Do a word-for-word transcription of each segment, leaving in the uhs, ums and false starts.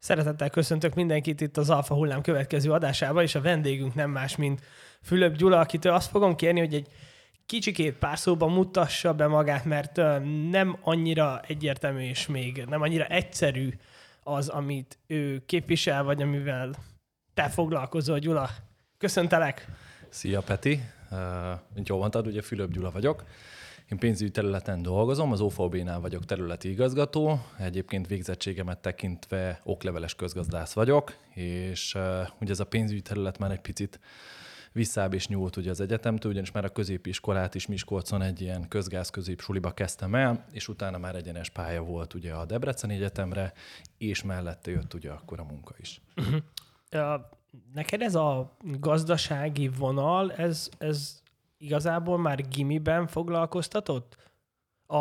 Szeretettel köszöntök mindenkit itt az Alfa Hullám következő adásában, és a vendégünk nem más, mint Fülöp Gyula, akitől azt fogom kérni, hogy egy kicsikét pár szóban mutassa be magát, mert nem annyira egyértelmű és még nem annyira egyszerű az, amit ő képvisel, vagy amivel te foglalkozol, Gyula. Köszöntelek! Szia, Peti! Uh, mint jól mondtad, ugye Fülöp Gyula vagyok. Én pénzügyi területen dolgozom, az o ef bé-nál vagyok területi igazgató, egyébként végzettségemet tekintve okleveles közgazdász vagyok, és uh, ugye ez a pénzügyi terület már egy picit visszább is nyúlt ugye az egyetemtől, ugyanis már a középiskolát is Miskolcon egy ilyen közgáz középsuliba kezdtem el, és utána már egyenes pálya volt ugye a Debreceni Egyetemre, és mellette jött ugye akkor a munka is. Uh-huh. Uh, neked ez a gazdasági vonal, ez, ez igazából már gimiben foglalkoztatott? A,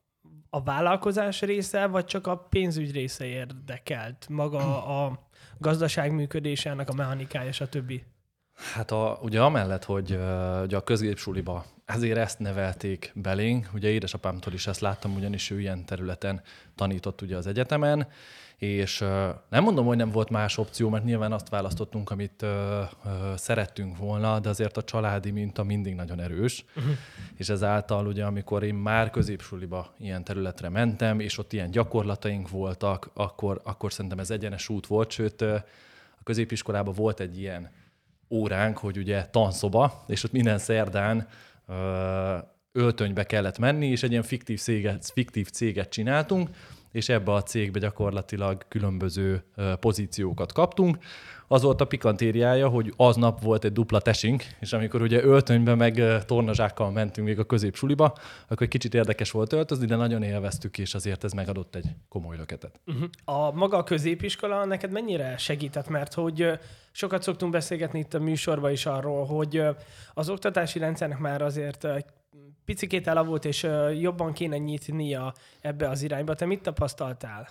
a vállalkozás része, vagy csak a pénzügy része érdekelt? Maga a gazdaság működése, ennek a mechanikája, stb.? Hát a, ugye amellett, hogy uh, ugye a középsuliba ezért ezt nevelték belénk, ugye édesapámtól is ezt láttam, ugyanis ő ilyen területen tanított ugye az egyetemen, és uh, nem mondom, hogy nem volt más opció, mert nyilván azt választottunk, amit uh, uh, szerettünk volna, de azért a családi minta mindig nagyon erős, uh-huh. és ezáltal ugye amikor én már középsuliba ilyen területre mentem, és ott ilyen gyakorlataink voltak, akkor, akkor szerintem ez egyenes út volt, sőt uh, a középiskolában volt egy ilyen óránk, hogy ugye tanszoba, és ott minden szerdán ö, öltönybe kellett menni, és egy ilyen fiktív céget, fiktív céget csináltunk, és ebbe a cégbe gyakorlatilag különböző ö, pozíciókat kaptunk. Az volt a pikantériája, hogy aznap volt egy dupla tesink, és amikor ugye öltönybe meg ö, tornazsákkal mentünk még a középsuliba, akkor egy kicsit érdekes volt öltözni, de nagyon élveztük, és azért ez megadott egy komoly löketet. Uh-huh. A maga a középiskola neked mennyire segített? Mert hogy ö, sokat szoktunk beszélgetni itt a műsorban is arról, hogy ö, az oktatási rendszernek már azért ö, picikét elavult, és ö, jobban kéne nyitnia ebbe az irányba. Te mit tapasztaltál?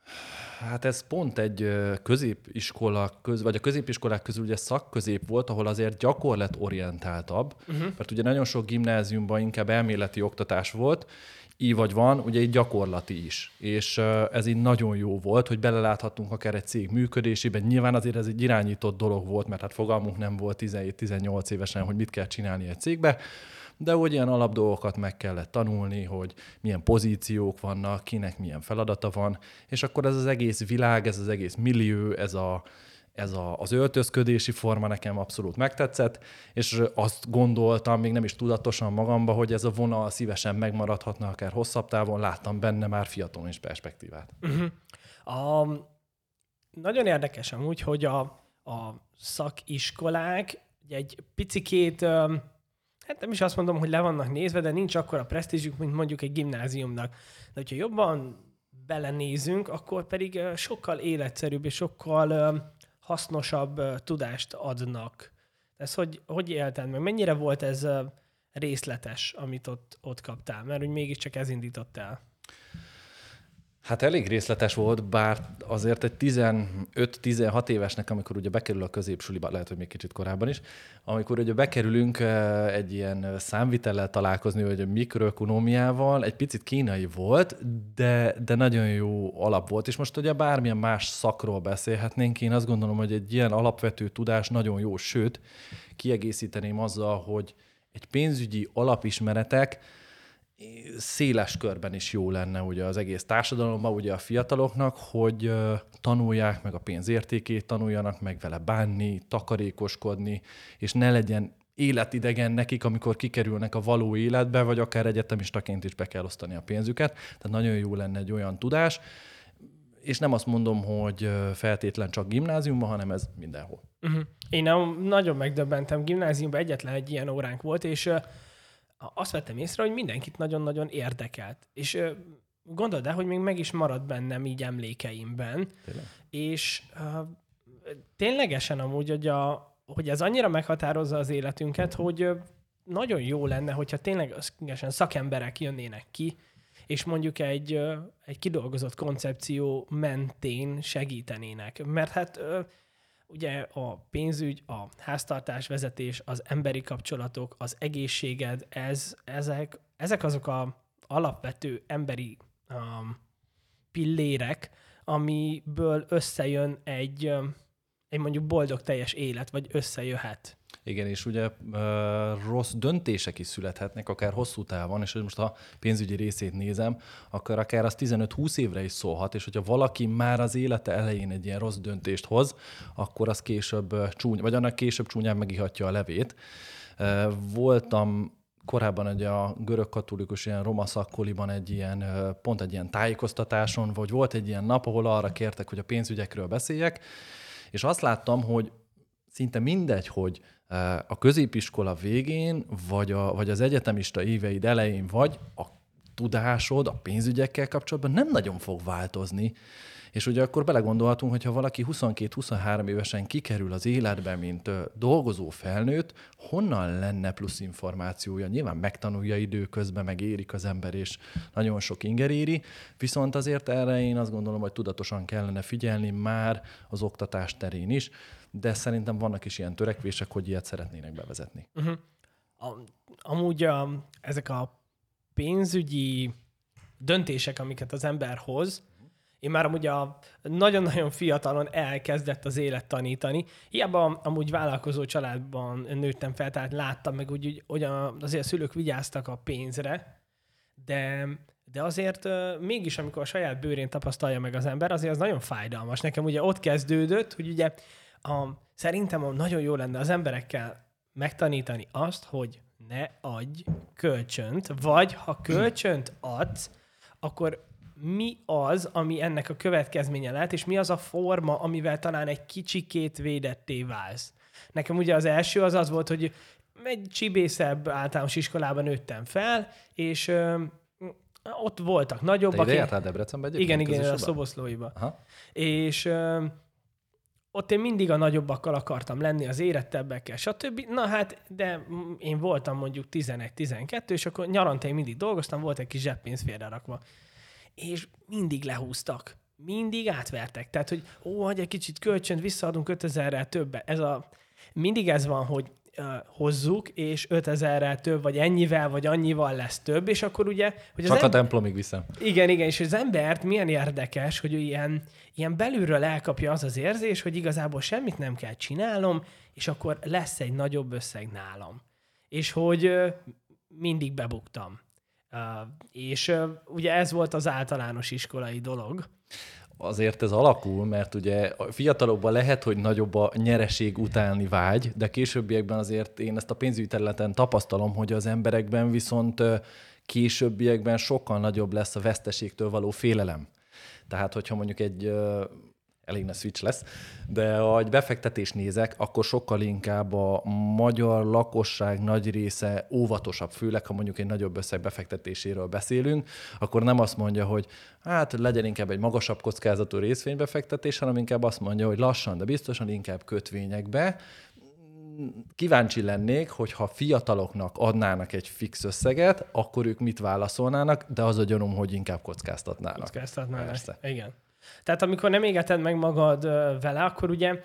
Hát ez pont egy középiskola, köz, vagy a középiskolák közül ugye szakközép volt, ahol azért gyakorlatorientáltabb, uh-huh. mert ugye nagyon sok gimnáziumban inkább elméleti oktatás volt, így vagy van, ugye egy gyakorlati is. És ez így nagyon jó volt, hogy beleláthattunk akár egy cég működésében. Nyilván azért ez egy irányított dolog volt, mert hát fogalmunk nem volt tizenhét-tizennyolc évesen, hogy mit kell csinálni egy cégbe, de hogy ilyen alapdolgokat meg kellett tanulni, hogy milyen pozíciók vannak, kinek milyen feladata van, és akkor ez az egész világ, ez az egész millió, ez, a, ez a, az öltözködési forma nekem abszolút megtetszett, és azt gondoltam, még nem is tudatosan magamba, hogy ez a vonal szívesen megmaradhatna akár hosszabb távon, láttam benne már fiatalon is perspektívát. Uh-huh. A, nagyon érdekes amúgy, hogy a, a szakiskolák egy picikét... Hát nem is azt mondom, hogy le vannak nézve, de nincs akkora presztízsük, mint mondjuk egy gimnáziumnak. De hogyha jobban belenézünk, akkor pedig sokkal életszerűbb és sokkal hasznosabb tudást adnak. Ez hogy, hogy élted meg? Mennyire volt ez részletes, amit ott, ott kaptál? Mert úgy mégiscsak ez indított el. Hát elég részletes volt, bár azért egy tizenöt-tizenhat évesnek, amikor ugye bekerül a középsuliba, lehet, hogy még kicsit korábban is, amikor ugye bekerülünk egy ilyen számvitellel találkozni, vagy a mikroökonómiával, egy picit kínai volt, de, de nagyon jó alap volt. És most ugye bármilyen más szakról beszélhetnénk, én azt gondolom, hogy egy ilyen alapvető tudás nagyon jó, sőt, kiegészíteném azzal, hogy egy pénzügyi alapismeretek széles körben is jó lenne ugye az egész társadalomban, ugye a fiataloknak, hogy uh, tanulják meg a pénz értékét, tanuljanak meg vele bánni, takarékoskodni, és ne legyen életidegen nekik, amikor kikerülnek a való életbe, vagy akár egyetemistaként is be kell osztani a pénzüket. Tehát nagyon jó lenne egy olyan tudás, és nem azt mondom, hogy feltétlen csak gimnáziumban, hanem ez mindenhol. Uh-huh. Én nagyon megdöbbentem, gimnáziumban egyetlen egy ilyen óránk volt, és uh, azt vettem észre, hogy mindenkit nagyon-nagyon érdekelt. És uh, gondold el, hogy még meg is maradt bennem így emlékeimben. Tényleg? És uh, ténylegesen amúgy, hogy, a, hogy ez annyira meghatározza az életünket, hogy uh, nagyon jó lenne, hogyha ténylegesen szakemberek jönnének ki, és mondjuk egy, uh, egy kidolgozott koncepció mentén segítenének. Mert hát uh, ugye a pénzügy, a háztartásvezetés, az emberi kapcsolatok, az egészséged, ez, ezek, ezek azok a alapvető emberi um, pillérek, amiből összejön egy, egy mondjuk boldog teljes élet, vagy összejöhet. Igen, és ugye rossz döntések is születhetnek, akár hosszú távon, és hogy most a pénzügyi részét nézem, akkor akár az tizenöt-húsz évre is szólhat, és hogyha valaki már az élete elején egy ilyen rossz döntést hoz, akkor az később csúny, vagy annak később csúnyán megihatja a levét. Voltam korábban egy a görög katolikus ilyen roma szakkoliban egy ilyen, pont egy ilyen tájékoztatáson, vagy volt egy ilyen nap, ahol arra kértek, hogy a pénzügyekről beszéljek, és azt láttam, hogy szinte mindegy, hogy a középiskola végén, vagy, a, vagy az egyetemista éveid elején vagy, a tudásod a pénzügyekkel kapcsolatban nem nagyon fog változni. És ugye akkor belegondolhatunk, hogyha valaki huszonkét-huszonhárom évesen kikerül az életbe, mint dolgozó felnőtt, honnan lenne plusz információja? Nyilván megtanulja időközben, meg érik az ember, és nagyon sok inger éri, viszont azért erre én azt gondolom, hogy tudatosan kellene figyelni már az oktatás terén is, de szerintem vannak is ilyen törekvések, hogy ilyet szeretnének bevezetni. Uh-huh. A, amúgy a, ezek a pénzügyi döntések, amiket az ember hoz, én már amúgy a nagyon-nagyon fiatalon elkezdett az élet tanítani. Hiába amúgy vállalkozó családban nőttem fel, tehát láttam meg, úgy, hogy azért a szülők vigyáztak a pénzre, de, de azért mégis, amikor a saját bőrén tapasztalja meg az ember, azért az nagyon fájdalmas. Nekem ugye ott kezdődött, hogy ugye a, szerintem nagyon jó lenne az emberekkel megtanítani azt, hogy ne adj kölcsönt, vagy ha kölcsönt adsz, akkor mi az, ami ennek a következménye lehet, és mi az a forma, amivel talán egy kicsikét védetté válsz. Nekem ugye az első az az volt, hogy egy csibészebb általános iskolában nőttem fel, és ö, ott voltak nagyobbak. Te ide jártál Debrecenbe egyébként? Igen, igen, a Szoboszlóiba. Aha. És ö, ott én mindig a nagyobbakkal akartam lenni, az érettebbekkel, stb. Na hát, de én voltam mondjuk tizenegy-tizenkettő, és akkor nyaranta én mindig dolgoztam, volt egy kis zseppénz félrerakva. És mindig lehúztak. Mindig átvertek. Tehát, hogy ó, hogy egy kicsit kölcsönt, visszaadunk ötezerrel többet. Ez a, mindig ez van, hogy uh, hozzuk, és ötezerrel több, vagy ennyivel, vagy annyival lesz több, és akkor ugye... Hogy Csak az a em... templomig viszem. Igen, igen, és az embert milyen érdekes, hogy ő ilyen, ilyen belülről elkapja az az érzés, hogy igazából semmit nem kell csinálnom, és akkor lesz egy nagyobb összeg nálam. És hogy uh, mindig bebuktam. Uh, és uh, ugye ez volt az általános iskolai dolog. Azért ez alakul, mert ugye a fiatalokban lehet, hogy nagyobb a nyereség utáni vágy, de későbbiekben azért én ezt a pénzügyi területen tapasztalom, hogy az emberekben viszont későbbiekben sokkal nagyobb lesz a veszteségtől való félelem. Tehát, hogyha mondjuk egy... elég nagy switch lesz, de ha egy befektetést nézek, akkor sokkal inkább a magyar lakosság nagy része óvatosabb, főleg ha mondjuk egy nagyobb összeg befektetéséről beszélünk, akkor nem azt mondja, hogy hát legyen inkább egy magasabb kockázatú részvénybefektetés, hanem inkább azt mondja, hogy lassan, de biztosan inkább kötvényekbe. Kíváncsi lennék, hogyha fiataloknak adnának egy fix összeget, akkor ők mit válaszolnának, de az a gyanúm, hogy inkább kockáztatnának. Kockáztatnának, Persze. Igen. Tehát amikor nem égeted meg magad vele, akkor ugye,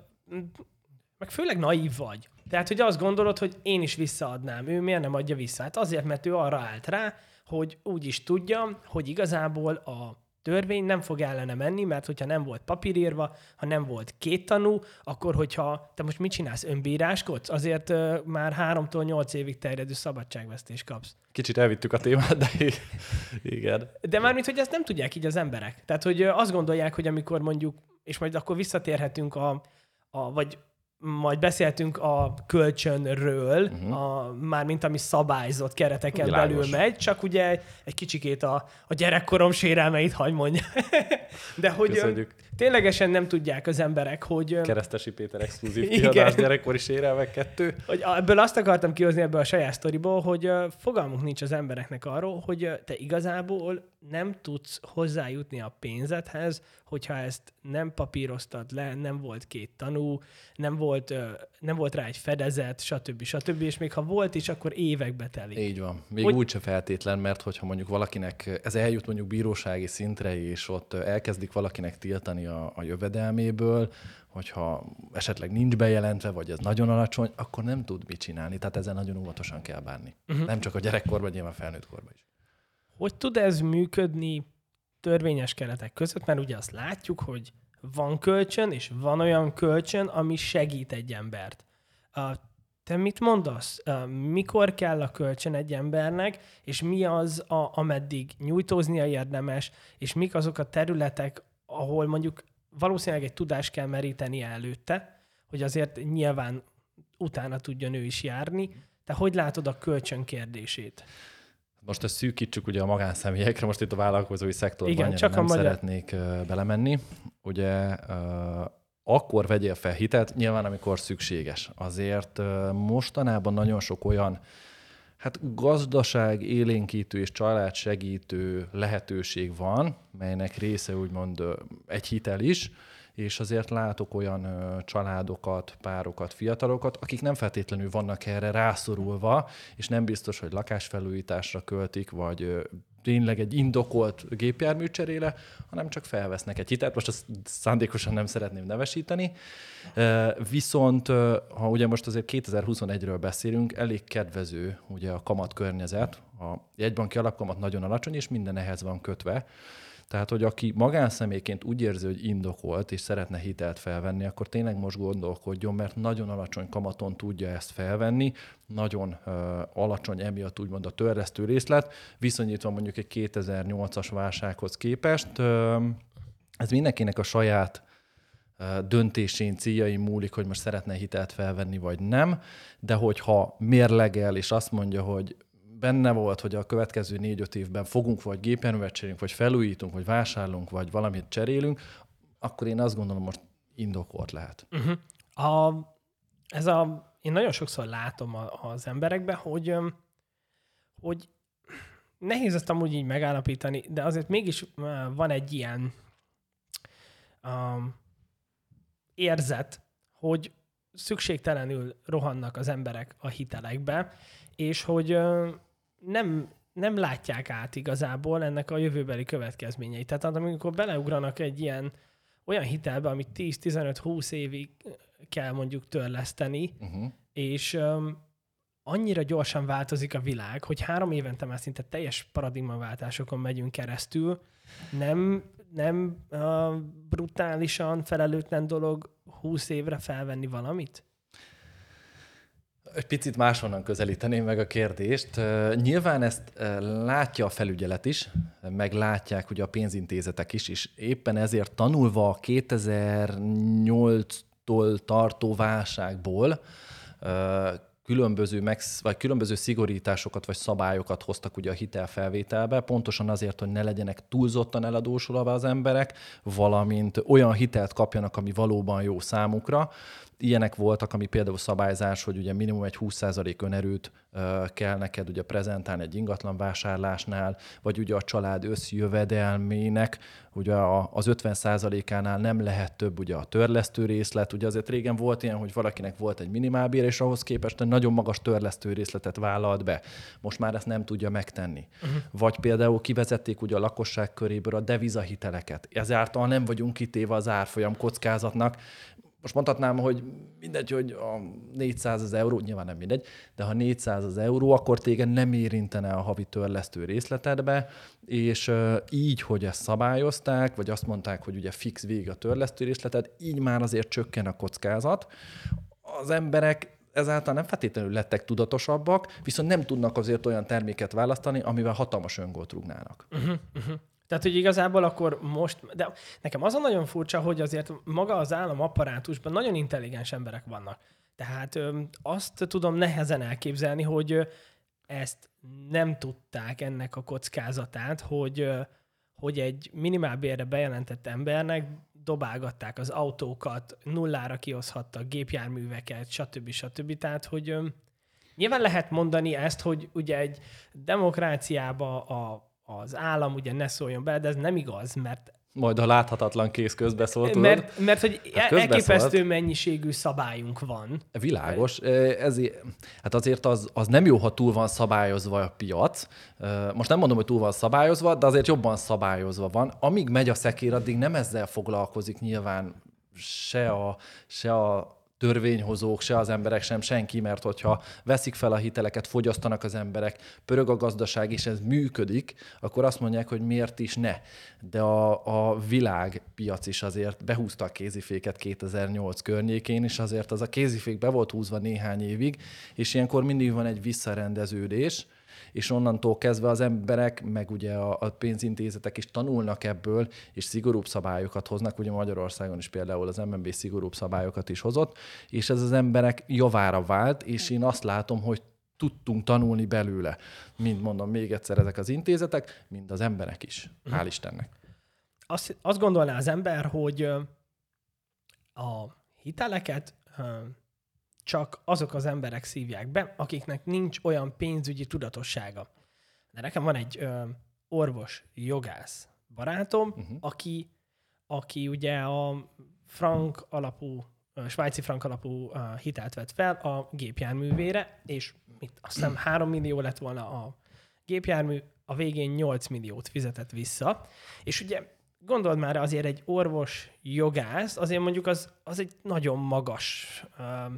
meg főleg naív vagy. Tehát, hogy azt gondolod, hogy én is visszaadnám, ő miért nem adja vissza? Hát azért, mert ő arra állt rá, hogy úgy is tudja, hogy igazából a törvény nem fog ellene menni, mert hogyha nem volt papírírva, ha nem volt két tanú, akkor hogyha te most mit csinálsz, önbíráskodsz, azért uh, már háromtól nyolc évig terjedő szabadságvesztést kapsz. Kicsit elvittük a témát, de igen. De mármint, hogy ezt nem tudják így az emberek. Tehát, hogy azt gondolják, hogy amikor mondjuk, és majd akkor visszatérhetünk a, a vagy majd beszéltünk a kölcsönről, uh-huh. a, mármint ami szabályzott kereteken Világos. belül megy, csak ugye egy kicsikét a, a gyerekkorom sérelmeit hagy mondja. De hogy Köszönjük. ténylegesen nem tudják az emberek, hogy... Keresztesi Péter exkluzív kiadás, gyerekkori sérelmek kettő. Hogy ebből azt akartam kihozni ebből a saját sztoriból, hogy fogalmuk nincs az embereknek arról, hogy te igazából nem tudsz hozzájutni a pénzedhez, hogyha ezt nem papíroztad le, nem volt két tanú, nem volt, nem volt rá egy fedezet, stb. stb. És még ha volt is, akkor évekbe telik. Így van. Még hogy... úgyse feltétlen, mert hogyha mondjuk valakinek, ez eljut mondjuk bírósági szintre, és ott elkezdik valakinek tiltani a, a jövedelméből, hogyha esetleg nincs bejelentve, vagy ez nagyon alacsony, akkor nem tud mit csinálni. Tehát ezen nagyon óvatosan kell bánni. Uh-huh. Nem csak a gyerekkorban, nyilván felnőtt korban is. Hogy tud ez működni törvényes keretek között, mert ugye azt látjuk, hogy van kölcsön, és van olyan kölcsön, ami segít egy embert. Te mit mondasz? Mikor kell a kölcsön egy embernek, és mi az, a, ameddig nyújtóznia érdemes, és mik azok a területek, ahol mondjuk valószínűleg egy tudást kell meríteni előtte, hogy azért nyilván utána tudjon ő is járni. Te hogy látod a kölcsön kérdését? Most ezt szűkítsük ugye a magánszemélyekre, most itt a vállalkozói szektorban Igen, csak nem magyar... szeretnék uh, belemenni. Ugye uh, akkor vegyél fel hitet, nyilván amikor szükséges. Azért uh, mostanában nagyon sok olyan hát gazdaság élénkítő és család segítő lehetőség van, melynek része úgymond uh, egy hitel is, és azért látok olyan ö, családokat, párokat, fiatalokat, akik nem feltétlenül vannak erre rászorulva, és nem biztos, hogy lakásfelújításra költik, vagy ö, tényleg egy indokolt gépjármű cserére, hanem csak felvesznek egy hitelt. Most azt szándékosan nem szeretném nevesíteni. E, viszont, ha ugye most azért kétezer-huszonegyről beszélünk, elég kedvező ugye a kamat környezet. A jegybanki alapkamat nagyon alacsony, és minden ehhez van kötve. Tehát, hogy aki magánszemélyként úgy érzi, hogy indokolt, és szeretne hitelt felvenni, akkor tényleg most gondolkodjon, mert nagyon alacsony kamaton tudja ezt felvenni, nagyon uh, alacsony emiatt úgymond a törlesztő részlet, viszonyítva mondjuk egy kétezer-nyolcas válsághoz képest. Uh, ez mindenkinek a saját uh, döntésén, céljain múlik, hogy most szeretne hitelt felvenni, vagy nem, de hogyha mérlegel, és azt mondja, hogy benne volt, hogy a következő négy-öt évben fogunk vagy gépjárművet cserélünk, vagy felújítunk, vagy vásárolunk, vagy valamit cserélünk, akkor én azt gondolom, most indokolt lehet. Uh-huh. A, ez a, én nagyon sokszor látom a, az emberekben, hogy, hogy nehéz ezt amúgy így megállapítani, de azért mégis van egy ilyen um, érzet, hogy szükségtelenül rohannak az emberek a hitelekbe, és hogy nem, nem látják át igazából ennek a jövőbeli következményeit. Tehát amikor beleugranak egy ilyen olyan hitelbe, amit tíz-tizenöt-húsz évig kell mondjuk törleszteni, uh-huh. és um, annyira gyorsan változik a világ, hogy három évente már szinte teljes paradigmaváltásokon megyünk keresztül, nem, nem uh, brutálisan felelőtlen dolog húsz évre felvenni valamit? Egy picit máshonnan közelíteném meg a kérdést. Nyilván ezt látja a felügyelet is, meg látják ugye a pénzintézetek is, és éppen ezért tanulva a kétezer-nyolctól tartó válságból különböző, megsz, vagy különböző szigorításokat vagy szabályokat hoztak ugye a hitelfelvételbe, pontosan azért, hogy ne legyenek túlzottan eladósulva az emberek, valamint olyan hitelt kapjanak, ami valóban jó számukra. Ilyenek voltak, ami például szabályzás, hogy ugye minimum egy húsz százalék önerőt uh, kell neked ugye prezentálni egy ingatlan vásárlásnál, vagy ugye a család összjövedelmének ugye a, az ötven százalékánál nem lehet több ugye a törlesztő részlet. Ugye azért régen volt ilyen, hogy valakinek volt egy minimálbér, és ahhoz képest egy nagyon magas törlesztő részletet vállalt be. Most már ezt nem tudja megtenni. Uh-huh. Vagy például kivezették ugye a lakosság köréből a devizahiteleket. Ezáltal nem vagyunk kitéve az árfolyam kockázatnak. Most mondhatnám, hogy mindegy, hogy a négyszáz euró, nyilván nem mindegy, de ha négyszáz euró, akkor téged nem érintene a havi törlesztő részletedbe, és uh, így, hogy ezt szabályozták, vagy azt mondták, hogy ugye fix végig a törlesztő részleted, így már azért csökken a kockázat. Az emberek ezáltal nem feltétlenül lettek tudatosabbak, viszont nem tudnak azért olyan terméket választani, amivel hatalmas öngolt rúgnának. Uh-huh, uh-huh. Tehát, hogy igazából akkor most, de nekem az a nagyon furcsa, hogy azért maga az államapparátusban nagyon intelligens emberek vannak. Tehát ö, azt tudom nehezen elképzelni, hogy ö, ezt nem tudták ennek a kockázatát, hogy, ö, hogy egy minimálbérre bejelentett embernek dobálgatták az autókat, nullára kihozhattak gépjárműveket, stb. stb. Tehát, hogy ö, nyilván lehet mondani ezt, hogy ugye egy demokráciába a az állam ugye ne szóljon be, de ez nem igaz, mert... Majd a láthatatlan kéz közbeszólt, mert, mert hogy hát elképesztő mennyiségű szabályunk van. Világos. Ezért, hát azért az, az nem jó, ha túl van szabályozva a piac. Most nem mondom, hogy túl van szabályozva, de azért jobban szabályozva van. Amíg megy a szekér, addig nem ezzel foglalkozik nyilván se a, se a törvényhozók, se az emberek, sem senki, mert hogyha veszik fel a hiteleket, fogyasztanak az emberek, pörög a gazdaság, és ez működik, akkor azt mondják, hogy miért is ne. De a, a világpiac is azért behúzta a kéziféket kétezer-nyolc környékén, és azért az a kézifék be volt húzva néhány évig, és ilyenkor mindig van egy visszarendeződés, és onnantól kezdve az emberek, meg ugye a, a pénzintézetek is tanulnak ebből, és szigorúbb szabályokat hoznak. Ugye Magyarországon is például az em en bé szigorúbb szabályokat is hozott, és ez az emberek javára vált, és én azt látom, hogy tudtunk tanulni belőle. Mind mondom még egyszer ezek az intézetek, mind az emberek is. Hál' Istennek. Azt, azt gondolná az ember, hogy a hiteleket csak azok az emberek szívják be, akiknek nincs olyan pénzügyi tudatossága. De nekem van egy ö, orvos, jogász barátom, uh-huh. aki, aki ugye a frank alapú, a svájci frank alapú a hitelt vett fel a gépjárművére, és mit, azt hiszem három millió lett volna a gépjármű, a végén nyolc milliót fizetett vissza. És ugye gondold már, azért egy orvos, jogász, azért mondjuk az, az egy nagyon magas ö,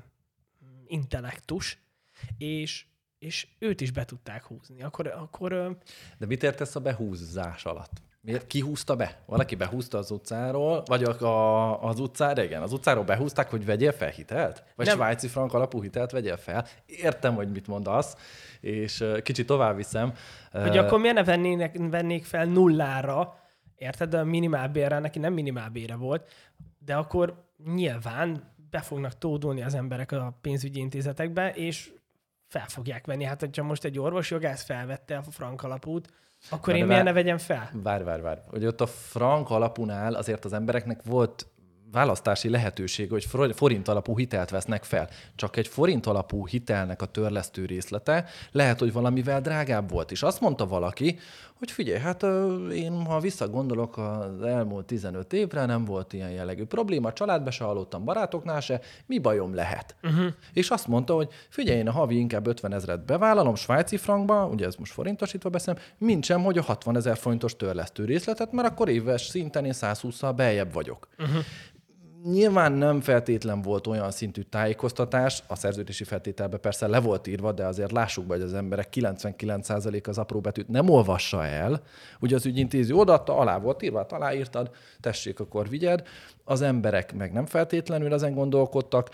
intellektus, és, és őt is be tudták húzni. Akkor, akkor... De mit értesz a behúzzás alatt? Miért? Ki húzta be? Valaki behúzta az utcáról, vagy a, a, az utcára, igen, az utcáról behúzták, hogy vegyél fel hitelt? Vagy nem. Svájci frank alapú hitelt vegyél fel? Értem, hogy mit mondasz, és kicsit tovább viszem. Hogy uh, akkor miért ne vennének, vennék fel nullára, érted? De a minimálbérre, neki nem minimálbére volt, de akkor nyilván be fognak tódulni az emberek a pénzügyi intézetekbe, és fel fogják venni. Hát, hogyha most egy orvosjogász felvette a frank alapút, akkor én miért ne vegyem fel? Várj, várj, várj. Hogy ott a frank alapunál azért az embereknek volt választási lehetőség, hogy forint alapú hitelt vesznek fel. Csak egy forint alapú hitelnek a törlesztő részlete lehet, hogy valamivel drágább volt. És azt mondta valaki, hogy figyelj, hát én ha visszagondolok az elmúlt tizenöt évre, nem volt ilyen jellegű probléma, családba se hallottam, barátoknál se, mi bajom lehet? Uh-huh. És azt mondta, hogy figyelj, én a havi inkább ötven ezret bevállalom svájci frankba, ugye ez most forintosítva beszélem, mint sem, hogy a hatvan ezer forintos törlesztő részletet, mert akkor éves szinten én száz hússzal beljebb vagyok. Uh-huh. Nyilván nem feltétlen volt olyan szintű tájékoztatás, a szerződési feltételben persze le volt írva, de azért lássuk be, hogy az emberek kilencvenkilenc százalék az apró betűt nem olvassa el. Ugye az ügyintéző odaadta, alá volt írva, aláírtad, tessék, akkor vigyed. Az emberek meg nem feltétlenül ezen gondolkodtak,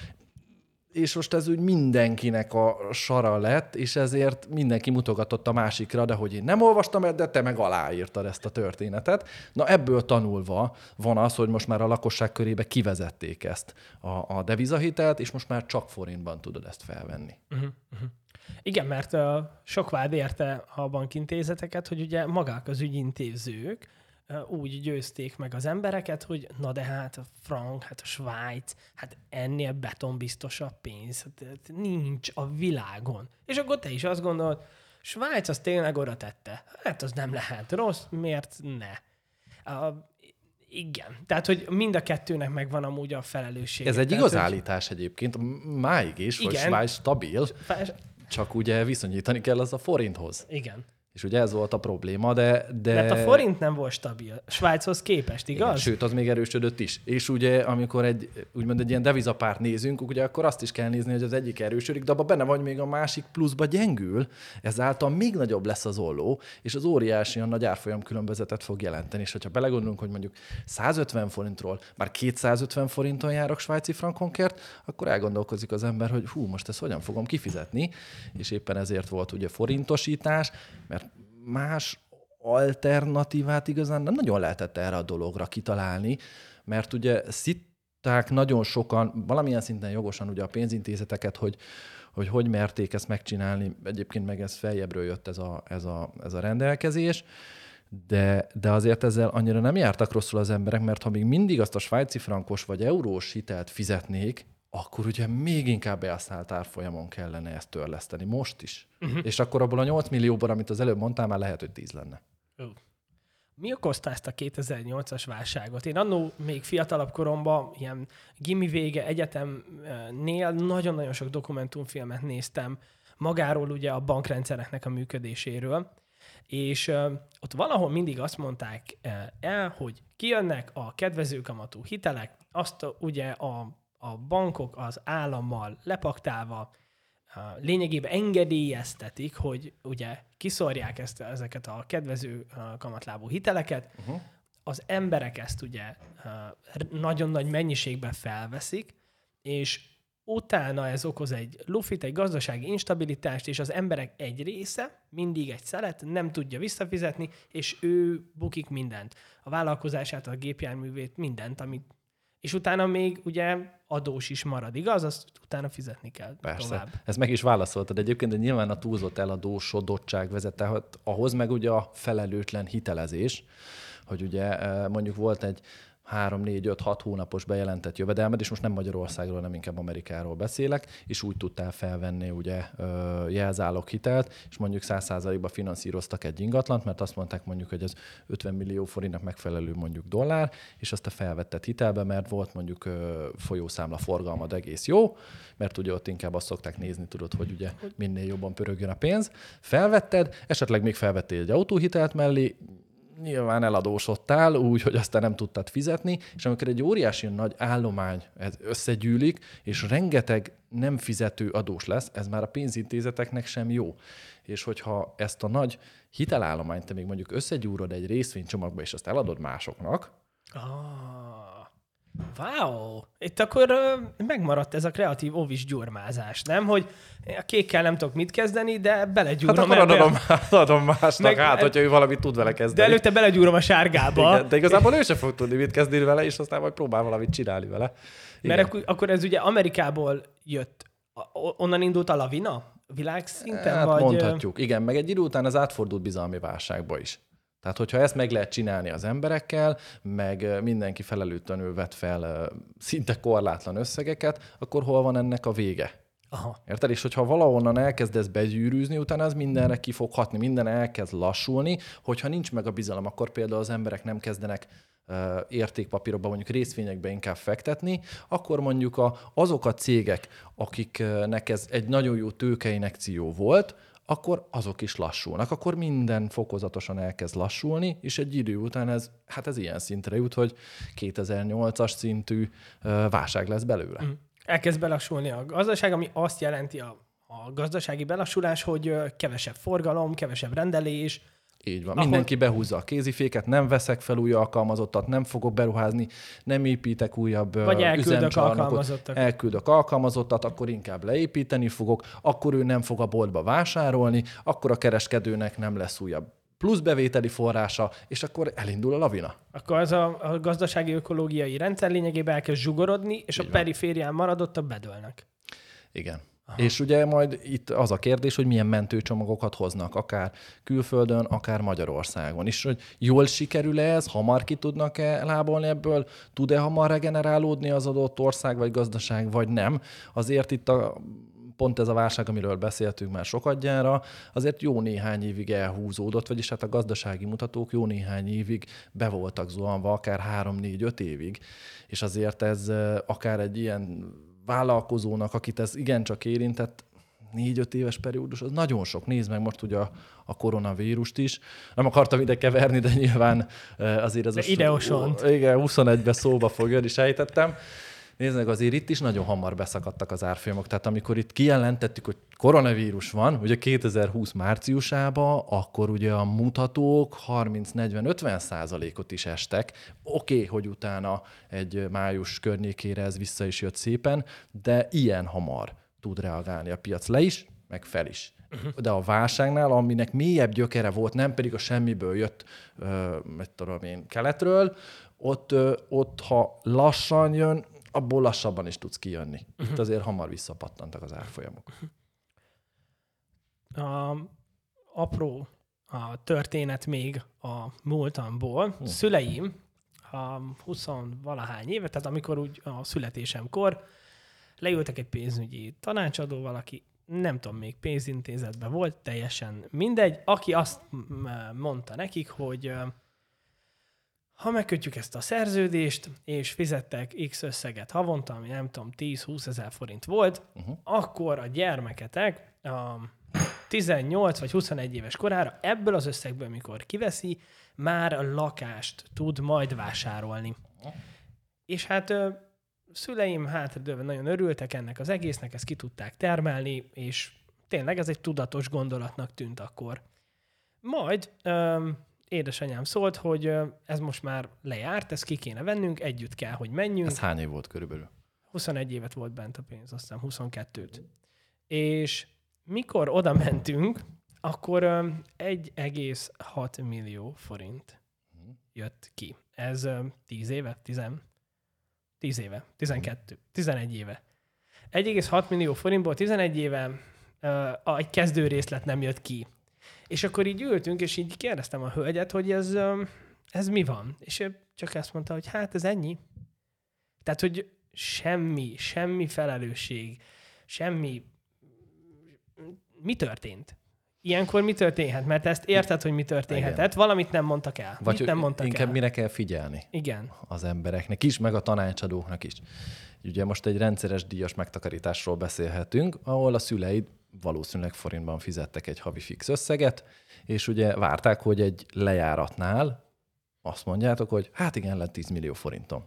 és most ez úgy mindenkinek a sara lett, és ezért mindenki mutogatott a másikra, de hogy én nem olvastam el, de te meg aláírtad ezt a történetet. Na ebből tanulva van az, hogy most már a lakosság körébe kivezették ezt a, a devizahitelt, és most már csak forintban tudod ezt felvenni. Uh-huh, uh-huh. Igen, mert uh, sok vád érte a bankintézeteket, hogy ugye magák az ügyintézők úgy győzték meg az embereket, hogy na de hát a frank, hát a Svájc, hát ennél betonbiztosabb pénz, hát nincs a világon. És akkor te is azt gondolod, Svájc az tényleg oda tette. Hát az nem lehet rossz, miért ne? Uh, igen. Tehát, hogy mind a kettőnek megvan amúgy a felelősség. Ez egy Tehát, igaz hogy... állítás egyébként, máig is, igen. hogy Svájc stabil, csak ugye viszonyítani kell az a forinthoz. Igen. És ugye ez volt a probléma, de... de... Mert a forint nem volt stabil Svájchoz képest, igaz? Igen, sőt, az még erősödött is. És ugye, amikor egy, úgymond egy ilyen devizapárt nézünk, ugye akkor azt is kell nézni, hogy az egyik erősödik, de abban benne vagy még a másik pluszba gyengül, ezáltal még nagyobb lesz az olló, és az óriási olyan nagy árfolyam különbözetet fog jelenteni. És hogyha belegondolunk, hogy mondjuk százötven forintról már kétszázötven forinton járok svájci frankonkért, akkor elgondolkozik az ember, hogy hú, most ezt hogyan fogom kifizetni, és éppen ezért volt ugye forintosítás, mert más alternatívát igazán nem nagyon lehetett erre a dologra kitalálni, mert ugye szitták nagyon sokan, valamilyen szinten jogosan ugye a pénzintézeteket, hogy hogy, hogy merték ezt megcsinálni, egyébként meg ez feljebbről jött ez a, ez a, ez a rendelkezés, de, de azért ezzel annyira nem jártak rosszul az emberek, mert ha még mindig azt a svájci frankos vagy eurós hitelt fizetnék, akkor ugye még inkább elszállt árfolyamon kellene ezt törleszteni, most is. Uh-huh. És akkor abból a nyolc millióból, amit az előbb mondtál, már lehet, hogy tíz lenne. Uh. Mi okozta ezt a kétezer-nyolcas válságot? Én annó még fiatalabb koromban, ilyen gimi vége egyetemnél nagyon-nagyon sok dokumentumfilmet néztem magáról ugye a bankrendszereknek a működéséről, és uh, ott valahol mindig azt mondták uh, el, hogy kijönnek a kedvező kamatú hitelek, azt uh, ugye a a bankok az állammal lepaktálva lényegében engedélyeztetik, hogy ugye kiszorják ezt, ezeket a kedvező kamatlábú hiteleket, uh-huh. az emberek ezt ugye nagyon nagy mennyiségben felveszik, és utána ez okoz egy lufit, egy gazdasági instabilitást, és az emberek egy része, mindig egy szelet, nem tudja visszafizetni, és ő bukik mindent. A vállalkozását, a gépjárművét, mindent, amit és utána még ugye adós is marad, igaz? Azt utána fizetni kell Persze. tovább. Ezt meg is válaszoltad egyébként, de nyilván a túlzott eladósodottság vezette ahhoz, meg ugye a felelőtlen hitelezés, hogy ugye mondjuk volt egy három, négy, öt, hat hónapos bejelentett jövedelmed, és most nem Magyarországról, nem inkább Amerikáról beszélek, és úgy tudtál felvenni ugye jelzálog hitelt, és mondjuk száz százalékban finanszíroztak egy ingatlant, mert azt mondták mondjuk, hogy az ötven millió forintnak megfelelő mondjuk dollár, és azt a felvetted hitelbe, mert volt mondjuk folyószámla forgalmad egész jó, mert ugye ott inkább azt szokták nézni, tudod, hogy ugye minél jobban pörögjön a pénz. Felvetted, esetleg még felvettél egy autóhitelt mellé, nyilván eladósodtál úgy, hogy aztán nem tudtad fizetni, és amikor egy óriási nagy állomány ez összegyűlik, és rengeteg nem fizető adós lesz, ez már a pénzintézeteknek sem jó. És hogyha ezt a nagy hitelállományt te még mondjuk összegyúrod egy részvénycsomagba, és azt eladod másoknak. Ah, wow! Itt akkor uh, megmaradt ez a kreatív ovis gyurmázás, nem? Hogy a kékkel nem tudok mit kezdeni, de belegyúrom. Hát akkor adom, adom másnak, meg, hát, hogyha ő valamit tud vele kezdeni. De előtte belegyúrom a sárgába. Igen, de igazából ő sem fog tudni mit kezdeni vele, és aztán majd próbál valamit csinálni vele. Igen. Mert akkor ez ugye Amerikából jött. Onnan indult a lavina? Világszinten? Hát vagy... mondhatjuk. Igen, meg egy idő után az átfordult bizalmi válságba is. Tehát, hogyha ezt meg lehet csinálni az emberekkel, meg mindenki felelőtlenül vett fel szinte korlátlan összegeket, akkor hol van ennek a vége? Aha. Érted? És hogyha valahonnan elkezdesz begyűrűzni, utána az mindenre ki fog hatni, minden elkezd lassulni, hogyha nincs meg a bizalom, akkor például az emberek nem kezdenek uh, értékpapírokba, mondjuk részvényekbe inkább fektetni, akkor mondjuk a, azok a cégek, akiknek ez egy nagyon jó tőkeinjekció volt, akkor azok is lassulnak, akkor minden fokozatosan elkezd lassulni, és egy idő után ez, hát ez ilyen szintre jut, hogy kétezer-nyolcas szintű uh, válság lesz belőle. Mm. Elkezd belassulni a gazdaság, ami azt jelenti a, a gazdasági belassulás, hogy kevesebb forgalom, kevesebb rendelés. Így van. Ahol... Mindenki behúzza a kéziféket, nem veszek fel új alkalmazottat, nem fogok beruházni, nem építek újabb üzemcsarnokot, elküldök alkalmazottat, akkor inkább leépíteni fogok, akkor ő nem fog a boltba vásárolni, akkor a kereskedőnek nem lesz újabb plusz bevételi forrása, és akkor elindul a lavina. Akkor az a, a gazdasági ökológiai rendszer lényegében elkezd zsugorodni, és így a periférián maradottak bedőlnek. Igen. Aha. És ugye majd itt az a kérdés, hogy milyen mentőcsomagokat hoznak, akár külföldön, akár Magyarországon. És hogy jól sikerül-e ez, hamar ki tudnak-e lábolni ebből, tud-e hamar regenerálódni az adott ország vagy gazdaság, vagy nem. Azért itt a pont ez a válság, amiről beszéltünk már sokadjára, azért jó néhány évig elhúzódott, vagyis hát a gazdasági mutatók jó néhány évig be voltak zuhanva, akár három, négy, öt évig. És azért ez akár egy ilyen vállalkozónak, akit ez igencsak érintett, négy-öt éves periódus, az nagyon sok. Nézd meg most ugye a, a koronavírust is. Nem akartam ide keverni, de nyilván azért ez... De ideosont. Igen, huszonegyben szóba fog jönni, sejtettem. Nézd meg, azért itt is nagyon hamar beszakadtak az árfolyamok. Tehát amikor itt kijelentettük, hogy koronavírus van, ugye kétezer-húsz márciusában, akkor ugye a mutatók harminc-negyven-ötven százalékot is estek. Oké, okay, hogy utána egy május környékére ez vissza is jött szépen, de ilyen hamar tud reagálni a piac le is, meg fel is. De a válságnál, aminek mélyebb gyökere volt, nem pedig a semmiből jött, mit tudom én, keletről, ott, ott ha lassan jön, abból lassabban is tudsz kijönni. Uh-huh. Itt azért hamar visszapattantak az árfolyamok. A apró a történet még a múltamból. Uh-huh. Szüleim a húsz-valahány éve, tehát amikor úgy a születésemkor leültek egy pénzügyi tanácsadóval, aki nem tudom, még pénzintézetben volt, teljesen mindegy, aki azt mondta nekik, hogy ha megkötjük ezt a szerződést, és fizettek X összeget havonta, ami nem tudom, tíz-húsz ezer forint volt, uh-huh. akkor a gyermeketek a tizennyolc vagy huszonegy éves korára ebből az összegből, mikor kiveszi, már a lakást tud majd vásárolni. Uh-huh. És hát szüleim hátradőlve nagyon örültek ennek az egésznek, ezt ki tudták termelni, és tényleg ez egy tudatos gondolatnak tűnt akkor. Majd öm, édesanyám szólt, hogy ez most már lejárt, ezt ki kéne vennünk, együtt kell, hogy menjünk. Ez hány év volt körülbelül? huszonegy évet volt bent a pénz, azt hiszem huszonkettőt. És mikor oda mentünk, akkor egy egész hat millió forint jött ki. Ez tíz éve, tizen, tíz éve, tizenkettő, tizenegy éve. egy egész hat millió forintból tizenegy éve uh, egy kezdő részlet nem jött ki. És akkor így ültünk, és így kérdeztem a hölgyet, hogy ez, um, ez mi van? És ő csak azt mondta, hogy hát ez ennyi. Tehát, hogy semmi, semmi felelősség, semmi... Mi történt? Ilyenkor mi történhet? Mert ezt érted, hogy mi történhetett. Igen. Valamit nem mondtak el. Vagy Mit nem mondtak inkább el? mire kell figyelni. Igen. Az embereknek is, meg a tanácsadóknak is. Ugye most egy rendszeres díjas megtakarításról beszélhetünk, ahol a szüleid valószínűleg forintban fizettek egy havi fix összeget, és ugye várták, hogy egy lejáratnál azt mondjátok, hogy hát igen, lett tíz millió forintom.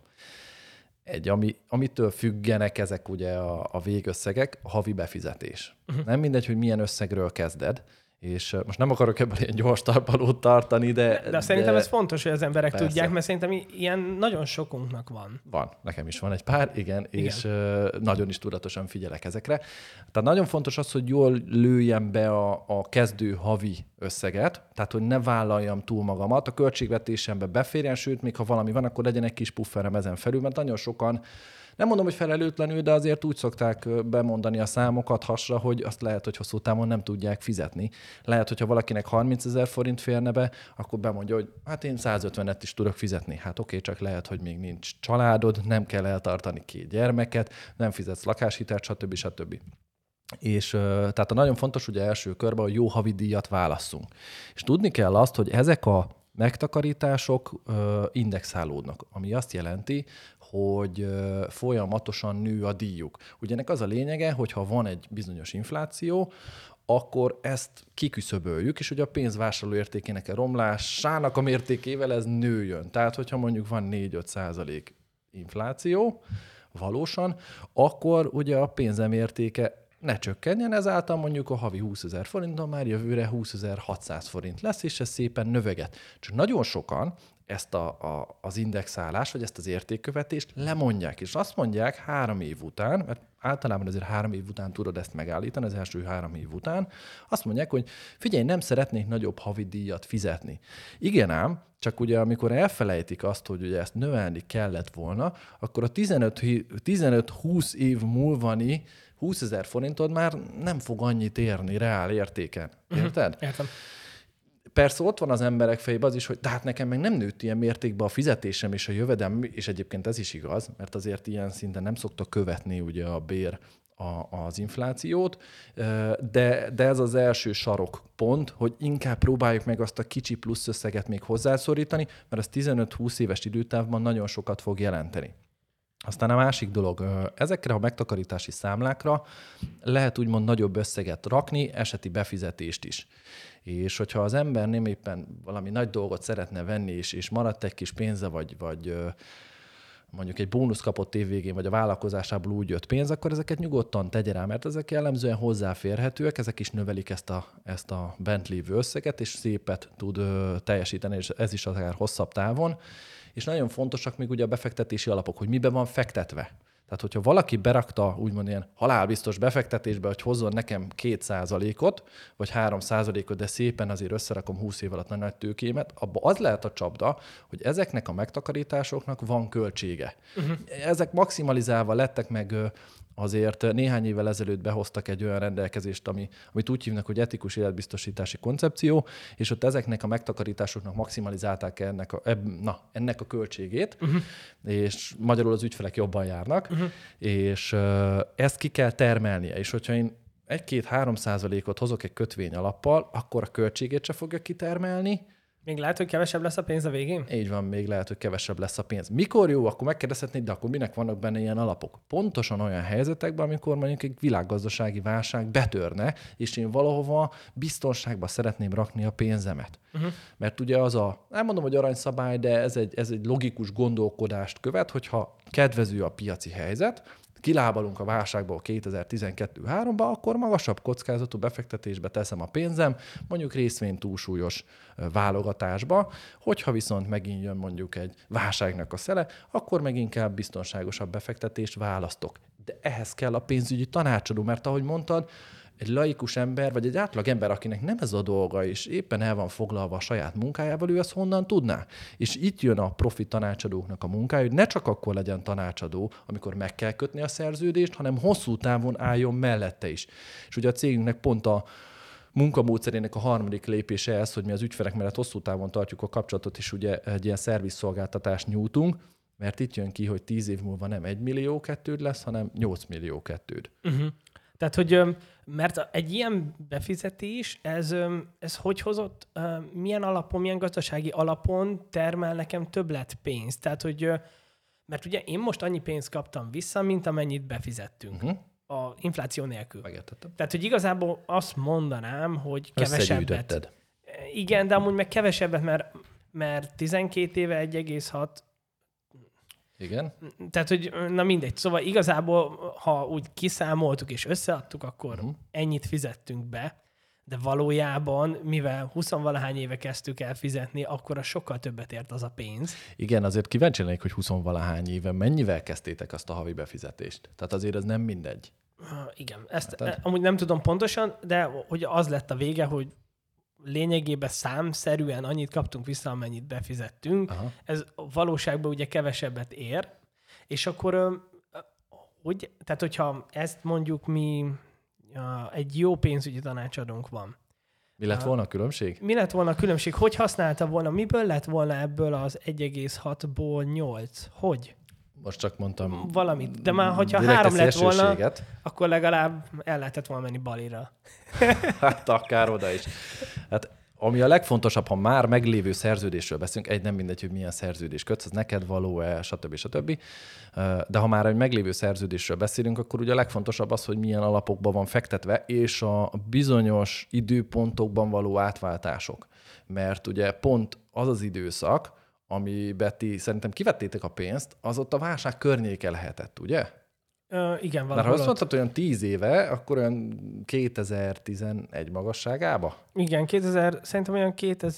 Egy, ami, amitől függenek ezek ugye a, a végösszegek, a havi befizetés. Uh-huh. Nem mindegy, hogy milyen összegről kezded, és most nem akarok ebből ilyen gyors talpalót tartani, de... De, de szerintem ez fontos, hogy az emberek persze. tudják, mert szerintem ilyen nagyon sokunknak van. Van, nekem is van egy pár, igen, igen. és uh, nagyon is tudatosan figyelek ezekre. Tehát nagyon fontos az, hogy jól lőjem be a, a kezdő havi összeget, tehát hogy ne vállaljam túl magamat, a költségvetésembe beférjen, sőt, még ha valami van, akkor legyen egy kis pufferem ezen felül, mert nagyon sokan, nem mondom, hogy felelőtlenül, de azért úgy szokták bemondani a számokat hasra, hogy azt lehet, hogy hosszú távon nem tudják fizetni. Lehet, hogyha valakinek harmincezer forint férne be, akkor bemondja, hogy hát én százötvenet is tudok fizetni. Hát oké, csak lehet, hogy még nincs családod, nem kell eltartani két gyermeket, nem fizetsz lakáshitelt, stb. stb. És tehát a nagyon fontos ugye első körben, hogy jó havidíjat válasszunk. És tudni kell azt, hogy ezek a megtakarítások indexálódnak, ami azt jelenti, hogy folyamatosan nő a díjuk. Ugye ennek az a lényege, hogy ha van egy bizonyos infláció, akkor ezt kiküszöböljük, és hogy a pénzvásárló értékének a romlásának a mértékével ez nőjön. Tehát, hogyha mondjuk van négy-öt százalék infláció valósan, akkor ugye a pénzem értéke ne csökkenjen, ezáltal mondjuk a havi húszezer forinton már jövőre húszezer-hatszáz forint lesz, és ez szépen növeget. Csak nagyon sokan ezt a, a, az indexálást, vagy ezt az értékkövetést lemondják, és azt mondják három év után, mert általában azért három év után tudod ezt megállítani, az első három év után, azt mondják, hogy figyelj, nem szeretnék nagyobb havidíjat fizetni. Igen ám, csak ugye amikor elfelejtik azt, hogy ugye ezt növelni kellett volna, akkor a tizenöt-húsz év múlvani húszezer forintod már nem fog annyit érni reál értéken. Érted? Uh-huh. Értem. Persze ott van az emberek fejében az is, hogy de hát nekem meg nem nőtt ilyen mértékben a fizetésem és a jövedelem, és egyébként ez is igaz, mert azért ilyen szinten nem szokta követni ugye a bér a, az inflációt, de, de ez az első sarokpont, hogy inkább próbáljuk meg azt a kicsi plusz összeget még hozzászorítani, mert az tizenöt-húsz éves időtávban nagyon sokat fog jelenteni. Aztán a másik dolog, ezekre a megtakarítási számlákra lehet úgymond nagyobb összeget rakni, eseti befizetést is. És hogyha az ember nem éppen valami nagy dolgot szeretne venni, és, és maradt egy kis pénze, vagy, vagy mondjuk egy bónusz kapott évvégén, vagy a vállalkozásából úgy jött pénz, akkor ezeket nyugodtan tegye rá, mert ezek jellemzően hozzáférhetőek, ezek is növelik ezt a, ezt a bent lévő összeget, és szépet tud ö, teljesíteni, és ez is akár hosszabb távon. És nagyon fontosak még ugye a befektetési alapok, hogy miben van fektetve. Tehát, hogyha valaki berakta úgymond ilyen halálbiztos befektetésbe, hogy hozzon nekem két százalékot, vagy három százalékot, de szépen azért összerakom húsz év alatt nagy tőkémet, abban az lehet a csapda, hogy ezeknek a megtakarításoknak van költsége. Uh-huh. Ezek maximalizálva lettek, meg azért néhány évvel ezelőtt behoztak egy olyan rendelkezést, ami, amit úgy hívnak, hogy etikus életbiztosítási koncepció, és ott ezeknek a megtakarításoknak maximalizálták ennek a, eb, na, ennek a költségét, uh-huh. és magyarul az ügyfelek jobban járnak, uh-huh. és uh, ezt ki kell termelnie. És hogyha én egy-két-három százalékot hozok egy kötvény alappal, akkor a költségét se fogja kitermelni, Még lehet, hogy kevesebb lesz a pénz a végén? Így van, még lehet, hogy kevesebb lesz a pénz. Mikor jó, akkor megkérdezhetnéd, de akkor minek vannak benne ilyen alapok? Pontosan olyan helyzetekben, amikor mondjuk egy világgazdasági válság betörne, és én valahova biztonságba szeretném rakni a pénzemet. Uh-huh. Mert ugye az a, nem mondom, hogy aranyszabály, de ez egy, ez egy logikus gondolkodást követ, hogyha kedvező a piaci helyzet, kilábalunk a válságból kétezer-tizenkettő-háromba, akkor magasabb kockázatú befektetésbe teszem a pénzem, mondjuk részvény túlsúlyos válogatásba, hogyha viszont megint jön mondjuk egy válságnak a szele, akkor meg inkább biztonságosabb befektetést választok. De ehhez kell a pénzügyi tanácsadó, mert ahogy mondtad, egy laikus ember, vagy egy átlag ember, akinek nem ez a dolga, és éppen el van foglalva a saját munkájával, ő ezt honnan tudná? És itt jön a profi tanácsadóknak a munkája, hogy ne csak akkor legyen tanácsadó, amikor meg kell kötni a szerződést, hanem hosszú távon álljon mellette is. És ugye a cégünknek pont a munkamódszerének a harmadik lépése ez, hogy mi az ügyfelek mellett hosszú távon tartjuk a kapcsolatot, és ugye egy ilyen szervizszolgáltatást nyújtunk, mert itt jön ki, hogy tíz év múlva nem egy millió kettőd lesz, hanem nyolc millió kettőd. Uh-huh. Tehát, hogy mert egy ilyen befizetés, ez, ez hogy hozott, milyen alapon, milyen gazdasági alapon termel nekem többlet pénzt? Tehát, hogy mert ugye én most annyi pénzt kaptam vissza, mint amennyit befizettünk. Uh-huh. A infláció nélkül. Megértettem. Tehát, hogy igazából azt mondanám, hogy kevesebbet. Igen, de amúgy meg kevesebbet, mert, mert tizenkét éve egy egész hat. Igen. Tehát, hogy na mindegy. Szóval igazából, ha úgy kiszámoltuk és összeadtuk, akkor uh-huh. ennyit fizettünk be, de valójában, mivel huszonvalahány éve kezdtük el fizetni, akkor az sokkal többet ért az a pénz. Igen, azért kíváncsi lennék, hogy huszonvalahány éve mennyivel kezdtétek azt a havi befizetést. Tehát azért ez nem mindegy. Uh, igen, ezt hát, amúgy nem tudom pontosan, de hogy az lett a vége, hogy lényegében számszerűen annyit kaptunk vissza, amennyit befizettünk. Aha. Ez valóságban ugye kevesebbet ér, és akkor hogy, tehát hogyha ezt mondjuk mi egy jó pénzügyi tanácsadónk van. Mi lett volna a különbség? Mi lett volna a különbség? Hogy használta volna? Miből lett volna ebből az egy egész hatból nyolc? Hogy? Most csak mondtam. Valamit. De már, hogyha három lett volna, akkor legalább el lehetett volna menni balira. Hát akár oda is. Hát ami a legfontosabb, ha már meglévő szerződésről beszélünk, egy nem mindegy, hogy milyen szerződés kötsz, ez neked való-e, stb. stb. De ha már egy meglévő szerződésről beszélünk, akkor ugye a legfontosabb az, hogy milyen alapokban van fektetve, és a bizonyos időpontokban való átváltások. Mert ugye pont az az időszak, amiben ti szerintem kivettétek a pénzt, az ott a válság környéke lehetett, ugye? Ö, igen, valahol. Mert ha azt mondtad, olyan tíz éve, akkor olyan kétezer-tizenegy magasságába? Igen, kétezer, szerintem olyan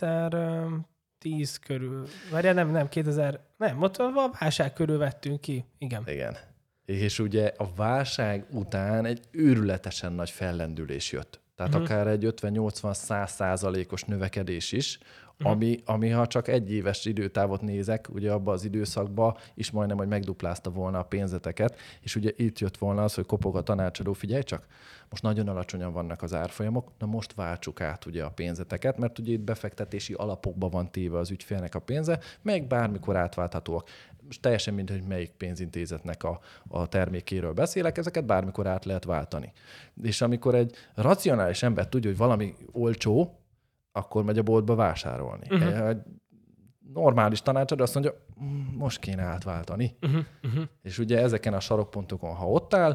kétezer-tíz körül. Várjál, nem, nem, kétezer, nem, ott a válság körül vettünk ki. Igen. Igen. És ugye a válság után egy őrületesen nagy fellendülés jött. Tehát uh-huh. akár egy ötven-nyolcvan-száz százalékos növekedés is, uh-huh. ami, ami ha csak egy éves időtávot nézek, ugye abban az időszakban is majdnem, hogy megduplázta volna a pénzeteket, és ugye itt jött volna az, hogy kopog a tanácsadó, figyelj csak, most nagyon alacsonyan vannak az árfolyamok, na most váltsuk át ugye a pénzeteket, mert ugye itt befektetési alapokba van téve az ügyfélnek a pénze, meg bármikor átválthatóak. Most teljesen mindegy, hogy melyik pénzintézetnek a, a termékéről beszélek, ezeket bármikor át lehet váltani. És amikor egy racionális ember tudja, hogy valami olcsó, akkor megy a boltba vásárolni. Uh-huh. Egy normális tanácsadó azt mondja, most kéne átváltani. Uh-huh. Uh-huh. És ugye ezeken a sarokpontokon, ha ott áll,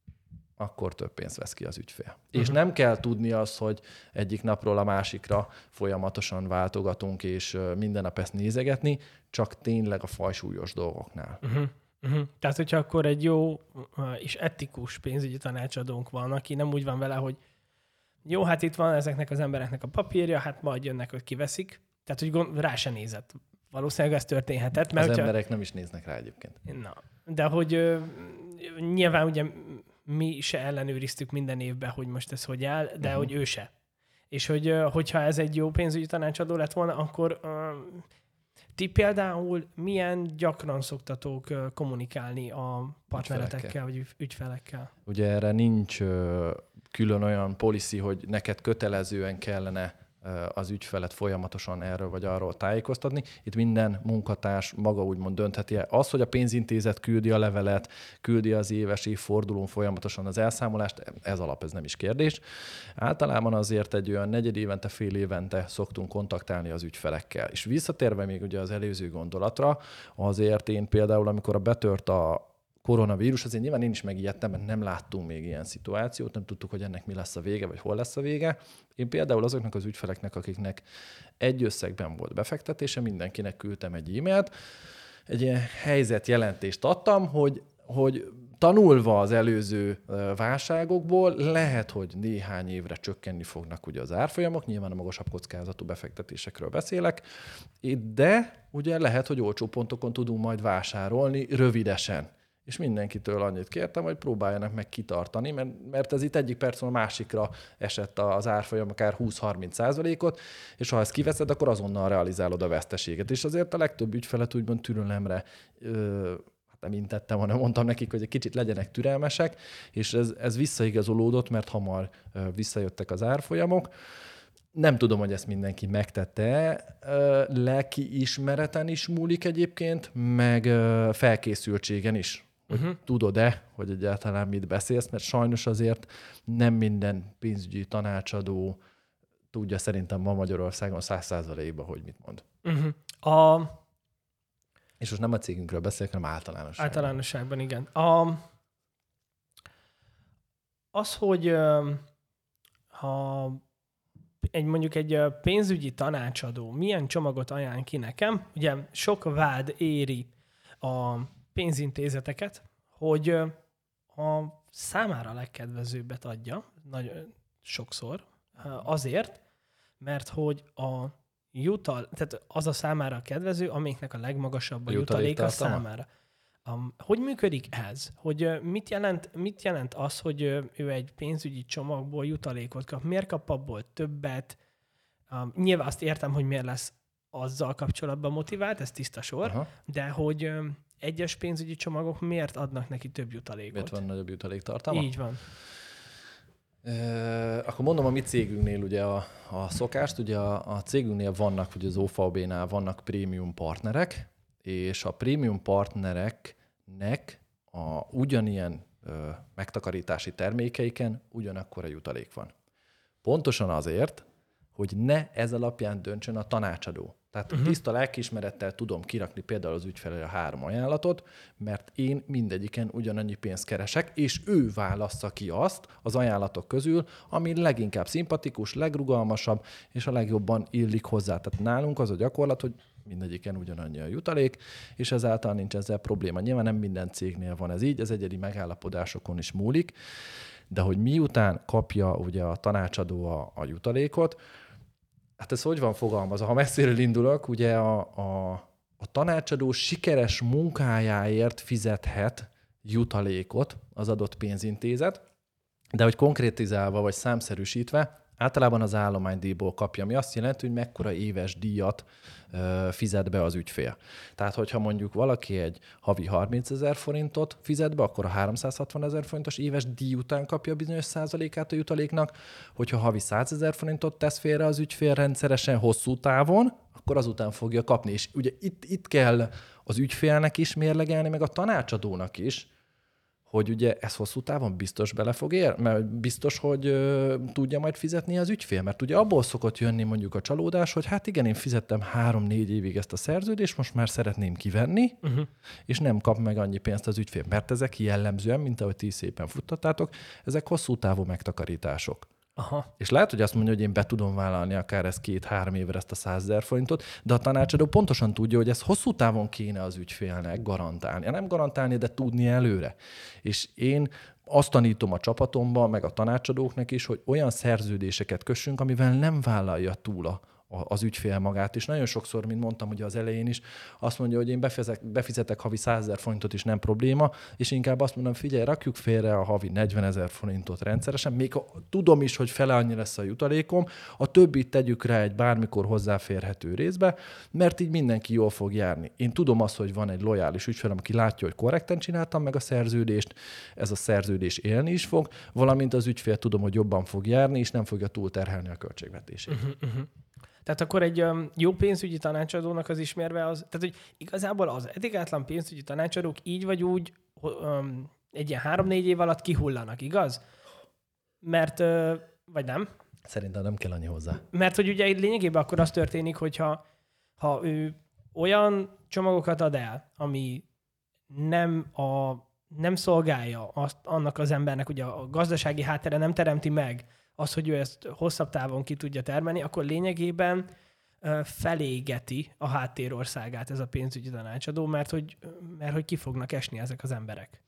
akkor több pénzt vesz ki az ügyfél. Uh-huh. És nem kell tudni azt, hogy egyik napról a másikra folyamatosan váltogatunk, és minden nap ezt nézegetni, csak tényleg a fajsúlyos dolgoknál. Uh-huh. Uh-huh. Tehát, hogyha akkor egy jó és etikus pénzügyi tanácsadónk van, aki nem úgy van vele, hogy jó, hát itt van ezeknek az embereknek a papírja, hát majd jönnek, hogy kiveszik. Tehát, hogy gond, rá se nézett. Valószínűleg ez történhetett. Mert az hogyha... emberek nem is néznek rá egyébként. Na, de hogy ö, nyilván ugye mi se ellenőriztük minden évben, hogy most ez hogy áll, de uh-huh. hogy ő se. És hogy ö, hogyha ez egy jó pénzügyi tanácsadó lett volna, akkor ö, ti például milyen gyakran szoktatok ö, kommunikálni a partneretekkel, vagy ügyfelekkel? Ugye erre nincs ö, külön olyan policy, hogy neked kötelezően kellene az ügyfelet folyamatosan erről vagy arról tájékoztatni. Itt minden munkatárs maga úgymond döntheti. Az, hogy a pénzintézet küldi a levelet, küldi az éves évfordulón folyamatosan az elszámolást, ez alap, ez nem is kérdés. Általában azért egy olyan negyed évente, fél évente szoktunk kontaktálni az ügyfelekkel. És visszatérve még ugye az előző gondolatra, azért én például, amikor betört a koronavírus, azért nyilván én is megijedtem, mert nem láttunk még ilyen szituációt, nem tudtuk, hogy ennek mi lesz a vége, vagy hol lesz a vége. Én például azoknak az ügyfeleknek, akiknek egy összegben volt befektetése, mindenkinek küldtem egy e-mailt, egy ilyen helyzetjelentést adtam, hogy, hogy tanulva az előző válságokból lehet, hogy néhány évre csökkenni fognak ugye az árfolyamok, nyilván a magasabb kockázatú befektetésekről beszélek, de ugye lehet, hogy olcsó pontokon tudunk majd vásárolni rövidesen. És mindenkitől annyit kértem, hogy próbáljanak meg kitartani, mert, mert ez itt egyik percről a másikra esett az árfolyam akár húsz-harminc százalékot, és ha ezt kiveszed, akkor azonnal realizálod a veszteséget. És azért a legtöbb ügyfelet úgymond türelemre, ö, hát nem intettem, hanem mondtam nekik, hogy egy kicsit legyenek türelmesek, és ez, ez visszaigazolódott, mert hamar ö, visszajöttek az árfolyamok. Nem tudom, hogy ezt mindenki megtette, lelki ismereten is múlik egyébként, meg felkészültségen is. Uh-huh. Tudod-e, hogy egyáltalán mit beszélsz, mert sajnos azért nem minden pénzügyi tanácsadó tudja szerintem ma Magyarországon száz százalékban, hogy mit mond. Uh-huh. A... És most nem a cégünkről beszélek, hanem általánosságban. Általánosságban, igen. A... Az, hogy ha egy mondjuk egy pénzügyi tanácsadó milyen csomagot ajánl ki nekem, ugye sok vád éri a pénzintézeteket, hogy a számára legkedvezőbbet adja, nagyon sokszor, azért, mert hogy a jutal, tehát az a számára kedvező, amiknek a legmagasabb a, a jutaléka számára. Um, hogy működik ez? Hogy uh, mit, jelent, mit jelent az, hogy uh, ő egy pénzügyi csomagból jutalékot kap? Miért kap abból többet? Um, nyilván azt értem, hogy miért lesz azzal kapcsolatban motivált, ez tiszta sor, aha, de hogy um, egyes pénzügyi csomagok miért adnak neki több jutalékot? Miért van nagyobb jutaléktartalma? Így van. E, akkor mondom a mi cégünknél ugye a, a szokást, ugye a, a cégünknél vannak, ugye az o vé bé-nál vannak prémium partnerek, és a prémium partnereknek a ugyanilyen ö, megtakarítási termékeiken ugyanakkor a jutalék van. Pontosan azért, hogy ne ez alapján döntsön a tanácsadó. Tehát uh-huh. tiszta lelkiismerettel tudom kirakni például az ügyfelére a három ajánlatot, mert én mindegyiken ugyanannyi pénzt keresek, és ő válassza ki azt az ajánlatok közül, ami leginkább szimpatikus, legrugalmasabb, és a legjobban illik hozzá. Tehát nálunk az a gyakorlat, hogy mindegyiken ugyanannyi a jutalék, és ezáltal nincs ezzel probléma. Nyilván nem minden cégnél van ez így, ez egyedi megállapodásokon is múlik, de hogy miután kapja ugye a tanácsadó a, a jutalékot, hát ez hogy van fogalmazva? Ha messziről indulok, ugye a, a, a tanácsadó sikeres munkájáért fizethet jutalékot az adott pénzintézet, de hogy konkrétizálva vagy számszerűsítve, általában az állománydíjból kapja, ami azt jelenti, hogy mekkora éves díjat ö, fizet be az ügyfél. Tehát, hogyha mondjuk valaki egy havi harmincezer forintot fizet be, akkor a háromszázhatvanezer forintos éves díj után kapja bizonyos százalékát a jutaléknak. Hogyha havi százezer forintot tesz félre az ügyfél rendszeresen hosszú távon, akkor azután fogja kapni. És ugye itt, itt kell az ügyfélnek is mérlegelni, meg a tanácsadónak is, hogy ugye ez hosszú távon biztos bele fog ér, mert biztos, hogy ö, tudja majd fizetni az ügyfél, mert ugye abból szokott jönni mondjuk a csalódás, hogy hát igen, én fizettem három-négy évig ezt a szerződést, most már szeretném kivenni, uh-huh. és nem kap meg annyi pénzt az ügyfél, mert ezek jellemzően, mint ahogy ti szépen futtattátok, ezek hosszú távú megtakarítások. Aha. És lehet, hogy azt mondja, hogy én be tudom vállalni akár ezt két-három évre ezt a százezer forintot, de a tanácsadó pontosan tudja, hogy ez hosszú távon kéne az ügyfélnek garantálni. Nem garantálni, de tudni előre. És én azt tanítom a csapatomban, meg a tanácsadóknak is, hogy olyan szerződéseket kössünk, amivel nem vállalja túl a, az ügyfél magát, és nagyon sokszor, mint mondtam ugye az elején is, azt mondja, hogy én befizetek, befizetek havi százezer forintot is nem probléma, és inkább azt mondom, figyelj, rakjuk félre a havi negyvenezer forintot rendszeresen, még ha tudom is, hogy fele annyi lesz a jutalékom, a többit tegyük rá egy bármikor hozzáférhető részbe, mert így mindenki jól fog járni. Én tudom azt, hogy van egy lojális ügyfélem, aki látja, hogy korrekten csináltam meg a szerződést, ez a szerződés élni is fog, valamint az ügyfél tudom, hogy jobban fog járni, és nem fogja túlterhelni a költségvetését. Uh-huh, uh-huh. Tehát akkor egy um, jó pénzügyi tanácsadónak az ismérve az, tehát hogy igazából az etikátlan pénzügyi tanácsadók így vagy úgy um, egy ilyen három-négy év alatt kihullanak, igaz? Mert, uh, vagy nem? Szerintem nem kell annyi hozzá. Mert hogy ugye lényegében akkor az történik, hogyha ha ő olyan csomagokat ad el, ami nem, a, nem szolgálja azt, annak az embernek, ugye a gazdasági háttere nem teremti meg az, hogy ő ezt hosszabb távon ki tudja termelni, akkor lényegében felégeti a háttérországát ez a pénzügyi tanácsadó, mert hogy, mert hogy ki fognak esni ezek az emberek.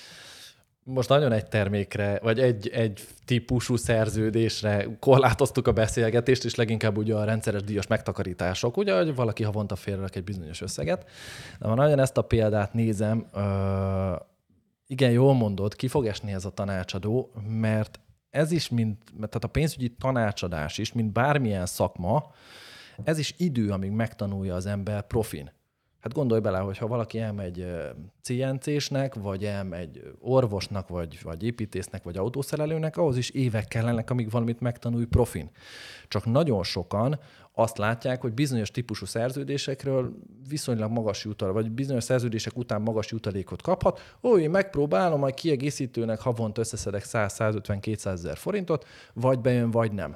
Most nagyon egy termékre, vagy egy, egy típusú szerződésre korlátoztuk a beszélgetést, és leginkább ugye a rendszeres díjas megtakarítások, ugye, hogy valaki havonta félrerak egy bizonyos összeget. De ha nagyon ezt a példát nézem, uh, igen, jól mondod, ki fog esni ez a tanácsadó, mert ez is, mint, tehát a pénzügyi tanácsadás is, mint bármilyen szakma, ez is idő, amíg megtanulja az ember profin. Hát gondolj bele, hogy ha valaki elmegy cé en cé-snek, vagy elmegy orvosnak, vagy, vagy építésznek, vagy autószerelőnek, ahhoz is évek kellenek, amíg valamit megtanulj profin. Csak nagyon sokan azt látják, hogy bizonyos típusú szerződésekről viszonylag magas jutalék, vagy bizonyos szerződések után magas jutalékot kaphat. Ó, én megpróbálom, majd kiegészítőnek havonta összeszedek száz-százötven-kétszázezer forintot, vagy bejön, vagy nem.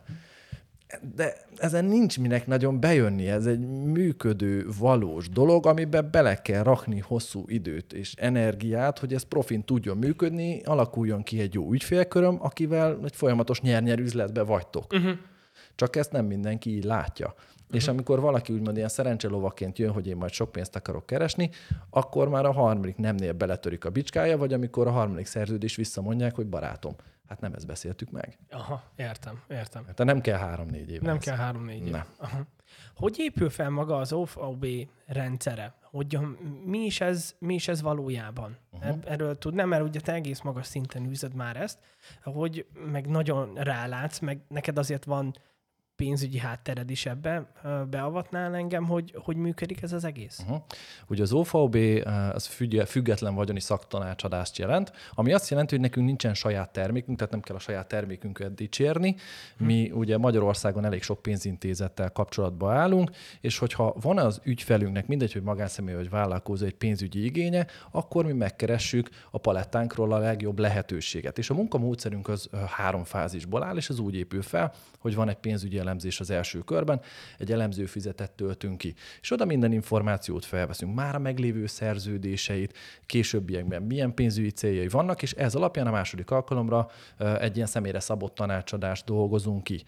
De ezen nincs minek nagyon bejönni, ez egy működő, valós dolog, amiben bele kell rakni hosszú időt és energiát, hogy ez profin tudjon működni, alakuljon ki egy jó ügyfélköröm, akivel egy folyamatos nyer-nyer üzletbe vagytok. Uh-huh. Csak ezt nem mindenki így látja. Uh-huh. És amikor valaki úgymond ilyen szerencselovaként jön, hogy én majd sok pénzt akarok keresni, akkor már a harmadik nemnél beletörik a bicskája, vagy amikor a harmadik szerződés visszamondják, hogy barátom, hát nem ezt beszéltük meg. Aha, értem, értem. Tehát nem kell három-négy év. Nem ez. kell három-négy év. Aha. Hogy épül fel maga az o ef o bé rendszere? Hogy mi is ez, mi is ez valójában? Uh-huh. Erről tudnám, mert ugye te egész magas szinten űzöd már ezt, hogy meg nagyon rálátsz, meg neked azért van pénzügyi háttered is ebbe, beavatnál engem, hogy hogy működik ez az egész? Uh-huh. Ugye az o ef o bé az független vagyoni szaktanácsadást jelent, ami azt jelenti, hogy nekünk nincsen saját termékünk, tehát nem kell a saját termékünket dicsérni. Mi uh-huh. ugye Magyarországon elég sok pénzintézettel kapcsolatba állunk, és hogyha van az ügyfelünknek, mindegy, hogy magánszemély vagy vállalkozó egy pénzügyi igénye, akkor mi megkeressük a palettánkról a legjobb lehetőséget. És a munkamódszerünk az három fázisból áll, és az úgy épül fel, hogy van egy pénzügyi elemzés az első körben, egy elemzőfüzetet töltünk ki. És oda minden információt felveszünk, már a meglévő szerződéseit, későbbiekben milyen pénzügyi céljai vannak, és ez alapján a második alkalomra egy ilyen személyre szabott tanácsadást dolgozunk ki.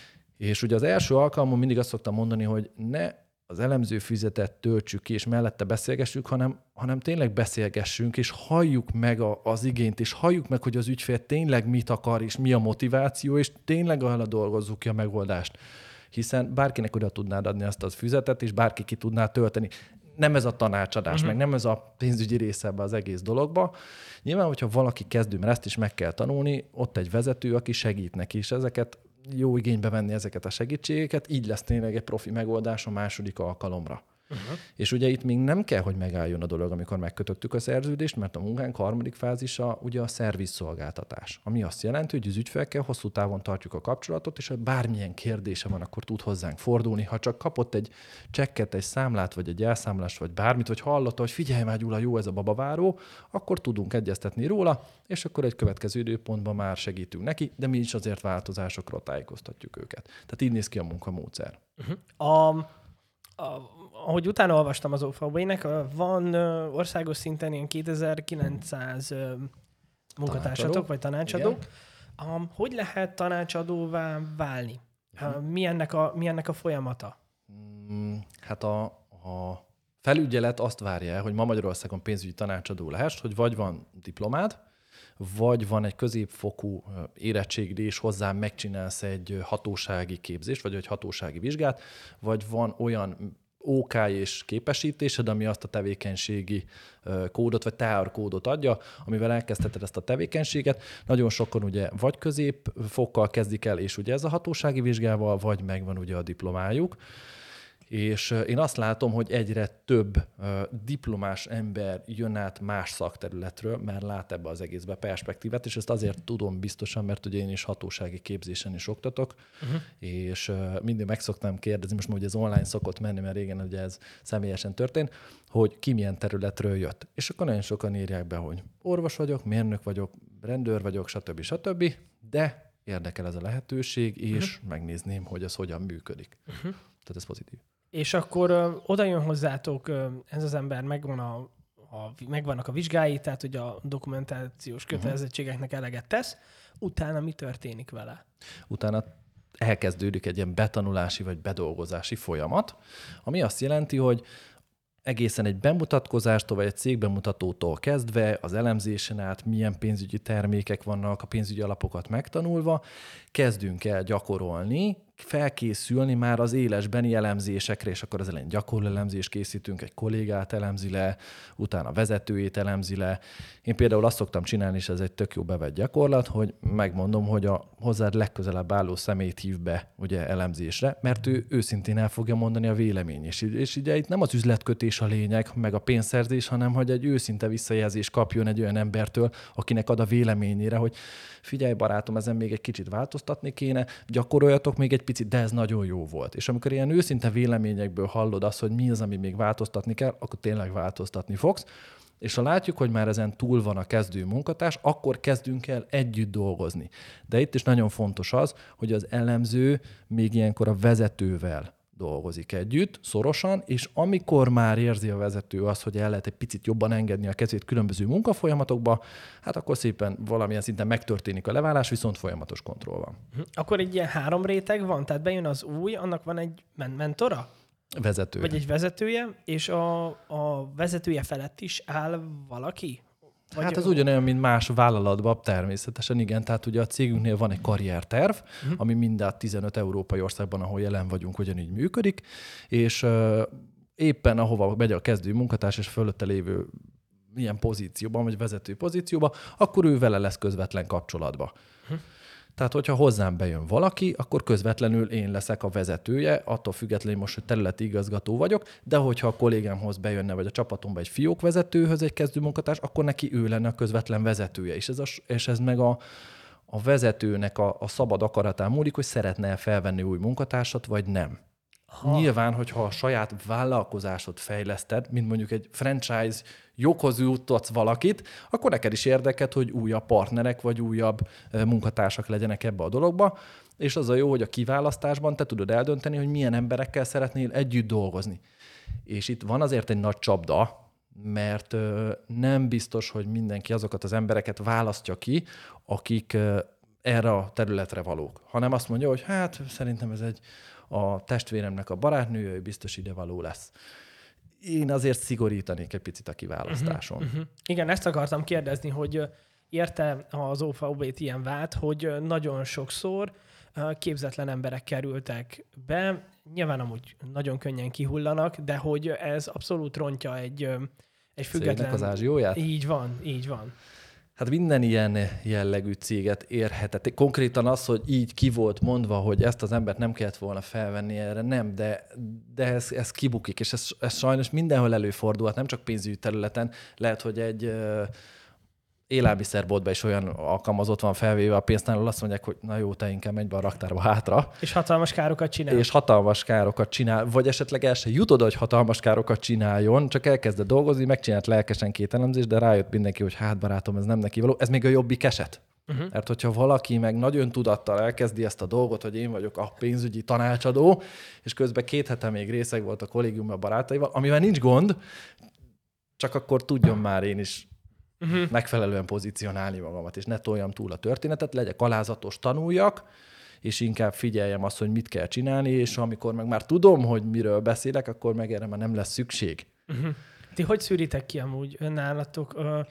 És ugye az első alkalommal mindig azt szoktam mondani, hogy ne az elemzőfüzetet töltsük ki, és mellette beszélgessük, hanem, hanem tényleg beszélgessünk, és halljuk meg a, az igényt, és halljuk meg, hogy az ügyfél tényleg mit akar, és mi a motiváció, és tényleg arra dolgozzuk ki a megoldást. Hiszen bárkinek oda tudnád adni azt az füzetet, és bárki ki tudná tölteni. Nem ez a tanácsadás, uh-huh. meg nem ez a pénzügyi része ebbe az egész dologba. Nyilván, hogyha valaki kezdő, mert ezt is meg kell tanulni, ott egy vezető, aki segít neki, és ezeket jó igénybe venni ezeket a segítségeket, így lesz tényleg egy profi megoldás a második alkalomra. Uh-huh. És ugye itt még nem kell, hogy megálljon a dolog, amikor megkötöttük a szerződést, mert a munkánk harmadik fázisa ugye a szervizszolgáltatás, ami azt jelenti, hogy az ügyfelekkel hosszú távon tartjuk a kapcsolatot, és ha bármilyen kérdése van, akkor tud hozzánk fordulni. Ha csak kapott egy csekket, egy számlát, vagy egy elszámlást, vagy bármit, vagy hallotta, hogy figyelj már Gyula, jó ez a babaváró, akkor tudunk egyeztetni róla, és akkor egy következő időpontban már segítünk neki, de mi is azért változásokról tájékoztatjuk őket. Tehát így néz ki a munkamódszer. Uh-huh. A... A, ahogy utána olvastam az o ef o bé-nek, van országos szinten ilyen kétezer-kilencszáz munkatársatok, vagy tanácsadók. Um, hogy lehet tanácsadóvá válni? Uh, mi, ennek a, mi ennek a folyamata? Hát a, a felügyelet azt várja, hogy ma Magyarországon pénzügyi tanácsadó lehess, hogy vagy van diplomád, vagy van egy középfokú érettségid, és hozzá megcsinálsz egy hatósági képzést, vagy egy hatósági vizsgát, vagy van olyan ó ká és képesítésed, ami azt a tevékenységi kódot, vagy teárkódot adja, amivel elkezdheted ezt a tevékenységet. Nagyon sokan ugye vagy középfokkal kezdik el, és ugye ez a hatósági vizsgával, vagy megvan ugye a diplomájuk. És én azt látom, hogy egyre több uh, diplomás ember jön át más szakterületről, mert lát ebbe az egészbe perspektívát, és ezt azért tudom biztosan, mert ugye én is hatósági képzésen is oktatok, uh-huh. és uh, mindig meg szoktam kérdezni, most már ugye ez online szokott menni, mert régen ugye ez személyesen történt, hogy ki milyen területről jött. És akkor nagyon sokan írják be, hogy orvos vagyok, mérnök vagyok, rendőr vagyok, stb. stb., de érdekel ez a lehetőség, és uh-huh. megnézném, hogy ez hogyan működik. Uh-huh. Tehát ez pozitív. És akkor ö, oda jön hozzátok ö, ez az ember, megvan a, a, megvannak a vizsgái, tehát hogy a dokumentációs kötelezettségeknek eleget tesz, utána mi történik vele? Utána elkezdődik egy ilyen betanulási vagy bedolgozási folyamat, ami azt jelenti, hogy egészen egy bemutatkozástól, vagy egy cégbemutatótól kezdve, az elemzésen át, milyen pénzügyi termékek vannak, a pénzügyi alapokat megtanulva, kezdünk el gyakorolni, felkészülni már az élesbeni elemzésekre, és akkor az elején gyakorló elemzést készítünk, egy kollégát elemzi le, utána vezetőjét elemzi le. Én például azt szoktam csinálni, és ez egy tök jó bevett gyakorlat, hogy megmondom, hogy a hozzád legközelebb álló személyt hív be ugye elemzésre, mert ő őszintén el fogja mondani a vélemény. És, és ugye itt nem az üzletkötés a lényeg, meg a pénzszerzés, hanem hogy egy őszinte visszajelzés kapjon egy olyan embertől, akinek ad a véleményére, hogy figyelj barátom, ezen még egy kicsit változtatni kéne, gyakoroljatok még egy picit, de ez nagyon jó volt. És amikor ilyen őszinte véleményekből hallod azt, hogy mi az, ami még változtatni kell, akkor tényleg változtatni fogsz. És ha látjuk, hogy már ezen túl van a kezdő munkatárs, akkor kezdünk el együtt dolgozni. De itt is nagyon fontos az, hogy az elemző még ilyenkor a vezetővel dolgozik együtt, szorosan, és amikor már érzi a vezető azt, hogy el lehet egy picit jobban engedni a kezét különböző munkafolyamatokba, hát akkor szépen valamilyen szinten megtörténik a leválás, viszont folyamatos kontroll van. Akkor egy ilyen három réteg van, tehát bejön az új, annak van egy men- mentora? Vezetője. Vagy egy vezetője, és a, a vezetője felett is áll valaki? Vagy Hát ez ugyanolyan, mint más vállalatban, természetesen igen. Tehát ugye a cégünknél van egy karrierterv, uh-huh. ami mind a tizenöt európai országban, ahol jelen vagyunk, ugyanígy működik, és uh, éppen ahova megy a kezdő munkatárs és fölötte lévő ilyen pozícióban, vagy vezető pozícióban, akkor ő vele lesz közvetlen kapcsolatban. Uh-huh. Tehát, hogyha hozzám bejön valaki, akkor közvetlenül én leszek a vezetője, attól függetlenül most, hogy területi igazgató vagyok, de hogyha a kollégámhoz bejönne, vagy a csapatomba egy fiókvezetőhöz egy kezdőmunkatárs, akkor neki ő lenne a közvetlen vezetője. És ez, a, és ez meg a, a vezetőnek a, a szabad akaratán múlik, hogy szeretne felvenni új munkatársat, vagy nem. Ha. Nyilván, hogyha a saját vállalkozásod fejleszted, mint mondjuk egy franchise joghoz juttatsz valakit, akkor neked is érdeked, hogy újabb partnerek vagy újabb munkatársak legyenek ebbe a dologba, és az a jó, hogy a kiválasztásban te tudod eldönteni, hogy milyen emberekkel szeretnél együtt dolgozni. És itt van azért egy nagy csapda, mert nem biztos, hogy mindenki azokat az embereket választja ki, akik erre a területre valók, hanem azt mondja, hogy hát szerintem ez egy a testvéremnek a barátnője, ő biztos idevaló lesz. Én azért szigorítanék egy picit a kiválasztáson. Uh-huh, uh-huh. Igen, ezt akartam kérdezni, hogy érte az o ef u bé-t ilyen vált, hogy nagyon sokszor képzetlen emberek kerültek be, nyilván amúgy nagyon könnyen kihullanak, de hogy ez abszolút rontja egy, egy független... Cégnek az ázsióját? Így van, így van. Hát minden ilyen jellegű céget érhetett. Konkrétan az, hogy így ki volt mondva, hogy ezt az embert nem kellett volna felvenni erre, nem, de, de ez, ez kibukik, és ez, ez sajnos mindenhol előfordulhat, nem csak pénzügyi területen. Lehet, hogy egy uh, élelmiszerboltban is olyan alkalmazott van felvéve a pénztárnál, azt mondják, hogy na jó, te inkább menj be a raktárba hátra. És hatalmas károkat csinál. És hatalmas károkat csinál, vagy esetleg el se jut oda, hogy hatalmas károkat csináljon, csak elkezdett dolgozni, megcsinált lelkesen két elemzést, de rájött mindenki, hogy hát barátom, ez nem neki való. Ez még a jobbik eset. Uh-huh. Mert hogyha valaki meg nagyon tudattal elkezdi ezt a dolgot, hogy én vagyok a pénzügyi tanácsadó, és közben két hete még részeg volt a kollégiumban a barátaival, amivel nincs gond, csak akkor tudjon már én is Uh-huh. megfelelően pozícionálni magamat, és ne toljam túl a történetet, legyek alázatos, tanuljak, és inkább figyeljem azt, hogy mit kell csinálni, és amikor meg már tudom, hogy miről beszélek, akkor meg erre már nem lesz szükség. Uh-huh. Ti hogy szűritek ki amúgy nálatok?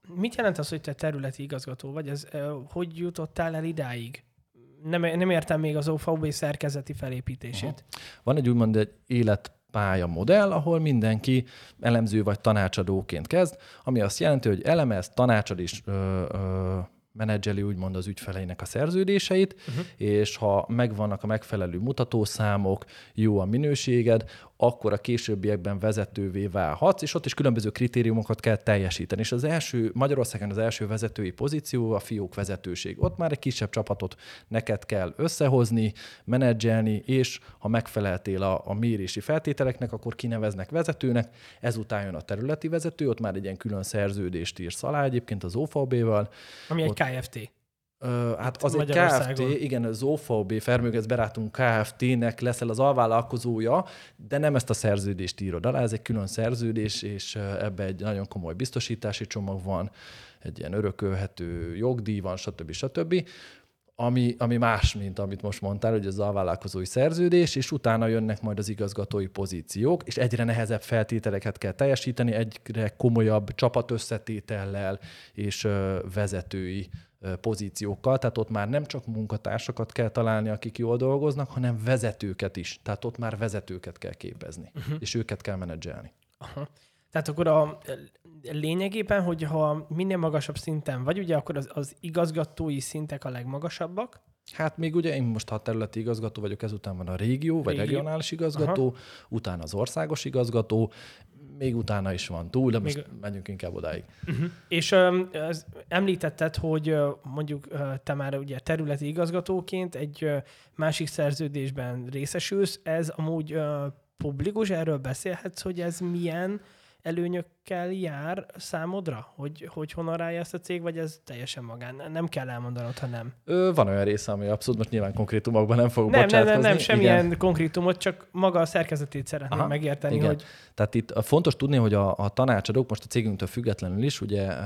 mit jelent az, hogy te területi igazgató vagy? Ez, hogy jutottál el idáig? Nem, nem értem még az o vé bé szerkezeti felépítését. Aha. Van egy úgymond egy életpálya modell, ahol mindenki elemző vagy tanácsadóként kezd, ami azt jelenti, hogy elemez, tanácsad is ö, ö, menedzseli úgymond az ügyfeleinek a szerződéseit, uh-huh. és ha megvannak a megfelelő mutatószámok, jó a minőséged, akkor a későbbiekben vezetővé válhatsz, és ott is különböző kritériumokat kell teljesíteni. És az első, Magyarországon az első vezetői pozíció a fiók vezetőség. Ott már egy kisebb csapatot neked kell összehozni, menedzselni, és ha megfeleltél a, a mérési feltételeknek, akkor kineveznek vezetőnek, ezután jön a területi vezető, ott már egy ilyen külön szerződést írsz alá egyébként az o vé bé-vel. Ami ott, egy ká ef té. Uh, hát az egy ká ef té, igen, az o vé bé, Fermögec Berátunk ká ef té-nek leszel az alvállalkozója, de nem ezt a szerződést írod alá, ez egy külön szerződés, és ebbe egy nagyon komoly biztosítási csomag van, egy ilyen örökölhető jogdíj van, stb. stb. Ami, ami más, mint amit most mondtál, hogy az alvállalkozói szerződés, és utána jönnek majd az igazgatói pozíciók, és egyre nehezebb feltételeket kell teljesíteni, egyre komolyabb csapatösszetétellel és uh, vezetői pozíciókkal, tehát ott már nem csak munkatársakat kell találni, akik jól dolgoznak, hanem vezetőket is. Tehát ott már vezetőket kell képezni, uh-huh. és őket kell menedzselni. Aha. Tehát akkor a lényegében, hogyha minél magasabb szinten vagy, ugye akkor az, az igazgatói szintek a legmagasabbak? Hát még ugye én most, ha területi igazgató vagyok, ezután van a régió, vagy Régió. regionális igazgató, Aha. utána az országos igazgató, még utána is van túl, de most még... menjünk inkább odáig. Uh-huh. És um, az, említetted, hogy uh, mondjuk uh, te már ugye területi igazgatóként egy uh, másik szerződésben részesülsz, ez amúgy uh, publikus, erről beszélhetsz, hogy ez milyen előnyökkel jár számodra? Hogy, hogy honorálja ezt a cég, vagy ez teljesen magán? Nem kell elmondanod, ha nem. Ö, van olyan része, ami abszolút, most nyilván konkrétumokban nem fogok nem, bocsátkozni. Nem, nem, nem, semmilyen Igen. konkrétumot, csak maga a szerkezetét szeretném Aha, megérteni. Igen. Hogy... Tehát itt fontos tudni, hogy a, a tanácsadók most a cégünktől függetlenül is ugye uh,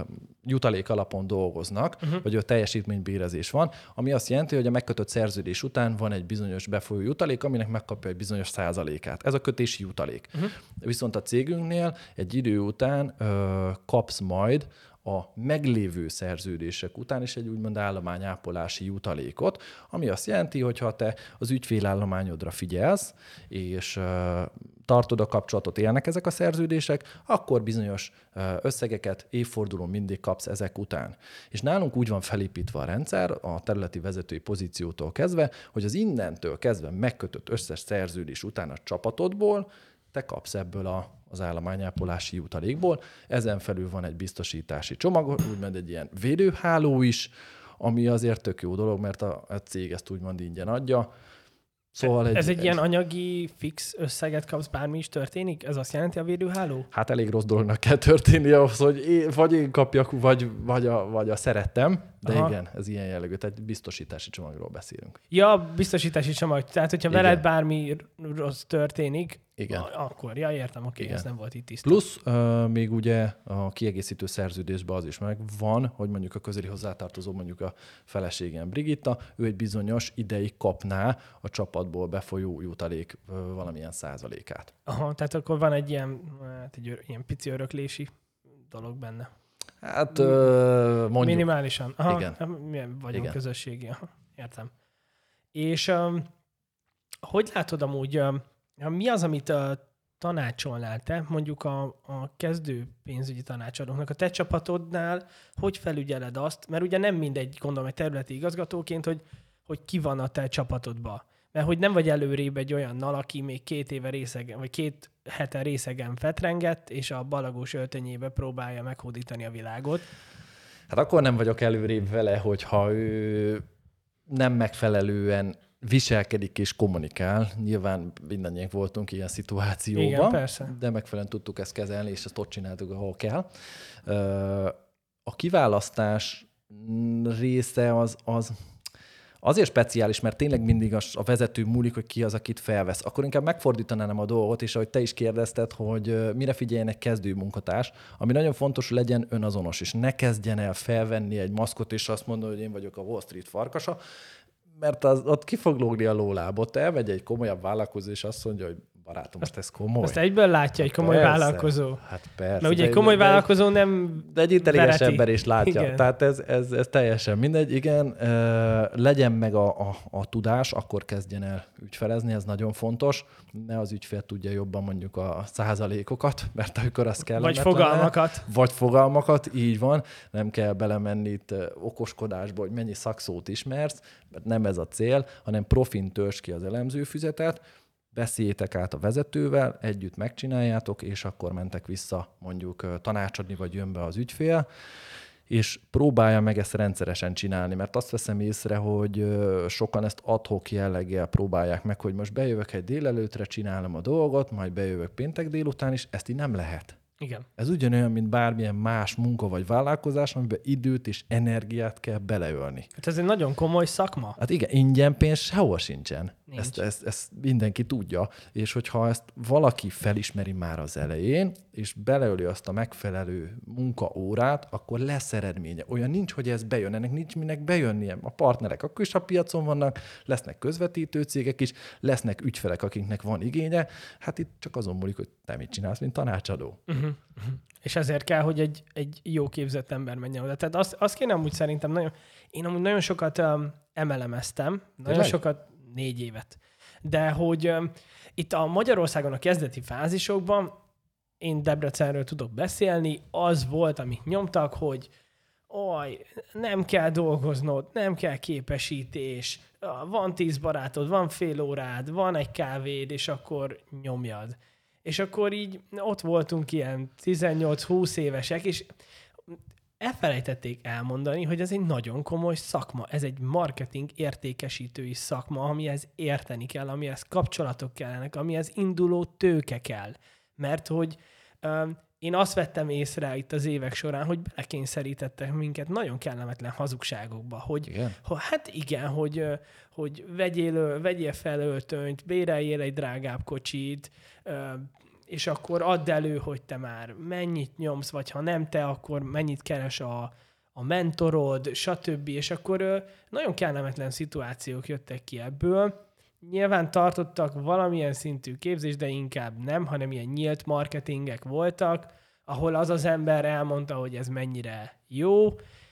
jutalék alapon dolgoznak, uh-huh. vagy a teljesítménybérezés van, ami azt jelenti, hogy a megkötött szerződés után van egy bizonyos befolyó jutalék, aminek megkapja egy bizonyos százalékát. Ez a kötési jutalék. Uh-huh. Viszont a cégünknél egy idő után ö, kapsz majd a meglévő szerződések után is egy úgymond állományápolási jutalékot, ami azt jelenti, hogy ha te az ügyfélállományodra figyelsz, és ö, tartod a kapcsolatot, élnek ezek a szerződések, akkor bizonyos összegeket évfordulón mindig kapsz ezek után. És nálunk úgy van felépítve a rendszer, a területi vezetői pozíciótól kezdve, hogy az innentől kezdve megkötött összes szerződés után a csapatodból te kapsz ebből a az állományápolási jutalékból. Ezen felül van egy biztosítási csomag, úgymond egy ilyen védőháló is, ami azért tök jó dolog, mert a, a cég ezt úgymond ingyen adja. Szóval egy, Ez egy, egy ilyen egy... anyagi fix összeget kapsz, bármi is történik? Ez azt jelenti a védőháló? Hát elég rossz dolognak kell történni ahhoz, hogy én, vagy én kapjak, vagy, vagy, a, vagy a szerettem, de Aha. igen, ez ilyen jellegű, tehát biztosítási csomagról beszélünk. Ja, biztosítási csomag. Tehát, hogyha igen. veled bármi rossz történik, igen. akkor, ja, értem, oké, okay, ez nem volt itt tiszta. Plusz uh, még ugye a kiegészítő szerződésben az is meg van, hogy mondjuk a közeli hozzátartozó, mondjuk a feleségem Brigitta, ő egy bizonyos ideig kapná a csapatból befolyó jutalék uh, valamilyen százalékát. Aha, tehát akkor van egy ilyen, hát egy ör, ilyen pici öröklési dolog benne. Hát uh, mondjuk. Minimálisan. Aha, igen. Milyen vagyunk igen. közösségi. Aha, értem. És um, hogy látod amúgy, um, mi az, amit uh, tanácsolnál te, mondjuk a, a kezdő pénzügyi tanácsadóknak a te csapatodnál, hogy felügyeled azt, mert ugye nem mindegy, gondolom, egy területi igazgatóként, hogy, hogy ki van a te csapatodban. Mert hogy nem vagy előrébb egy olyannal, aki még két éve részegen, vagy két hete részegen fetrengett, és a balagós öltönyébe próbálja meghódítani a világot. Hát akkor nem vagyok előrébb vele, hogyha ő nem megfelelően viselkedik és kommunikál. Nyilván mindannyian voltunk ilyen szituációban, igen, persze. De megfelelően tudtuk ezt kezelni, és ezt ott csináltuk, ahol kell. A kiválasztás része az, az azért speciális, mert tényleg mindig a vezető múlik, hogy ki az, akit felvesz. Akkor inkább megfordítanám a dolgot, és ahogy te is kérdezted, hogy mire figyeljen egy kezdő munkatárs, ami nagyon fontos, hogy legyen önazonos, és ne kezdjen el felvenni egy maszkot, és azt mondani, hogy én vagyok a Wall Street farkasa, mert az, ott ki fog lógni a lólábot. Elmegy egy komolyabb vállalkozó, és azt mondja, hogy barátom, most ez komoly. Azt egyből látja egy komoly persze. vállalkozó. Hát persze. Mert ugye egy komoly de, vállalkozó nem De egy intelligens vereti. ember is látja. Igen. Tehát ez, ez, ez teljesen mindegy. Igen, legyen meg a, a, a tudás, akkor kezdjen el ügyfelezni, ez nagyon fontos. Ne az ügyfél tudja jobban mondjuk a százalékokat, mert akkor az kell. Vagy fogalmakat. Vagy fogalmakat, így van. Nem kell belemenni itt okoskodásba, hogy mennyi szakszót ismersz, mert nem ez a cél, hanem profin törzs ki az elemzőfüzetet, beszéljétek át a vezetővel, együtt megcsináljátok, és akkor mentek vissza mondjuk tanácsadni, vagy jön be az ügyfél, és próbálja meg ezt rendszeresen csinálni, mert azt veszem észre, hogy sokan ezt ad-hoc jelleggel próbálják meg, hogy most bejövök egy délelőtre, csinálom a dolgot, majd bejövök péntek délután is, ezt így nem lehet. Igen. Ez ugyanolyan, mint bármilyen más munka vagy vállalkozás, amiben időt és energiát kell beleölni. Hát ez egy nagyon komoly szakma. Hát igen, ingyen pénz sehol sincsen. Nincs. Ezt, ezt, ezt mindenki tudja. És hogyha ezt valaki felismeri már az elején, és beleöli azt a megfelelő munkaórát, akkor lesz eredménye. Olyan nincs, hogy ez bejön. Ennek nincs minek bejönnie. A partnerek akkor is a piacon vannak, lesznek közvetítő cégek is, lesznek ügyfelek, akiknek van igénye. Hát itt csak azon múlik, hogy te mit csinálsz, mint tanácsadó. Uh-huh. Uh-huh. És ezért kell, hogy egy, egy jó képzett ember menjen oda. Tehát azt, azt kéne amúgy szerintem nagyon... Én amúgy nagyon sokat um, emelemeztem, nagyon Tényleg? sokat, négy évet. De hogy um, itt a Magyarországon a kezdeti fázisokban, én Debrecenről tudok beszélni, az volt, amit nyomtak, hogy oj, nem kell dolgoznod, nem kell képesítés, van tíz barátod, van fél órád, van egy kávéd, és akkor nyomjad. És akkor így ott voltunk ilyen tizennyolc-húsz évesek, és elfelejtették elmondani, hogy ez egy nagyon komoly szakma. Ez egy marketing értékesítői szakma, amihez érteni kell, amihez kapcsolatok kellenek, amihez induló tőke kell. Mert hogy um, én azt vettem észre itt az évek során, hogy belekényszerítettek minket nagyon kellemetlen hazugságokba, hogy, Igen? hogy hát igen, hogy, hogy vegyél, vegyél fel öltönyt, béreljél egy drágább kocsit, és akkor add elő, hogy te már mennyit nyomsz, vagy ha nem te, akkor mennyit keres a, a mentorod, stb. És akkor nagyon kellemetlen szituációk jöttek ki ebből. Nyilván tartottak valamilyen szintű képzést, de inkább nem, hanem ilyen nyílt marketingek voltak, ahol az az ember elmondta, hogy ez mennyire jó,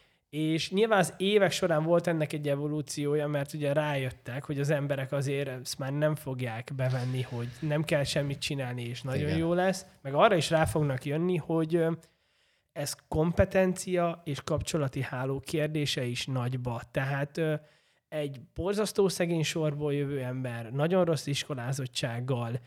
és nyilván az évek során volt ennek egy evolúciója, mert ugye rájöttek, hogy az emberek azért ezt már nem fogják bevenni, hogy nem kell semmit csinálni, és nagyon Igen. jó lesz, meg arra is rá fognak jönni, hogy ez kompetencia és kapcsolati háló kérdése is nagyba. Tehát egy borzasztó szegény sorból jövő ember, nagyon rossz iskolázottsággal,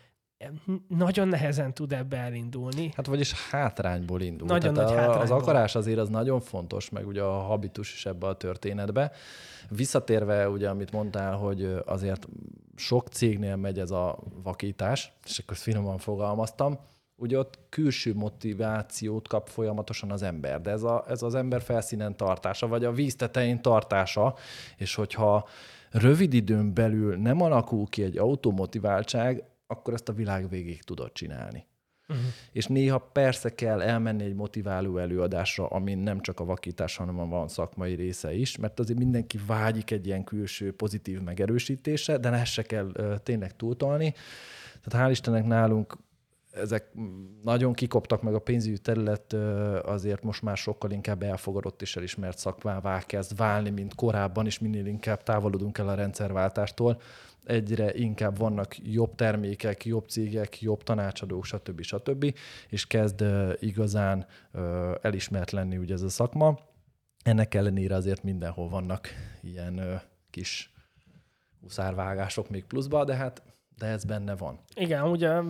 nagyon nehezen tud ebbe elindulni. Hát vagyis hátrányból indul. Nagyon Tehát nagy a, hátrányból. Az akarás azért az nagyon fontos, meg ugye a habitus is ebbe a történetbe. Visszatérve ugye, amit mondtál, hogy azért sok cégnél megy ez a vakítás, és akkor finoman fogalmaztam, ugye ott külső motivációt kap folyamatosan az ember, de ez, a, ez az ember felszínen tartása, vagy a víz tetején tartása, és hogyha rövid időn belül nem alakul ki egy automotiváltság, akkor ezt a világ végig tudod csinálni. Uh-huh. És néha persze kell elmenni egy motiváló előadásra, amin nem csak a vakítás, hanem van szakmai része is, mert azért mindenki vágyik egy ilyen külső pozitív megerősítésre, de ezt se kell uh, tényleg túltolni. Tehát hál' Istennek nálunk ezek nagyon kikoptak, meg a pénzügyi terület azért most már sokkal inkább elfogadott és elismert szakmává kezd válni, mint korábban, és minél inkább távolodunk el a rendszerváltástól. Egyre inkább vannak jobb termékek, jobb cégek, jobb tanácsadók, stb. stb. És kezd igazán elismert lenni ugye ez a szakma. Ennek ellenére azért mindenhol vannak ilyen kis huszárvágások még pluszba, de hát de ez benne van. Igen, ugye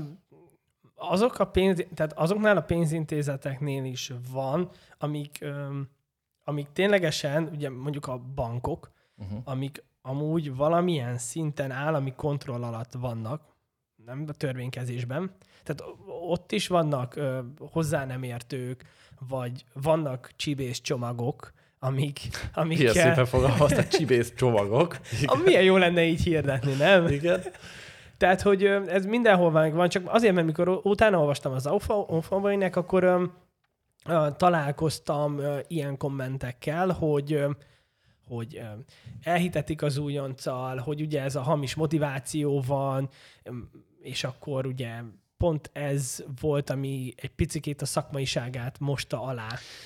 azok a pénz, tehát azoknál a pénzintézeteknél is van, amik, öm, amik ténylegesen, ugye mondjuk a bankok, uh-huh. amik amúgy valamilyen szinten állami kontroll alatt vannak, nem a törvénykezésben. Tehát ott is vannak ö, hozzá nem értők, vagy vannak csibész csomagok, amik... amik Ilyen szépen fogalmaztak, csibész csomagok. Milyen jó lenne így hirdetni, nem? Igen. Tehát, hogy ez mindenhol van, csak azért, mert mikor utána olvastam az Aufbauinek, akkor um, uh, találkoztam uh, ilyen kommentekkel, hogy, uh, hogy uh, elhitetik az újonccal, hogy ugye ez a hamis motiváció van, um, és akkor ugye pont ez volt, ami egy picikét a szakmaiságát mosta alá.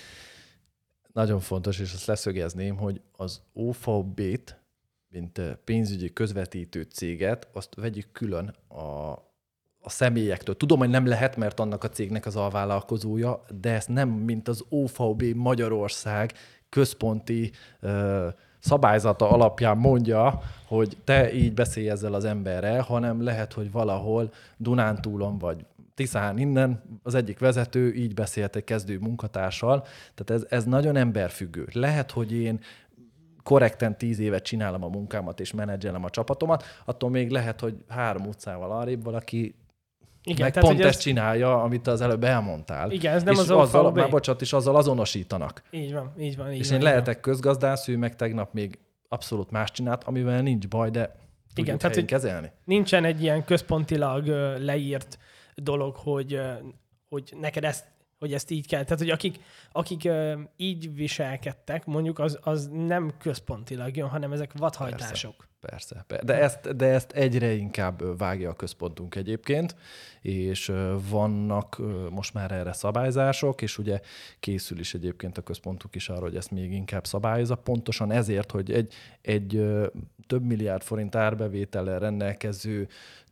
Nagyon fontos, és azt leszögezném, hogy az o ef o bé-t, mint pénzügyi közvetítő céget, azt vegyük külön a, a személyektől. Tudom, hogy nem lehet, mert annak a cégnek az alvállalkozója, de ezt nem, mint az o ef o bé Magyarország központi uh, szabályzata alapján mondja, hogy te így beszélj ezzel az emberrel, hanem lehet, hogy valahol Dunántúlon vagy Tiszán innen az egyik vezető így beszélt egy kezdő munkatársal. Tehát ez, ez nagyon emberfüggő. Lehet, hogy én korrekten tíz évet csinálom a munkámat és menedzselem a csapatomat, attól még lehet, hogy három utcával arrébb valaki igen, meg tehát, pont ezt ez... csinálja, amit az előbb elmondtál. Igen, ez nem és az azzal, már bocsánat, és azzal azonosítanak. Így van, így van. Így és van, én így lehetek van. közgazdász, ő meg tegnap még abszolút más csinált, amivel nincs baj, de tudjuk igen, tehát, kezelni. Nincsen egy ilyen központilag leírt dolog, hogy, hogy neked ezt, hogy ezt így kell. Tehát, hogy akik, akik így viselkedtek, mondjuk az, az nem központilag jön, hanem ezek vadhajtások. Persze, persze. De ezt, de ezt egyre inkább vágja a központunk egyébként, és vannak most már erre szabályzások, és ugye készül is egyébként a központunk is arra, hogy ezt még inkább szabályozza. Pontosan ezért, hogy egy, egy több milliárd forint árbevétellel rendelkező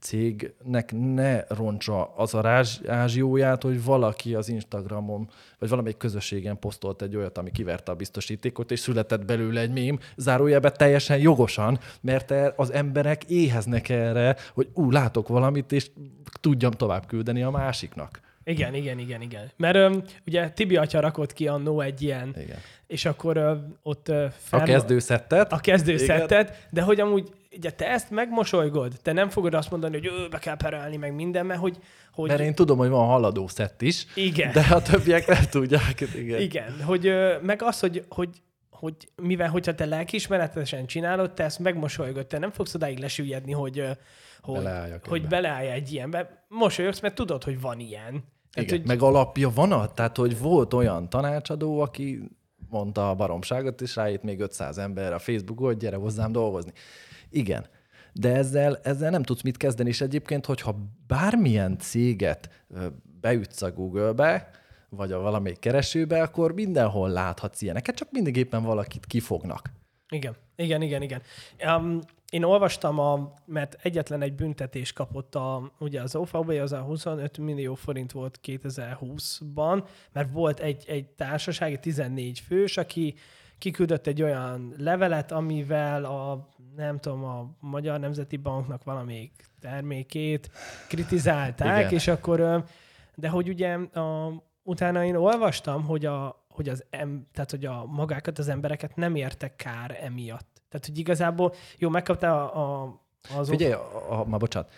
cégnek ne roncsa az a rázs, ázsióját, hogy valaki az Instagramon, vagy valamelyik közösségen posztolt egy olyat, ami kiverte a biztosítékot, és született belőle egy mém, zárójelben teljesen jogosan, mert az emberek éheznek erre, hogy ú, látok valamit, és tudjam tovább küldeni a másiknak. Igen, igen, igen, igen. Mert öm, ugye Tibi atya rakott ki annó egy ilyen, igen. és akkor öm, ott... Fel... A kezdőszettet. A kezdőszettet, de hogy amúgy ugye te ezt megmosolygod, te nem fogod azt mondani, hogy ő, be kell perelni meg minden, mert hogy, hogy... Mert én tudom, hogy van haladó szett is, igen. de a többiek nem tudják. Igen, igen. Hogy, meg az, hogy, hogy hogy mivel, hogyha te lelkiismeretesen csinálod, te ezt megmosolygod, te nem fogsz odáig lesüllyedni, hogy, hogy, hogy beleállj egy ilyenbe. Mosolyogsz, mert tudod, hogy van ilyen. Tehát, hogy... meg alapja van, tehát hogy volt olyan tanácsadó, aki mondta a baromságot, és rájött még ötszáz ember a Facebookon, hogy gyere hozzám dolgozni. Igen, de ezzel, ezzel nem tudsz mit kezdeni, és egyébként, hogyha bármilyen céget beütsz a Google-be, vagy a valamelyik keresőbe, akkor mindenhol láthatsz ilyeneket, csak mindig éppen valakit kifognak. Igen, igen, igen, igen. Um, én olvastam, a, mert egyetlen egy büntetés kapott a, ugye az o ef o bé, az a huszonöt millió forint volt kétezer-húszban, mert volt egy, egy társaság, egy tizennégy fős, aki kiküldött egy olyan levelet, amivel a, nem tudom, a Magyar Nemzeti Banknak valamelyik termékét kritizálták, igen. És akkor, de hogy ugye a utána én olvastam, hogy, a, hogy, az em, tehát, hogy a magákat, az embereket nem értek kár emiatt. Tehát, hogy igazából, jó, megkaptál a, a, az... Figyelj, a, a, ma bocsánat.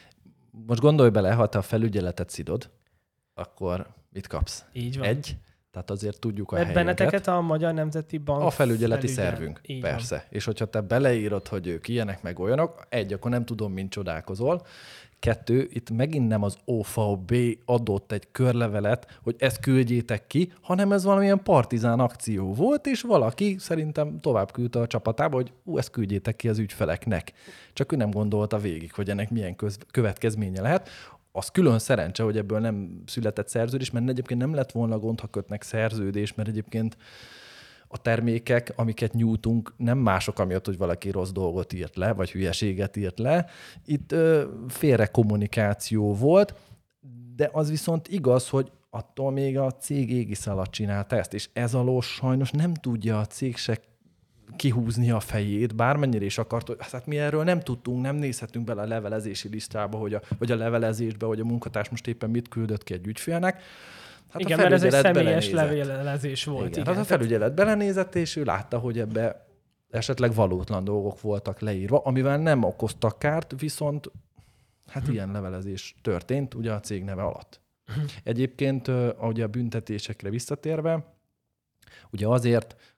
Most gondolj bele, ha te a felügyeletet szidod, akkor mit kapsz? Így van. Egy. Tehát azért tudjuk a Mert helyünket. benneteket a Magyar Nemzeti Bank... A felügyeleti felügyel. szervünk, így persze. Van. És hogyha te beleírod, hogy ők ilyenek meg olyanok, egy, akkor nem tudom, mint csodálkozol. Kettő, itt megint nem az o ef o bé adott egy körlevelet, hogy ezt küldjétek ki, hanem ez valamilyen partizán akció volt, és valaki szerintem tovább küldte a csapatába, hogy ú, ezt küldjétek ki az ügyfeleknek. Csak ő nem gondolta végig, hogy ennek milyen köz- következménye lehet. Az külön szerencse, hogy ebből nem született szerződés, mert egyébként nem lett volna gond, ha kötnek szerződést, mert egyébként a termékek, amiket nyújtunk, nem mások amiatt, hogy valaki rossz dolgot írt le, vagy hülyeséget írt le. Itt ö, félre kommunikáció volt, de az viszont igaz, hogy attól még a cég égisz alatt csinálta ezt, és ez alól sajnos nem tudja a cég se kihúzni a fejét, bármennyire is akart, hogy hát mi erről nem tudtunk, nem nézhetünk bele a levelezési listába, hogy a, vagy a levelezésbe, hogy a munkatárs most éppen mit küldött ki egy ügyfélnek. Hát igen, mert ez egy személyes levelezés volt. Igen, igen. Hát a felügyelet belenézett, és ő látta, hogy ebbe esetleg valótlan dolgok voltak leírva, amivel nem okoztak kárt, viszont hát hm. ilyen levelezés történt, ugye a cég neve alatt. Hm. Egyébként, ugye a büntetésekre visszatérve, ugye azért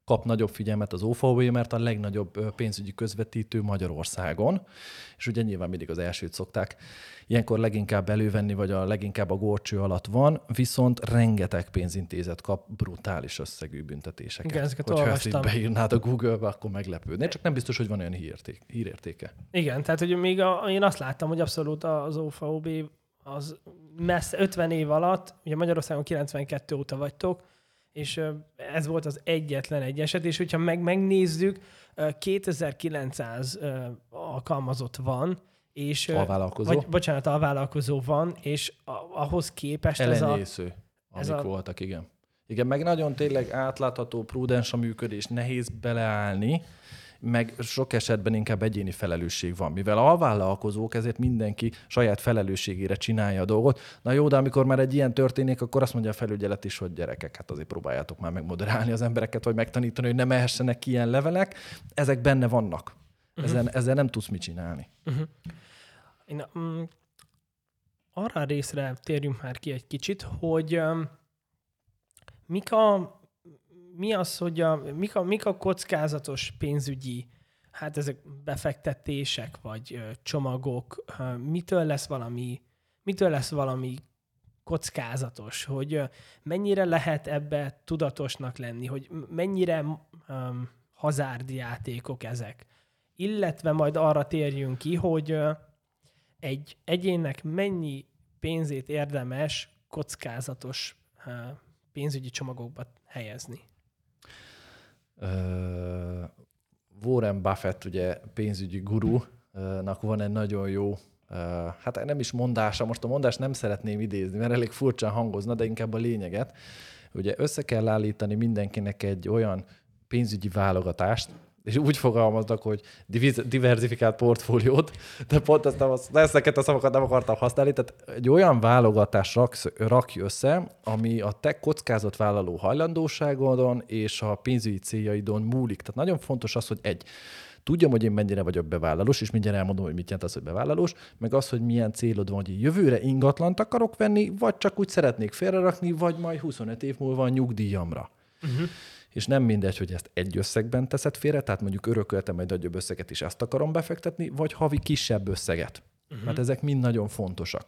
kap nagyobb figyelmet az o ef bé, mert a legnagyobb pénzügyi közvetítő Magyarországon, és ugye nyilván mindig az elsőt szokták ilyenkor leginkább elővenni, vagy a leginkább a górcső alatt van, viszont rengeteg pénzintézet kap brutális összegű büntetéseket. Igen, ezeket Hogyha olvastam. ezt így beírnád a Google-be, akkor meglepődnél. Csak nem biztos, hogy van olyan hírérték, hírértéke. Igen, tehát hogy még a, én azt láttam, hogy abszolút az o ef bé az messze ötven év alatt, ugye Magyarországon kilencvenkettő óta vagytok, és ez volt az egyetlen egy eset, és hogyha meg megnézzük, kétezer-kilencszáz alkalmazott van, és... Alvállalkozó? Vagy, bocsánat, alvállalkozó van, és a, ahhoz képest ez a... Elenyésző, amik a... voltak, igen. Igen, meg nagyon tényleg átlátható, prudens a működés, nehéz beleállni, meg sok esetben inkább egyéni felelősség van. Mivel alvállalkozók, ezért mindenki saját felelősségére csinálja a dolgot. Na jó, de amikor már egy ilyen történik, akkor azt mondja a felügyelet is, hogy gyerekek, hát azért próbáljátok már megmoderálni az embereket, vagy megtanítani, hogy ne mehessenek ki ilyen levelek. Ezek benne vannak. Uh-huh. Ezzel, ezzel nem tudsz mit csinálni. Uh-huh. Én, um, arra a részre térjünk már ki egy kicsit, hogy um, mik a Mi az, hogy a, mik, a, mik a kockázatos pénzügyi, hát ezek befektetések, vagy ö, csomagok, ö, mitől lesz valami, mitől lesz valami kockázatos, hogy ö, mennyire lehet ebbe tudatosnak lenni, hogy mennyire ö, hazárdi játékok ezek. Illetve majd arra térjünk ki, hogy ö, egy egyénnek mennyi pénzét érdemes kockázatos ö, pénzügyi csomagokba helyezni. Uh, Warren Buffett, ugye pénzügyi gurunak van egy nagyon jó, uh, hát nem is mondása, most a mondást nem szeretném idézni, mert elég furcsán hangozna, de inkább a lényeget. Ugye össze kell állítani mindenkinek egy olyan pénzügyi válogatást, és úgy fogalmaznak, hogy diversifikált portfóliót, de pont ezt nem, ezeket a szavakat nem akartam használni, tehát egy olyan válogatást raksz, rakj össze, ami a te kockázatvállaló hajlandóságodon és a pénzügyi céljaidon múlik. Tehát nagyon fontos az, hogy egy, tudjam, hogy én mennyire vagyok bevállalós, és mindjárt elmondom, hogy mit jelent az, hogy bevállalós, meg az, hogy milyen célod van, hogy jövőre ingatlant akarok venni, vagy csak úgy szeretnék félrerakni, vagy majd huszonöt év múlva a nyugdíjamra. Uh-huh. És nem mindegy, hogy ezt egy összegben teszed félre, tehát mondjuk örököltem egy nagyobb összeget, és ezt akarom befektetni, vagy havi kisebb összeget. Uh-huh. Mert ezek mind nagyon fontosak.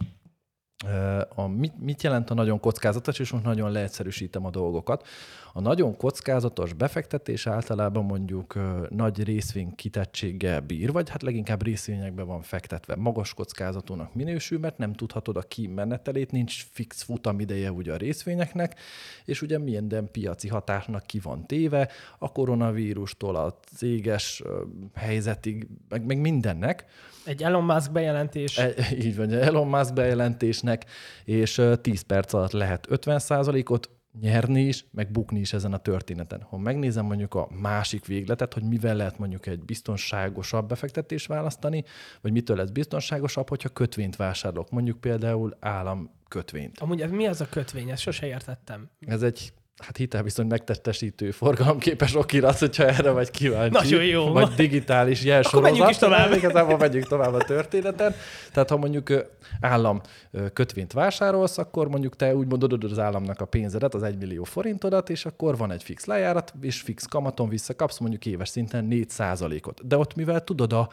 A, mit, mit jelent a nagyon kockázatos, és most nagyon leegyszerűsítem a dolgokat. A nagyon kockázatos befektetés általában mondjuk ö, nagy részvény kitettséggel bír, vagy hát leginkább részvényekben van fektetve. Magas kockázatúnak minősül, mert nem tudhatod a kimenetelét, nincs fix futamideje ugye a részvényeknek, és ugye minden piaci hatásnak ki van téve, a koronavírustól a céges ö, helyzetig, meg, meg mindennek. Egy Elon Musk bejelentés. E, így van, Elon Musk bejelentésnek, és tíz perc alatt lehet ötven százalékot nyerni is, meg bukni is ezen a történeten. Ha megnézem mondjuk a másik végletet, hogy mivel lehet mondjuk egy biztonságosabb befektetést választani, vagy mitől lesz biztonságosabb, hogyha kötvényt vásárolok, mondjuk például államkötvényt. Amúgy mi az a kötvény? Ezt sose értettem. Ez egy hát hitelviszony megtestesítő forgalomképes okirat, hogyha erre vagy kíváncsi. Nagyon jó. Vagy digitális jelsorozat. Akkor menjünk is tovább. Igazából megyünk tovább a történeten. Tehát ha mondjuk állam kötvényt vásárolsz, akkor mondjuk te úgy mondod az államnak a pénzedet, az egymillió forintodat, és akkor van egy fix lejárat, és fix kamaton visszakapsz mondjuk éves szinten négy százalékot. De ott mivel tudod a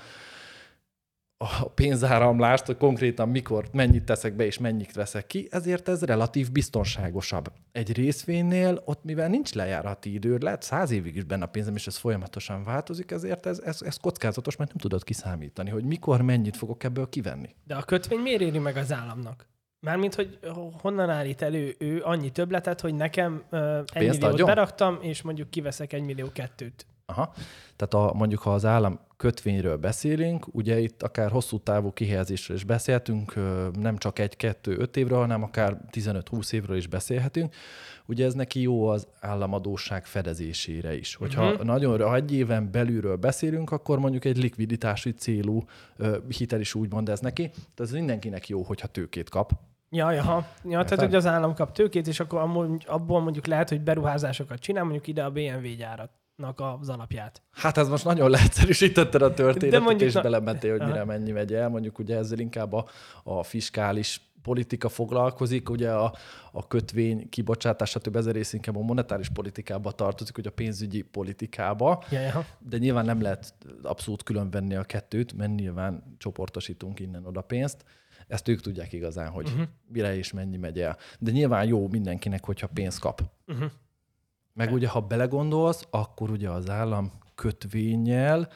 a pénzáramlást, hogy konkrétan mikor, mennyit teszek be és mennyit veszek ki, ezért ez relatív biztonságosabb. Egy részvénynél ott, mivel nincs lejárati idő, lehet száz évig is benne a pénzem, és ez folyamatosan változik, ezért ez, ez, ez kockázatos, mert nem tudod kiszámítani, hogy mikor, mennyit fogok ebből kivenni. De a kötvény miért éri meg az államnak? Mármint, hogy honnan állít elő ő annyi többletet, hogy nekem uh, egy milliót adjon? Beraktam, és mondjuk kiveszek egy millió kettőt. Aha. Tehát a, mondjuk, ha az állam kötvényről beszélünk, ugye itt akár hosszú távú kihelyezésről is beszélhetünk, nem csak egy, kettő, öt évről, hanem akár tizenöt-húsz évről is beszélhetünk. Ugye ez neki jó az államadósság fedezésére is. Hogyha uh-huh. nagyon, ha egy éven belülről beszélünk, akkor mondjuk egy likviditási célú uh, hitel is úgymond ez neki. Tehát ez mindenkinek jó, hogyha tőkét kap. Ja, ja, ja tehát hogy az állam kap tőkét, és akkor abból mondjuk lehet, hogy beruházásokat csinál, mondjuk ide a bé em vé gyárat. az alapját. Hát ez most nagyon leegyszerűsítetted a történetet, és na... belementél, hogy mire mennyi megy el. Mondjuk ugye ezzel inkább a, a fiskális politika foglalkozik, ugye a, a kötvény kibocsátás, stb. Ezer rész inkább a monetáris politikába tartozik, ugye a pénzügyi politikába, Jaja. De nyilván nem lehet abszolút különvenni a kettőt, mert nyilván csoportosítunk innen-oda pénzt. Ezt ők tudják igazán, hogy uh-huh. mire és mennyi megy el. De nyilván jó mindenkinek, hogyha pénzt kap. Uh-huh. Meg ugye, ha belegondolsz, akkor ugye az állam kötvényel,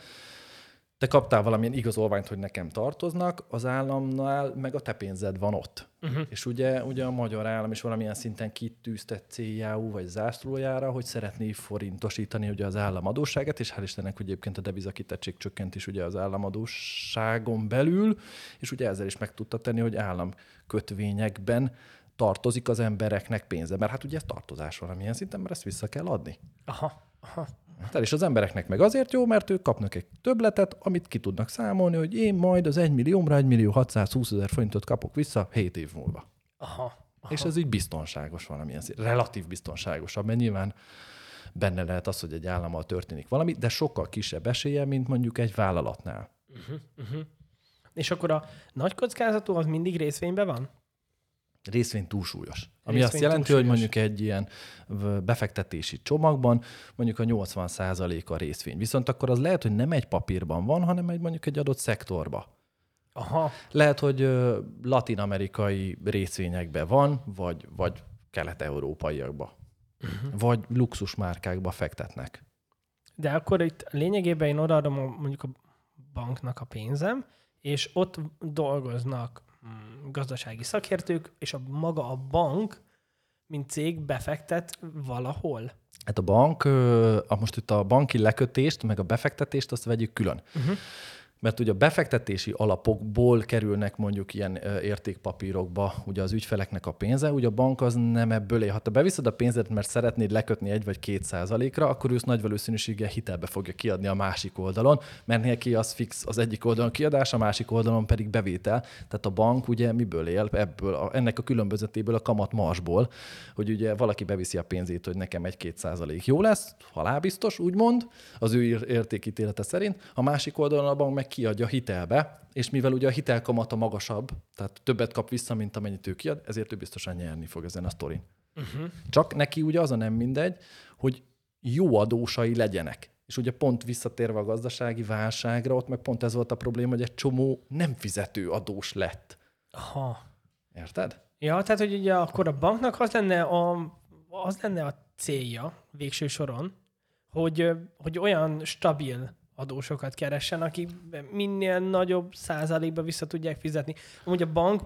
te kaptál valamilyen igazolványt, hogy nekem tartoznak, az államnál meg a te pénzed van ott. Uh-huh. És ugye, ugye a magyar állam is valamilyen szinten kitűzte céljául, vagy zászlójára, hogy szeretné forintosítani ugye az államadósságát, és hál' Istennek, hogy egyébként a devizakitettség csökkent is ugye az államadósságon belül, és ugye ezzel is meg tudta tenni, hogy államkötvényekben tartozik az embereknek pénze. Mert hát ugye ez tartozás valamilyen szinten, mert ezt vissza kell adni. Aha, aha. Hát és az embereknek meg azért jó, mert ők kapnak egy többletet, amit ki tudnak számolni, hogy én majd az egy milliómra egy millió hatszázhúszezer forintot kapok vissza hét év múlva. Aha, aha. És ez így biztonságos valamilyen szint. Relatív biztonságosabb, mert nyilván benne lehet az, hogy egy állammal történik valami, de sokkal kisebb esélye, mint mondjuk egy vállalatnál. Uh-huh, uh-huh. És akkor a nagy kockázatú az mindig részvényben van? Részvény túlsúlyos. Ami Részvény azt jelenti, túlsúlyos. hogy mondjuk egy ilyen befektetési csomagban mondjuk a nyolcvan százalék a részvény. Viszont akkor az lehet, hogy nem egy papírban van, hanem egy mondjuk egy adott szektorban. Aha. Lehet, hogy latin-amerikai részvényekben van, vagy, vagy kelet-európaiakban. Uh-huh. Vagy luxusmárkákba fektetnek. De akkor itt lényegében én odaadom a, mondjuk a banknak a pénzem, és ott dolgoznak gazdasági szakértők, és a maga a bank, mint cég befektet valahol. Hát a bank, a most itt a banki lekötést, meg a befektetést, azt vegyük külön. Uh-huh. Mert ugye a befektetési alapokból kerülnek mondjuk ilyen értékpapírokba ugye az ügyfeleknek a pénze, ugye a bank az nem ebből él. Ha te beviszed a pénzed, mert szeretnéd lekötni egy vagy két százalékra, akkor ő nagy valószínűséggel hitelbe fogja kiadni a másik oldalon, mert neki az fix az egyik oldalon kiadás, a másik oldalon pedig bevétel. Tehát a bank ugye miből él? Ebből, a, ennek a különbözetéből, a kamatmarsból, hogy ugye valaki beviszi a pénzét, hogy nekem egy-két százalék jó lesz, halálbiztos, úgymond, az ő értékítélete szerint, a másik oldalon a bank meg kiadja hitelbe, és mivel ugye a hitelkamata magasabb, tehát többet kap vissza, mint amennyit ő kiad, ezért ő biztosan nyerni fog ezen a sztorin. Uh-huh. Csak neki ugye az a nem mindegy, hogy jó adósai legyenek. És ugye pont visszatérve a gazdasági válságra, ott meg pont ez volt a probléma, hogy egy csomó nem fizető adós lett. Aha. Érted? Ja, tehát hogy ugye akkor a banknak az lenne a, az lenne a célja végső soron, hogy, hogy olyan stabil adósokat keressen, akik minél nagyobb százalékba vissza tudják fizetni. Amúgy a bank,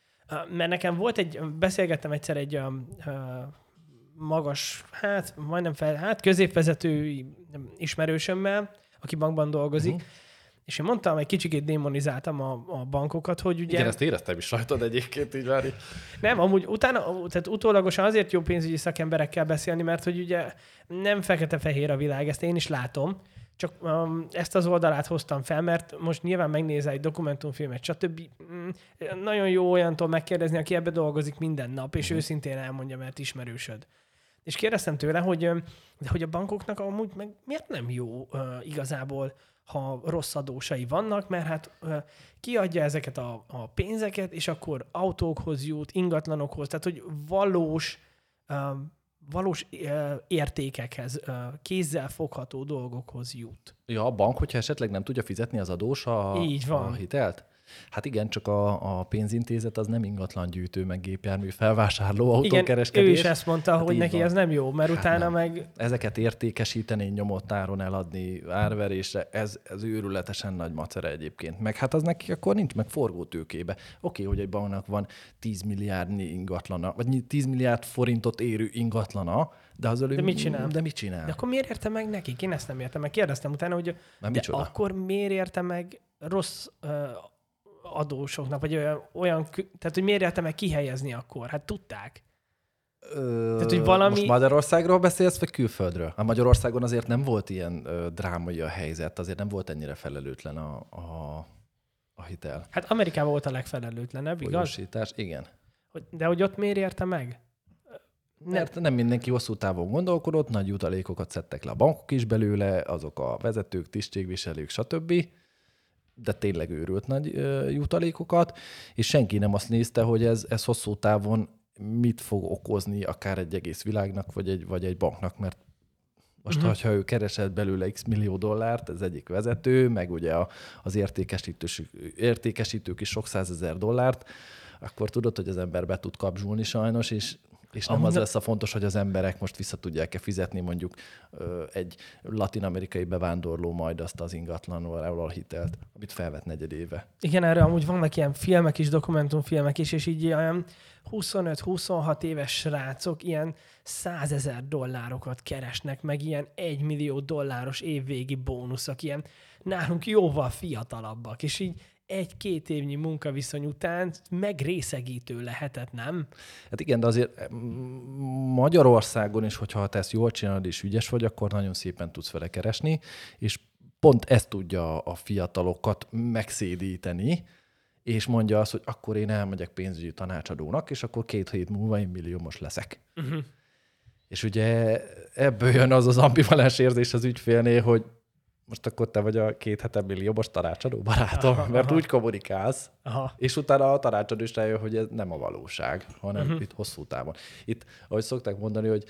mert nekem volt egy, beszélgettem egyszer egy uh, magas, hát majdnem fel, hát középvezető ismerősömmel, aki bankban dolgozik, uh-huh. és én mondtam, egy kicsikét démonizáltam a, a bankokat, hogy ugye... Igen, ezt éreztem is rajtad egyébként, így várj. Nem, amúgy utána, tehát utólagosan azért jó pénzügyi szakemberekkel beszélni, mert hogy ugye nem fekete-fehér a világ, ezt én is látom, csak um, ezt az oldalát hoztam fel, mert most nyilván megnézel egy dokumentumfilmet, stb. Mm, nagyon jó olyantól megkérdezni, aki ebbe dolgozik minden nap, és uh-huh. őszintén elmondja, mert ismerősöd. És kérdeztem tőle, hogy, de hogy a bankoknak amúgy meg miért nem jó uh, igazából, ha rossz adósai vannak, mert hát uh, kiadja ezeket a, a pénzeket, és akkor autókhoz jut, ingatlanokhoz, tehát hogy valós uh, valós értékekhez, kézzel fogható dolgokhoz jut. Ja, a bank, hogyha esetleg nem tudja fizetni az adós a, Így van. a hitelt? Hát igen, csak a, a pénzintézet az nem ingatlangyűjtő, meg gépjármű felvásárló, autókereskedés. Igen, ő is ezt mondta, hát hogy neki van. Ez nem jó, mert hát utána nem. Meg... Ezeket értékesíteni, nyomottáron eladni, árverésre, ez, ez őrületesen nagy macera egyébként. Meg hát az neki akkor nincs meg forgótőkébe. Oké, hogy egy banknak van tíz milliárdnyi ingatlana, vagy tíz milliárd forintot érő ingatlana, de az előbb... De mit csinál? De mit csinál? De akkor miért érte meg nekik? Én ezt nem értem meg. Kérdeztem utána, hogy de akkor miért érte meg rossz uh, adósoknak, vagy olyan, olyan, tehát hogy miért érte meg kihelyezni akkor? Hát tudták. Ö, tehát, hogy valami... Most Magyarországról beszélsz, vagy külföldről? A Magyarországon azért nem volt ilyen ö, drámai a helyzet, azért nem volt ennyire felelőtlen a, a, a hitel. Hát Amerikában volt a legfelelőtlenebb, igaz? Folyósítás, igen. Hogy, de hogy ott miért érte meg? Mert nem mindenki hosszú távon gondolkodott, nagy jutalékokat szedtek le a bankok is belőle, azok a vezetők, tisztségviselők, stb., de tényleg őrült nagy ö, jutalékokat, és senki nem azt nézte, hogy ez, ez hosszú távon mit fog okozni akár egy egész világnak, vagy egy, vagy egy banknak, mert most, uh-huh. ha ő keresett belőle x millió dollárt, ez egyik vezető, meg ugye a, az értékesítők is sok százezer dollárt, akkor tudod, hogy az ember be tud kapzsulni sajnos, és És nem az lesz a fontos, hogy az emberek most vissza tudják-e fizetni mondjuk ö, egy latin-amerikai bevándorló majd azt az ingatlanról a hitelt, amit felvett negyed éve. Igen, erre amúgy vannak ilyen filmek is, dokumentumfilmek is, és így olyan huszonöt-huszonhat éves srácok ilyen százezer dollárokat keresnek, meg ilyen egymillió dolláros évvégi bónuszok, ilyen nálunk jóval fiatalabbak, és így egy-két évnyi munkaviszony után megrészegítő lehetett, nem? Hát igen, de azért Magyarországon is, hogyha te ezt jól csinálod és ügyes vagy, akkor nagyon szépen tudsz vele keresni, és pont ezt tudja a fiatalokat megszédíteni, és mondja azt, hogy akkor én elmegyek pénzügyi tanácsadónak, és akkor két hét múlva én milliómos leszek. Uh-huh. És ugye ebből jön az az ambivalens érzés az ügyfélnél, hogy most akkor te vagy a két hete milliómos tanácsadó barátom, aha, mert aha. úgy kommunikálsz, aha. és utána a tanácsadó is rájön, hogy ez nem a valóság, hanem uh-huh. itt hosszú távon. Itt, ahogy szokták mondani, hogy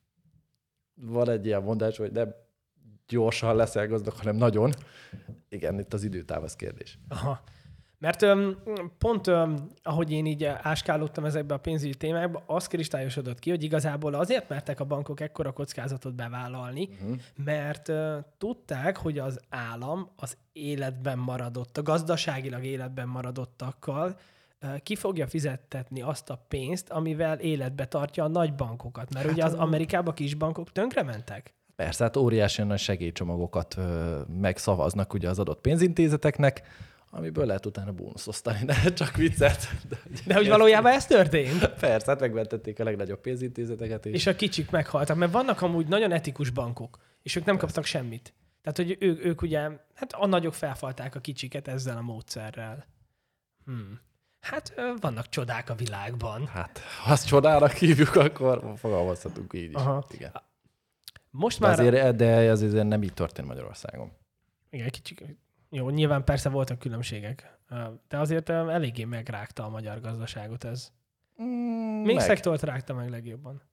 van egy ilyen mondás, hogy nem gyorsan leszel gazdag, hanem nagyon. Igen, itt az időtáv az kérdés. Aha. Mert öm, pont öm, ahogy én így áskálódtam ezekbe a pénzügyi témákba, az kristályosodott ki, hogy igazából azért mertek a bankok ekkora kockázatot bevállalni, uh-huh. mert ö, tudták, hogy az állam az életben maradott, a gazdaságilag életben maradottakkal ö, ki fogja fizettetni azt a pénzt, amivel életbe tartja a nagy bankokat. Mert hát, ugye az Amerikában kis bankok tönkrementek. Persze, hát óriási nagy segélycsomagokat ö, megszavaznak ugye az adott pénzintézeteknek, amiből lehet utána bónuszosztani, de csak viccet. De, de hogy valójában ez történt? Persze, hát megmentették a legnagyobb pénzintézeteket. És, és a kicsik meghaltak, mert vannak amúgy nagyon etikus bankok, és ők nem Persze. kaptak semmit. Tehát, hogy ők, ők ugye, hát a nagyok felfalták a kicsiket ezzel a módszerrel. Hmm. Hát vannak csodák a világban. Hát, ha azt csodának hívjuk, akkor fogalmazhatunk így is. Aha. Igen. Most de már... Azért, de azért nem így történt Magyarországon. Igen, kicsik... Jó, nyilván persze voltak különbségek, de azért eléggé megrágta a magyar gazdaságot ez. Mm, Még meg. szektort rágta meg legjobban?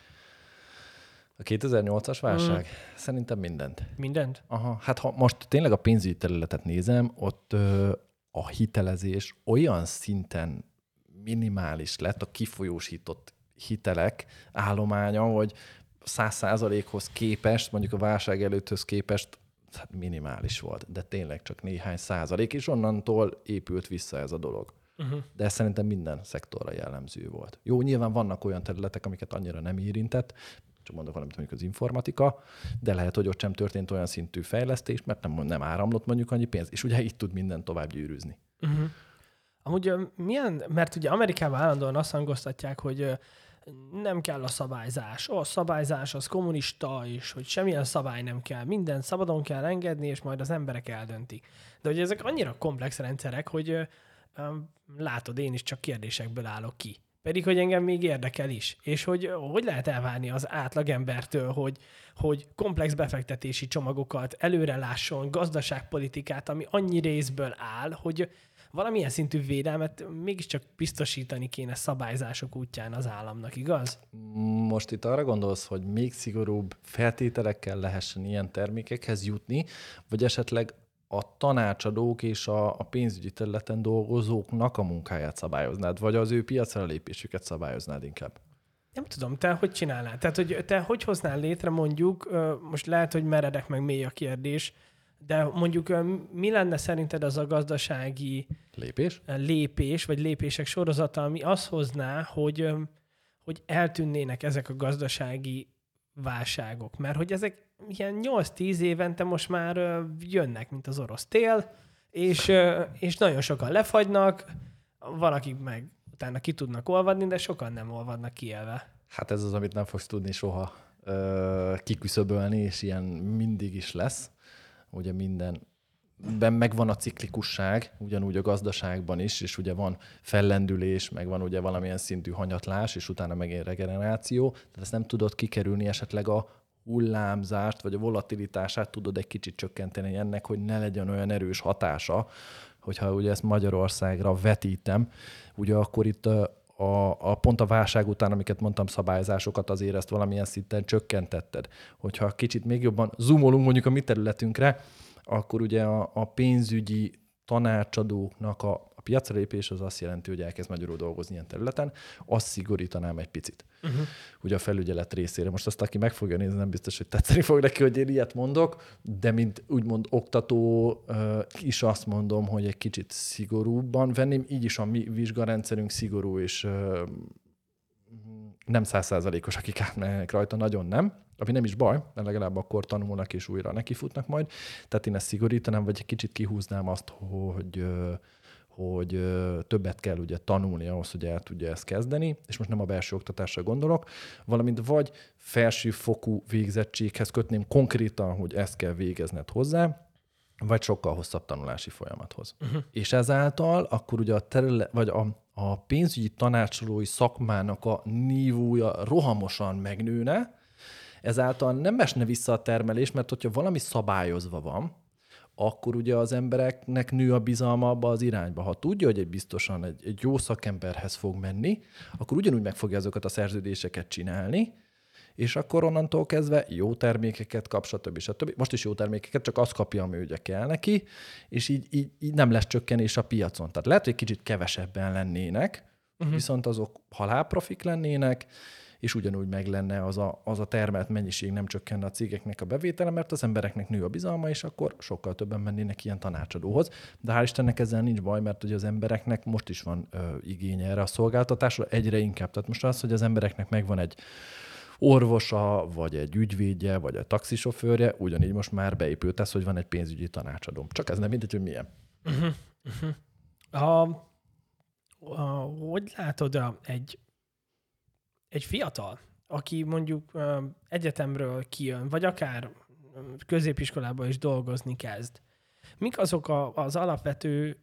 A kétezer-nyolcas válság? Mm. Szerintem mindent. Mindent? Aha, hát ha most tényleg a pénzügyi területet nézem, ott ö, a hitelezés olyan szinten minimális lett, a kifolyósított hitelek állománya, hogy száz százalékhoz képest, mondjuk a válság előtthöz képest hát minimális volt, de tényleg csak néhány százalék, és onnantól épült vissza ez a dolog. Uh-huh. De ez szerintem minden szektorra jellemző volt. Jó, nyilván vannak olyan területek, amiket annyira nem érintett, csak mondok valamit, mondjuk az informatika, de lehet, hogy ott sem történt olyan szintű fejlesztés, mert nem, nem áramlott mondjuk annyi pénz, és ugye itt tud minden tovább gyűrűzni. Uh-huh. Amúgy milyen, mert ugye Amerikában állandóan azt hangoztatják, hogy nem kell a szabályzás. A szabályzás az kommunista, és hogy semmilyen szabály nem kell. Minden szabadon kell engedni, és majd az emberek eldöntik. De ugye ezek annyira komplex rendszerek, hogy um, látod, én is csak kérdésekből állok ki. Pedig, hogy engem még érdekel is. És hogy hogy lehet elvárni az átlagembertől, hogy, hogy komplex befektetési csomagokat előre lásson, gazdaságpolitikát, ami annyi részből áll, hogy valamilyen szintű védelmet mégiscsak biztosítani kéne szabályzások útján az államnak, igaz? Most itt arra gondolsz, hogy még szigorúbb feltételekkel lehessen ilyen termékekhez jutni, vagy esetleg a tanácsadók és a, a pénzügyi területen dolgozóknak a munkáját szabályoznád, vagy az ő piacra lépésüket szabályoznád inkább? Nem tudom, te hogy csinálnád? Tehát, hogy te hogy hoznál létre mondjuk, most lehet, hogy meredek meg mély a kérdés, de mondjuk mi lenne szerinted az a gazdasági lépés, lépés vagy lépések sorozata, ami azt hozná, hogy, hogy eltűnnének ezek a gazdasági válságok? Mert hogy ezek ilyen nyolc-tíz évente most már jönnek, mint az orosz tél, és, és nagyon sokan lefagynak, van, akik meg utána ki tudnak olvadni, de sokan nem olvadnak ki elve. Hát ez az, amit nem fogsz tudni soha ö, kiküszöbölni, és ilyen mindig is lesz. Ugye minden ben megvan a ciklikusság, ugyanúgy a gazdaságban is, és ugye van fellendülés, meg van ugye valamilyen szintű hanyatlás, és utána megint regeneráció, tehát ezt nem tudod kikerülni, esetleg a hullámzást, vagy a volatilitását tudod egy kicsit csökkenteni ennek, hogy ne legyen olyan erős hatása, hogyha ugye ezt Magyarországra vetítem, ugye akkor itt a, a pont a válság után, amiket mondtam, szabályozásokat azért ezt valamilyen szinten csökkentetted. Hogyha kicsit még jobban zoomolunk mondjuk a mi területünkre, akkor ugye a, a pénzügyi tanácsadóknak a, a piacra lépés az azt jelenti, hogy elkezd magyarul dolgozni ilyen területen, azt szigorítanám egy picit. Uh-huh. Ugye a felügyelet részére. Most azt, aki meg fogja nézni, nem biztos, hogy tetszeni fog neki, hogy én ilyet mondok, de mint úgymond oktató uh, is azt mondom, hogy egy kicsit szigorúbban venném. Így is a mi vizsgarendszerünk szigorú, és uh, nem száz százalékos, akik átmennek rajta, nagyon nem. Ami nem is baj, mert legalább akkor tanulnak és újra nekifutnak majd. Tehát én ezt szigorítanám, vagy egy kicsit kihúznám azt, hogy, hogy többet kell ugye tanulni ahhoz, hogy el tudja ezt kezdeni, és most nem a belső oktatásra gondolok, valamint vagy felsőfokú végzettséghez kötném konkrétan, hogy ezt kell végezned hozzá, vagy sokkal hosszabb tanulási folyamathoz. Uh-huh. És ezáltal akkor ugye a terület, vagy a, a pénzügyi tanácsolói szakmának a nívója rohamosan megnőne, ezáltal nem esne vissza a termelés, mert hogyha valami szabályozva van, akkor ugye az embereknek nő a bizalma abba az irányba. Ha tudja, hogy egy biztosan egy, egy jó szakemberhez fog menni, akkor ugyanúgy meg fogja azokat a szerződéseket csinálni, és akkor onnantól kezdve jó termékeket kap, stb. stb. Most is jó termékeket, csak azt kapja, ami ugye kell neki, és így, így, így nem lesz csökkenés a piacon. Tehát lehet, hogy kicsit kevesebben lennének, uh-huh. viszont azok halálprofik lennének, és ugyanúgy meg lenne az a, az a termelt mennyiség, nem csökkenne a cégeknek a bevétele, mert az embereknek nő a bizalma, és akkor sokkal többen mennének ilyen tanácsadóhoz. De hál' Istennek ezzel nincs baj, mert ugye az embereknek most is van ö, igénye erre a szolgáltatásra, egyre inkább. Tehát most az, hogy az embereknek megvan egy orvosa, vagy egy ügyvédje, vagy egy taxisofőrje, ugyanígy most már beépült ez, hogy van egy pénzügyi tanácsadóm. Csak ez nem mindegy, hogy milyen. Uh-huh, uh-huh. A, a, hogy látod a, egy Egy fiatal, aki mondjuk egyetemről kijön, vagy akár középiskolában is dolgozni kezd, mik azok a, az alapvető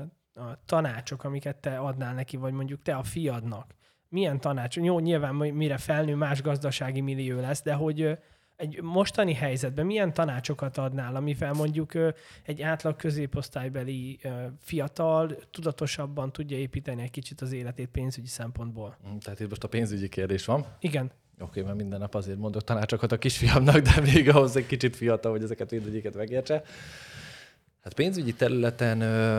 a tanácsok, amiket te adnál neki, vagy mondjuk te a fiadnak? Milyen tanács? Jó, nyilván mire felnő, más gazdasági millió lesz, de hogy egy mostani helyzetben milyen tanácsokat adnál, amivel mondjuk egy átlag középosztálybeli fiatal tudatosabban tudja építeni egy kicsit az életét pénzügyi szempontból? Tehát itt most a pénzügyi kérdés van. Igen. Oké, okay, mert minden nap azért mondok tanácsokat a kisfiamnak, de még ahhoz egy kicsit fiatal, hogy ezeket mindegyiket megértse. Hát pénzügyi területen ö,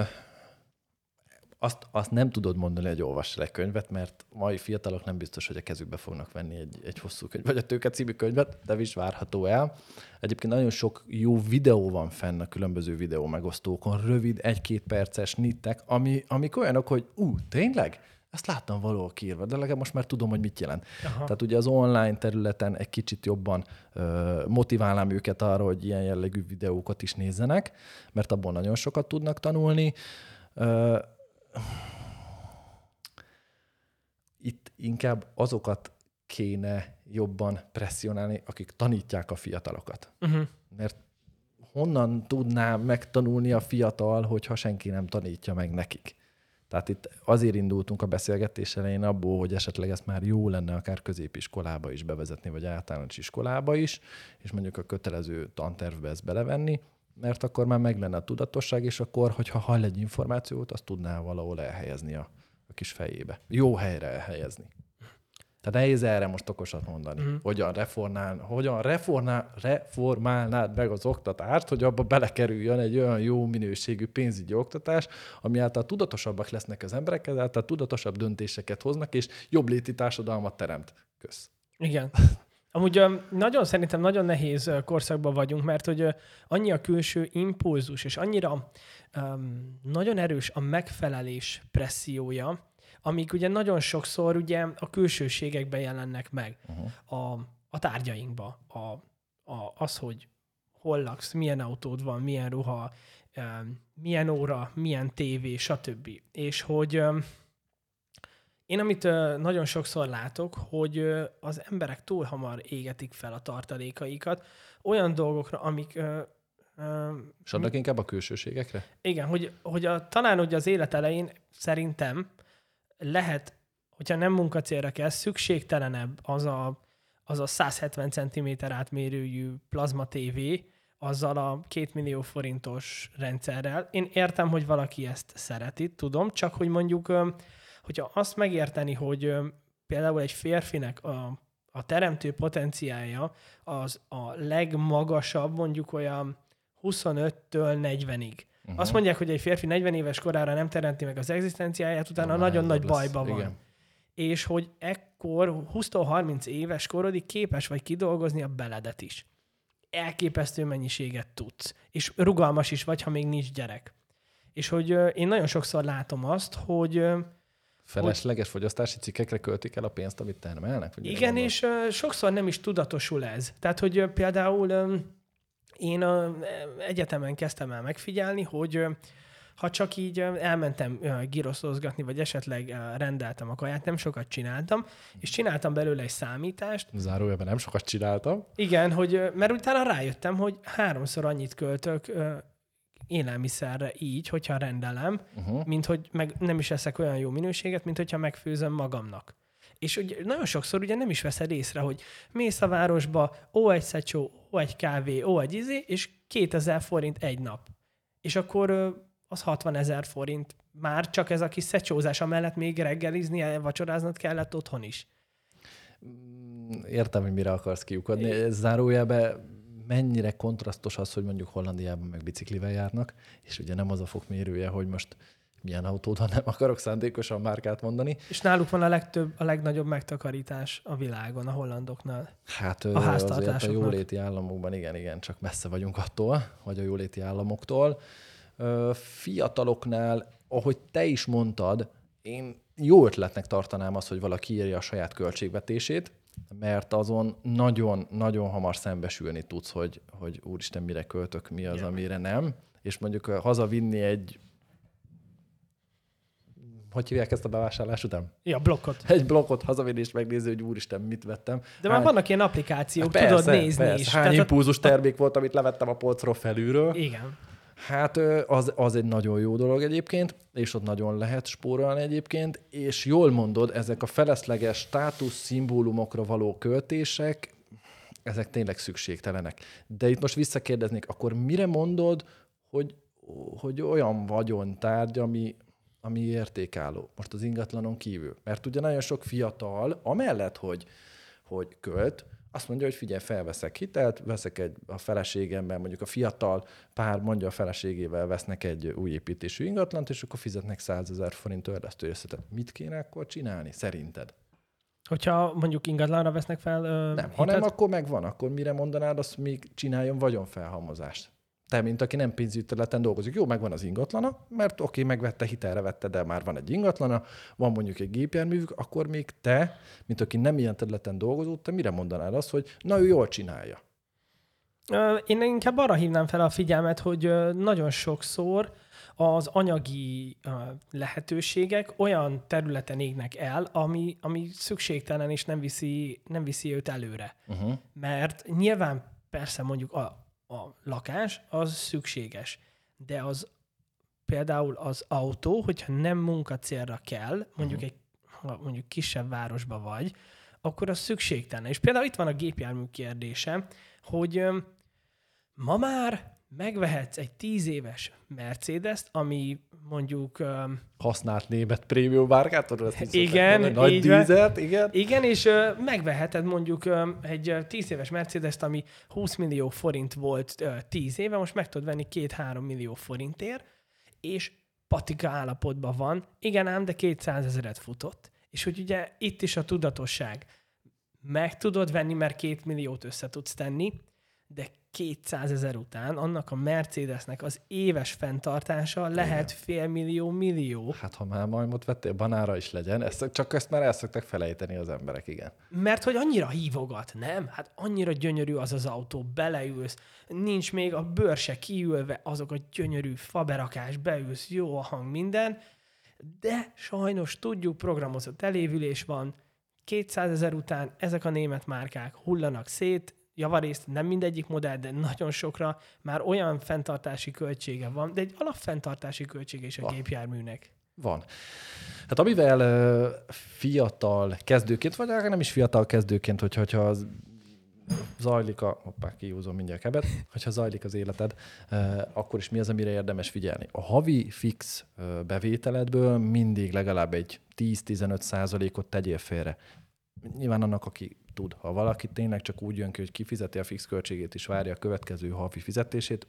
azt, azt nem tudod mondani, hogy olvass le könyvet, mert mai fiatalok nem biztos, hogy a kezükbe fognak venni egy, egy hosszú könyv, vagy a Tőke című könyvet, de is várható el. Egyébként nagyon sok jó videó van fenn a különböző videó megosztókon, rövid, egy-két perces nittek, ami, amik olyanok, hogy ú, tényleg? Ezt láttam valahol kiírva, de legalább most már tudom, hogy mit jelent. Aha. Tehát ugye az online területen egy kicsit jobban ö, motiválnám őket arra, hogy ilyen jellegű videókat is nézzenek, mert abból nagyon sokat tudnak tanulni. Ö, Itt inkább azokat kéne jobban presszionálni, akik tanítják a fiatalokat. Uh-huh. Mert honnan tudná megtanulni a fiatal, hogyha senki nem tanítja meg nekik? Tehát itt azért indultunk a beszélgetés elején abból, hogy esetleg ezt már jó lenne akár középiskolába is bevezetni, vagy általános iskolába is, és mondjuk a kötelező tantervbe ezt belevenni, mert akkor már meg lenne a tudatosság, és akkor, hogyha hall egy információt, azt tudná valahol elhelyezni a, a kis fejébe. Jó helyre elhelyezni. Tehát nehéz erre most okosat mondani. Mm. Hogyan, reformál, hogyan reformál, reformálnád meg az oktatást, hogy abba belekerüljön egy olyan jó minőségű pénzügyi oktatás, ami által tudatosabbak lesznek az emberek, által tudatosabb döntéseket hoznak, és jobb léti társadalmat teremt. Kösz. Igen. Amúgy nagyon szerintem nagyon nehéz korszakban vagyunk, mert hogy annyi a külső impulzus, és annyira um, nagyon erős a megfelelés pressziója, amik ugye nagyon sokszor ugye a külsőségekben jelennek meg. Uh-huh. A, a tárgyainkba. A, a, az, hogy hol laksz, milyen autód van, milyen ruha, um, milyen óra, milyen tévé, stb. És hogy um, én amit uh, nagyon sokszor látok, hogy uh, az emberek túl hamar égetik fel a tartalékaikat olyan dolgokra, amik uh, És adnak inkább a külsőségekre? Igen, hogy, hogy a, talán ugye az élet elején szerintem lehet, hogyha nem munkacélra kell, szükségtelenebb az a, az a száz hetven centiméter átmérőjű plazma tévé, azzal a két millió forintos rendszerrel. Én értem, hogy valaki ezt szereti, tudom, csak hogy mondjuk, hogyha azt megérteni, hogy például egy férfinek a, a teremtő potenciálja az a legmagasabb, mondjuk olyan huszonöttől negyvenig. Uh-huh. Azt mondják, hogy egy férfi negyven éves korára nem teremti meg az egzisztenciáját, utána Na, nagyon nagy bajba van. Igen. És hogy ekkor húsztól harminc éves korodig képes vagy kidolgozni a beledet is. Elképesztő mennyiséget tudsz. És rugalmas is vagy, ha még nincs gyerek. És hogy én nagyon sokszor látom azt, hogy... Felesleges hogy... fogyasztási cikkekre költik el a pénzt, amit termelnek? Igen, és uh, sokszor nem is tudatosul ez. Tehát, hogy uh, például um, én uh, egyetemen kezdtem el megfigyelni, hogy uh, ha csak így uh, elmentem uh, giroszozgatni, vagy esetleg uh, rendeltem a kaját, nem sokat csináltam, és csináltam belőle egy számítást. Zárójelben nem sokat csináltam. Igen, hogy, uh, mert utána rájöttem, hogy háromszor annyit költök uh, élelmiszerre így, hogyha rendelem, uh-huh. mint hogy meg nem is eszek olyan jó minőséget, mint hogyha megfőzöm magamnak. És ugye nagyon sokszor ugye nem is veszed észre, hogy mész a városba, ó, egy szecsó, ó, egy kávé, ó, egy izé, és kétezer forint egy nap. És akkor az hatvanezer forint már csak ez a kis szecsózás, amellett még reggelizni, vacsoráznod kellett otthon is. Értem, hogy mire akarsz kiukadni. Ez zárójelben mennyire kontrasztos az, hogy mondjuk Hollandiában meg biciklivel járnak, és ugye nem az a fokmérője, hogy most milyen autót, ha nem akarok szándékosan márkát mondani. És náluk van a legtöbb, a legnagyobb megtakarítás a világon, a hollandoknál. Hát a azért a jóléti államokban igen, igen, csak messze vagyunk attól, vagy a jóléti államoktól. Fiataloknál, ahogy te is mondtad, én jó ötletnek tartanám azt, hogy valaki írja a saját költségvetését, mert azon nagyon-nagyon hamar szembesülni tudsz, hogy, hogy úristen, mire költök, mi az, ja. amire nem. És mondjuk hazavinni egy, hogy hívják ezt a bevásárlás után? Ja, blokkot. Egy blokkot hazavinni és megnézni, hogy úristen, mit vettem. De Hány... már vannak ilyen applikációk, persze, tudod nézni persze. is. Hány Tehát impulzus a... termék volt, amit levettem a polcról felülről. Igen. Hát az, az egy nagyon jó dolog egyébként, és ott nagyon lehet spórolni egyébként, és jól mondod, ezek a felesleges státusz szimbólumokra való költések, ezek tényleg szükségtelenek. De itt most visszakérdeznék, akkor mire mondod, hogy, hogy olyan vagyontárgy, ami, ami értékálló? Most az ingatlanon kívül. Mert ugye nagyon sok fiatal, amellett, hogy, hogy költ, azt mondja, hogy figyelj, felveszek hitelt, veszek egy a feleségemben, mondjuk a fiatal pár mondja a feleségével vesznek egy új építésű ingatlant, és akkor fizetnek százezer forint törlesztő összetet. Mit kéne akkor csinálni, szerinted? Hogyha mondjuk ingatlanra vesznek fel ö, Nem, ha nem, akkor megvan. Akkor mire mondanád, azt még csináljon vagyonfelhalmozást? Te, mint aki nem pénzügyi területen dolgozik. Jó, megvan az ingatlana, mert oké, okay, megvette, hitelre vette, de már van egy ingatlana, van mondjuk egy gépjárművük, akkor még te, mint aki nem ilyen területen dolgozó, te mire mondanád azt, hogy na, ő jól csinálja? Én inkább arra hívnám fel a figyelmet, hogy nagyon sokszor az anyagi lehetőségek olyan területen égnek el, ami, ami szükségtelen és nem viszi, nem viszi őt előre. Uh-huh. Mert nyilván persze mondjuk a a lakás, az szükséges. De az például az autó, hogyha nem munkacélra kell, mondjuk uh-huh. egy ha mondjuk kisebb városba vagy, akkor az szükségtelen. És például itt van a gépjármű kérdése, hogy öm, ma már megvehetsz egy tíz éves Mercedes-t, ami mondjuk... Öm, használt német prémium márkát, tudod? Igen, nagy dízelt, igen. Igen, és ö, megveheted mondjuk ö, egy tíz éves Mercedes-t, ami húsz millió forint volt ö, tíz éve, most meg tudod venni két-három millió forintért, és patika állapotban van. Igen ám, de kétszázezret futott. És hogy ugye itt is a tudatosság. Meg tudod venni, mert két milliót össze tudsz tenni, de kétszázezer után annak a Mercedesnek az éves fenntartása lehet félmillió, millió. Hát ha már majmot vettél, banára is legyen, ezt, csak ezt már el szoktak felejteni az emberek, igen. Mert hogy annyira hívogat, nem? Hát annyira gyönyörű az az autó, beleülsz, nincs még a bőr se kiülve, azok a gyönyörű faberakás, beülsz, jó a hang, minden, de sajnos tudjuk, programozott elévülés van, kétszázezer után ezek a német márkák hullanak szét, javarészt nem mindegyik modell, de nagyon sokra már olyan fenntartási költsége van, de egy alapfenntartási költsége is a van. gépjárműnek. Van. Hát amivel uh, fiatal kezdőként, vagy nem is fiatal kezdőként, hogyha, hogyha az zajlik a... Hoppá, kihúzom mindjárt kebet. Hogyha zajlik az életed, uh, akkor is mi az, amire érdemes figyelni? A havi fix uh, bevételedből mindig legalább egy tíz-tizenöt százalékot tegyél félre. Nyilván annak, aki tud. Ha valaki tényleg csak úgy jön ki, hogy kifizeti a fix költségét és várja a következő havi fizetését,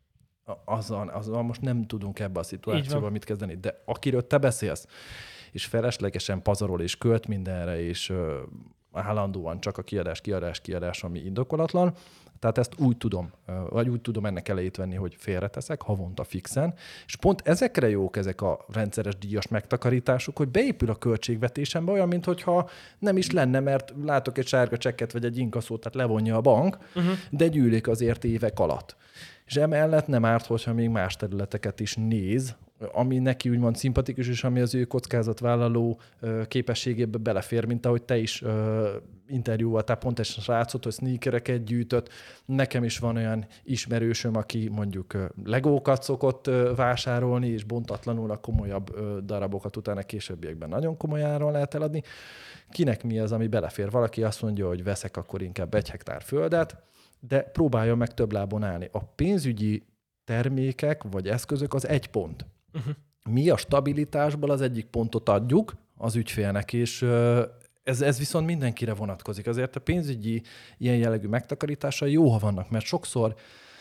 azzal, azzal most nem tudunk ebbe a szituációban mit kezdeni. De akiről te beszélsz, és feleslegesen pazarol és költ mindenre, és uh, állandóan csak a kiadás, kiadás, kiadás, ami indokolatlan, tehát ezt úgy tudom, vagy úgy tudom ennek elejét venni, hogy félreteszek havonta fixen, és pont ezekre jók ezek a rendszeres díjas megtakarítások, hogy beépül a költségvetésembe olyan, mintha nem is lenne, mert látok egy sárga csekket, vagy egy inkaszót, tehát levonja a bank, uh-huh. de gyűlik azért évek alatt. És emellett nem árt, hogyha még más területeket is néz, ami neki úgymond szimpatikus, és ami az ő kockázatvállaló képességébe belefér, mint ahogy te is interjúoltál pont egy srácot, hogy sneakereket gyűjtött. Nekem is van olyan ismerősöm, aki mondjuk legókat szokott vásárolni, és bontatlanul a komolyabb darabokat utána későbbiekben nagyon komoly áron lehet eladni. Kinek mi az, ami belefér? Valaki azt mondja, hogy veszek akkor inkább egy hektár földet, de próbáljon meg több lábon állni. A pénzügyi termékek vagy eszközök az egy pont. Uh-huh. Mi a stabilitásból az egyik pontot adjuk az ügyfélnek, és ez, ez viszont mindenkire vonatkozik. Azért a pénzügyi ilyen jellegű megtakarítása jó, ha vannak, mert sokszor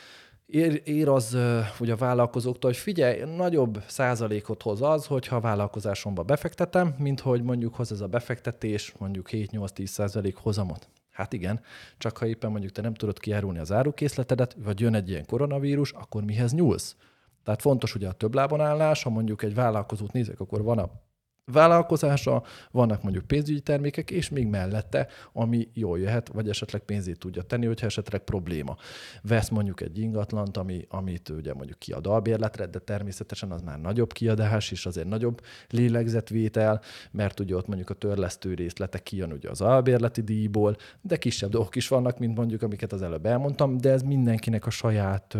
ér, ér az ugye a vállalkozóktól, hogy figyelj, nagyobb százalékot hoz az, hogyha a vállalkozásomba befektetem, mint hogy mondjuk hoz ez a befektetés mondjuk hét-nyolc-tíz százalék hozamot. Hát igen, csak ha éppen mondjuk te nem tudod kiárulni az árukészletedet, vagy jön egy ilyen koronavírus, akkor mihez nyúlsz? Tehát fontos ugye a többlábon állás, ha mondjuk egy vállalkozót nézek, akkor van a vállalkozása, vannak mondjuk pénzügyi termékek, és még mellette, ami jól jöhet, vagy esetleg pénzét tudja tenni, hogyha esetleg probléma. Vesz mondjuk egy ingatlant, ami, amit ugye mondjuk kiad albérletre, de természetesen az már nagyobb kiadás, és azért nagyobb lélegzetvétel, mert ugye ott mondjuk a törlesztő részletek kijön ugye az albérleti díjból, de kisebb dolgok is vannak, mint mondjuk, amiket az előbb elmondtam, de ez mindenkinek a saját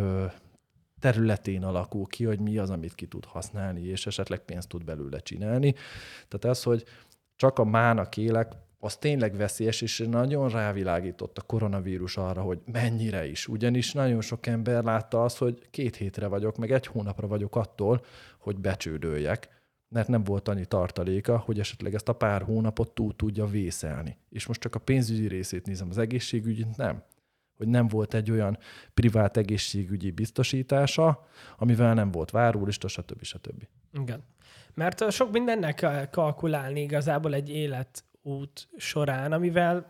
területén alakul ki, hogy mi az, amit ki tud használni, és esetleg pénzt tud belőle csinálni. Tehát az, hogy csak a mának élek, az tényleg veszélyes, és nagyon rávilágított a koronavírus arra, hogy mennyire is. Ugyanis nagyon sok ember látta azt, hogy két hétre vagyok, meg egy hónapra vagyok attól, hogy becsődöljek, mert nem volt annyi tartaléka, hogy esetleg ezt a pár hónapot túl tudja vészelni. És most csak a pénzügyi részét nézem, az egészségügyit nem. Hogy nem volt egy olyan privát egészségügyi biztosítása, amivel nem volt várólista, stb. stb. Igen. Mert sok mindennek kell kalkulálni igazából egy életút során, amivel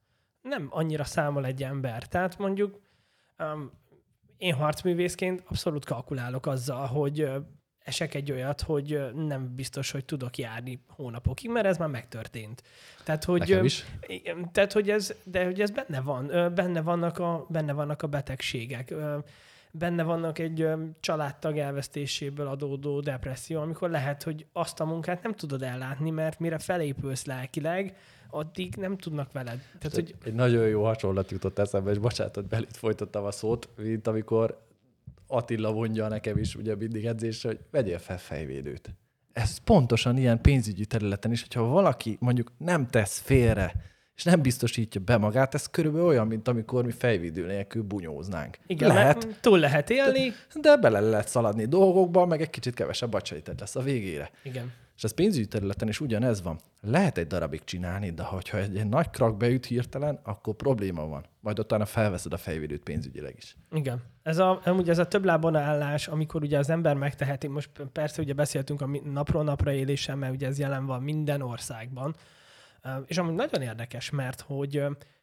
nem annyira számol egy ember. Tehát mondjuk um, én harcművészként abszolút kalkulálok azzal, hogy uh, esek egy olyat, hogy nem biztos, hogy tudok járni hónapokig, mert ez már megtörtént. Tehát, hogy, tehát, hogy ez, de hogy ez benne van. Benne vannak a, benne vannak a betegségek. Benne vannak egy családtag elvesztéséből adódó depresszió, amikor lehet, hogy azt a munkát nem tudod ellátni, mert mire felépülsz lelkileg, addig nem tudnak veled. Tehát, hogy... Egy nagyon jó hasonlat jutott eszembe, és bocsánat, hogy belét folytottam a szót, mint amikor Attila mondja nekem is ugye mindig edzésre, hogy vegyél fel fejvédőt. Ez pontosan ilyen pénzügyi területen is, hogyha valaki mondjuk nem tesz félre, és nem biztosítja be magát, ez körülbelül olyan, mint amikor mi fejvédő nélkül bunyóznánk. Igen, lehet, túl lehet élni. De, de bele lehet szaladni dolgokba, meg egy kicsit kevesebb bacsaited lesz a végére. Igen. És ez pénzügyi területen is ugyanez van. Lehet egy darabig csinálni, de hogyha egy, egy nagy krak beüt hirtelen, akkor probléma van. Majd utána felveszed a fejvédőt pénzügyileg is. Igen. Ez a, amúgy ez a több lábon állás, amikor ugye az ember megteheti, most persze ugye beszéltünk a napról napra élésen, mert ugye ez jelen van minden országban. És amúgy nagyon érdekes, mert hogy,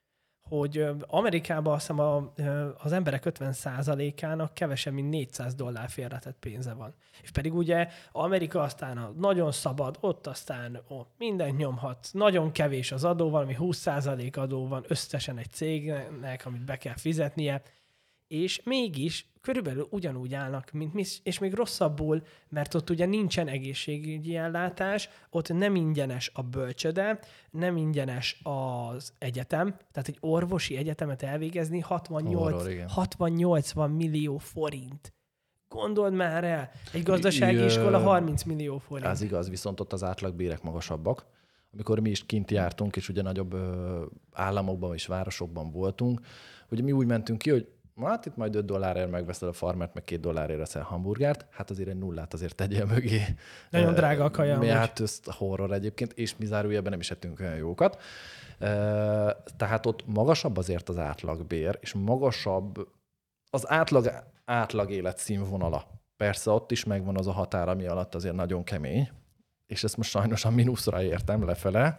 hogy Amerikában azt hiszem a, az emberek ötven százalékának kevesebb, mint négyszáz dollár félretett pénze van. És pedig ugye Amerika aztán a nagyon szabad, ott aztán ó, mindent nyomhat, nagyon kevés az adó, valami húsz százalék adó van összesen egy cégnek, amit be kell fizetnie, és mégis körülbelül ugyanúgy állnak, mint mi, és még rosszabbul, mert ott ugye nincsen egészségügyi ellátás, ott nem ingyenes a bölcsöde, nem ingyenes az egyetem, tehát egy orvosi egyetemet elvégezni hatvannyolc-hatvan-nyolcvan millió forint. Gondold már el, egy gazdasági J- iskola harminc millió forint. Ez igaz, viszont ott az átlagbérek magasabbak. Amikor mi is kint jártunk, és ugye nagyobb ö, államokban és városokban voltunk, ugye mi úgy mentünk ki, hogy hát itt majd öt dollárért megveszed a farmert, meg két dollárért eszel hamburgert, hát azért egy nullát azért tegyél mögé. Nagyon drága a kaja. Mi hát ezt horror egyébként, és mi zárójelben nem is ettünk olyan jókat. Tehát ott magasabb azért az átlagbér, és magasabb az átlag, átlag életszínvonala. Persze ott is megvan az a határ, ami alatt azért nagyon kemény, és ezt most sajnos a mínuszra értem lefele,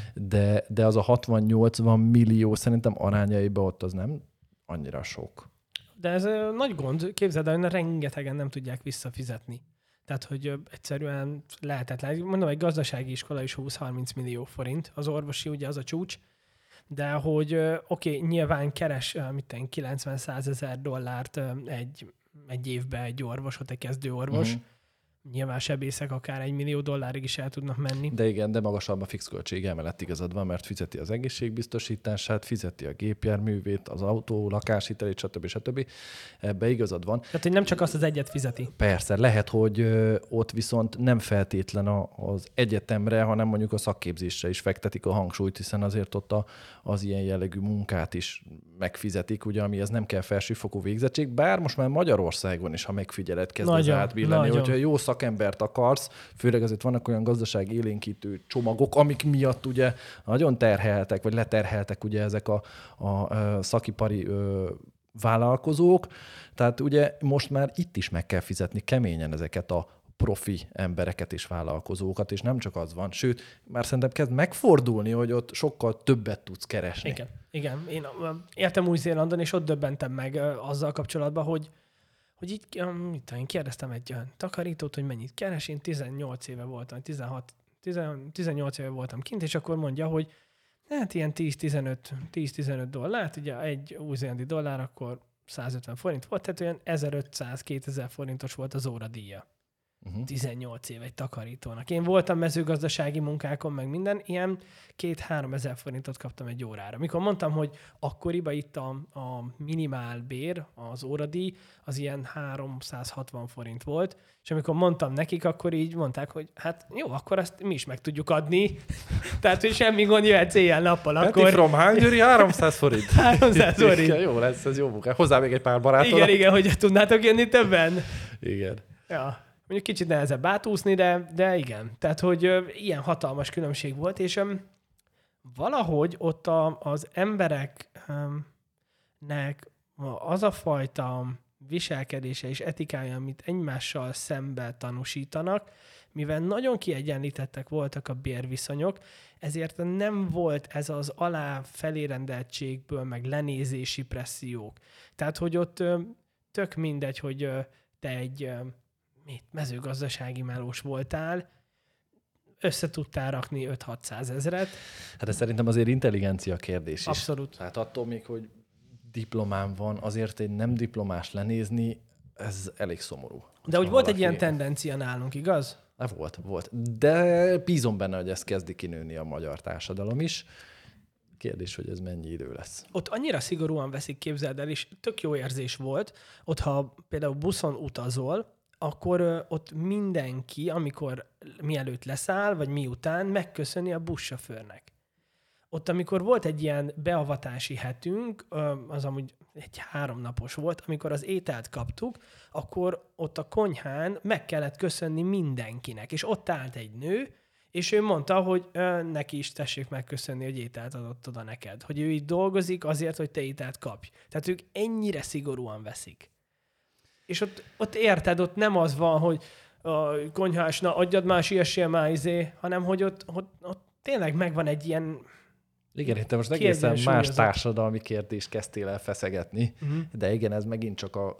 de, de az a hatvan-nyolcvan millió szerintem arányaiban ott az nem annyira sok. De ez nagy gond, képzeld el, hogy rengetegen nem tudják visszafizetni. Tehát, hogy egyszerűen lehetetlen. Mondom, egy gazdasági iskola is húsz-harminc millió forint, az orvosi ugye az a csúcs, de hogy oké, okay, nyilván keres mit kilencven-százezer dollárt egy, egy évben egy orvos, egy kezdő orvos. Mm-hmm. Nyilván sebészek akár egy millió dollárig is el tudnak menni. De igen, de magasabb a fix költség, emellett igazad van, mert fizeti az egészségbiztosítását, fizeti a gépjárművét, az autó, lakáshitelét, stb. stb. Ebbe igazad van. Tehát, hogy nem csak azt az egyet fizeti. Persze, lehet, hogy ott viszont nem feltétlen az egyetemre, hanem mondjuk a szakképzésre is fektetik a hangsúlyt, hiszen azért ott a, az ilyen jellegű munkát is megfizetik, ugye, amihez nem kell felsőfokú végzettség, bár most már Magyarországon is, ha megfigyeled, kezd az átbilleni, hogyha jó szakembert akarsz, főleg azért vannak olyan gazdaság élénkítő csomagok, amik miatt ugye nagyon terheltek, vagy leterheltek ugye ezek a, a, a szakipari ö, vállalkozók. Tehát ugye most már itt is meg kell fizetni keményen ezeket a profi embereket és vállalkozókat, és nem csak az van. Sőt, már szerintem kezd megfordulni, hogy ott sokkal többet tudsz keresni. Igen, igen. Én éltem Új-Zélandon, és ott döbbentem meg azzal kapcsolatban, hogy hogy így, mit tudom, én kérdeztem egy olyan takarítót, hogy mennyit keres, én tizennyolc éve voltam, tizenhat, tizennyolc éve voltam kint, és akkor mondja, hogy hát ilyen tíz-tizenöt dollárt, ugye egy új-zélandi dollár, akkor százötven forint volt, tehát olyan ezerötszáz-kétezer forintos volt az óradíja. Uh-huh. tizennyolc év egy takarítónak. Én voltam mezőgazdasági munkákon, meg minden, ilyen két-három ezer forintot kaptam egy órára. Mikor mondtam, hogy akkoriban itt a, a minimál bér, az óradíj, az ilyen háromszázhatvan forint volt, és amikor mondtam nekik, akkor így mondták, hogy hát jó, akkor azt mi is meg tudjuk adni. Tehát, hogy semmi gond, jöhetsz éjjel-nappal, hát akkor... from hány, Gyuri? háromszáz forint. háromszáz forint. Jó lesz, ez jó munka. Hozzá még egy pár barátot. Igen, igen, hogy tudnátok jönni többen. Igen. Ja. Mondjuk kicsit nehezebb átúszni, de, de igen. Tehát, hogy ö, ilyen hatalmas különbség volt, és ö, valahogy ott a, az embereknek az a fajta viselkedése és etikája, amit egymással szembe tanúsítanak, mivel nagyon kiegyenlítettek voltak a bérviszonyok, ezért nem volt ez az alá felérendeltségből, meg lenézési pressziók. Tehát, hogy ott ö, tök mindegy, hogy ö, te egy... Ö, mit, mezőgazdasági melós voltál, össze tudtál rakni öt-hatszáz ezret. Hát ez szerintem azért intelligencia kérdés is. Abszolút. Hát attól még, hogy diplomám van, azért egy nem diplomás lenézni, ez elég szomorú. De úgy volt egy ilyen tendencia nálunk, igaz? Volt, volt. De bízom benne, hogy ez kezdi kinőni a magyar társadalom is. Kérdés, hogy ez mennyi idő lesz. Ott annyira szigorúan veszik, képzeld el, és tök jó érzés volt, ott ha például buszon utazol, akkor ö, ott mindenki, amikor mielőtt leszáll, vagy miután, megköszöni a buszsofőrnek. Ott, amikor volt egy ilyen beavatási hetünk, ö, az amúgy egy háromnapos volt, amikor az ételt kaptuk, akkor ott a konyhán meg kellett köszönni mindenkinek. És ott állt egy nő, és ő mondta, hogy ö, neki is tessék megköszönni, hogy ételt adott oda neked. Hogy ő így dolgozik azért, hogy te ételt kapj. Tehát ők ennyire szigorúan veszik. És ott, ott érted, ott nem az van, hogy a konyhás, na adjad már, siessél már izé, hanem hogy ott, ott, ott tényleg megvan egy ilyen... Igen, itt most egészen más társadalmi kérdést kezdtél el feszegetni, uh-huh. de igen, ez megint csak a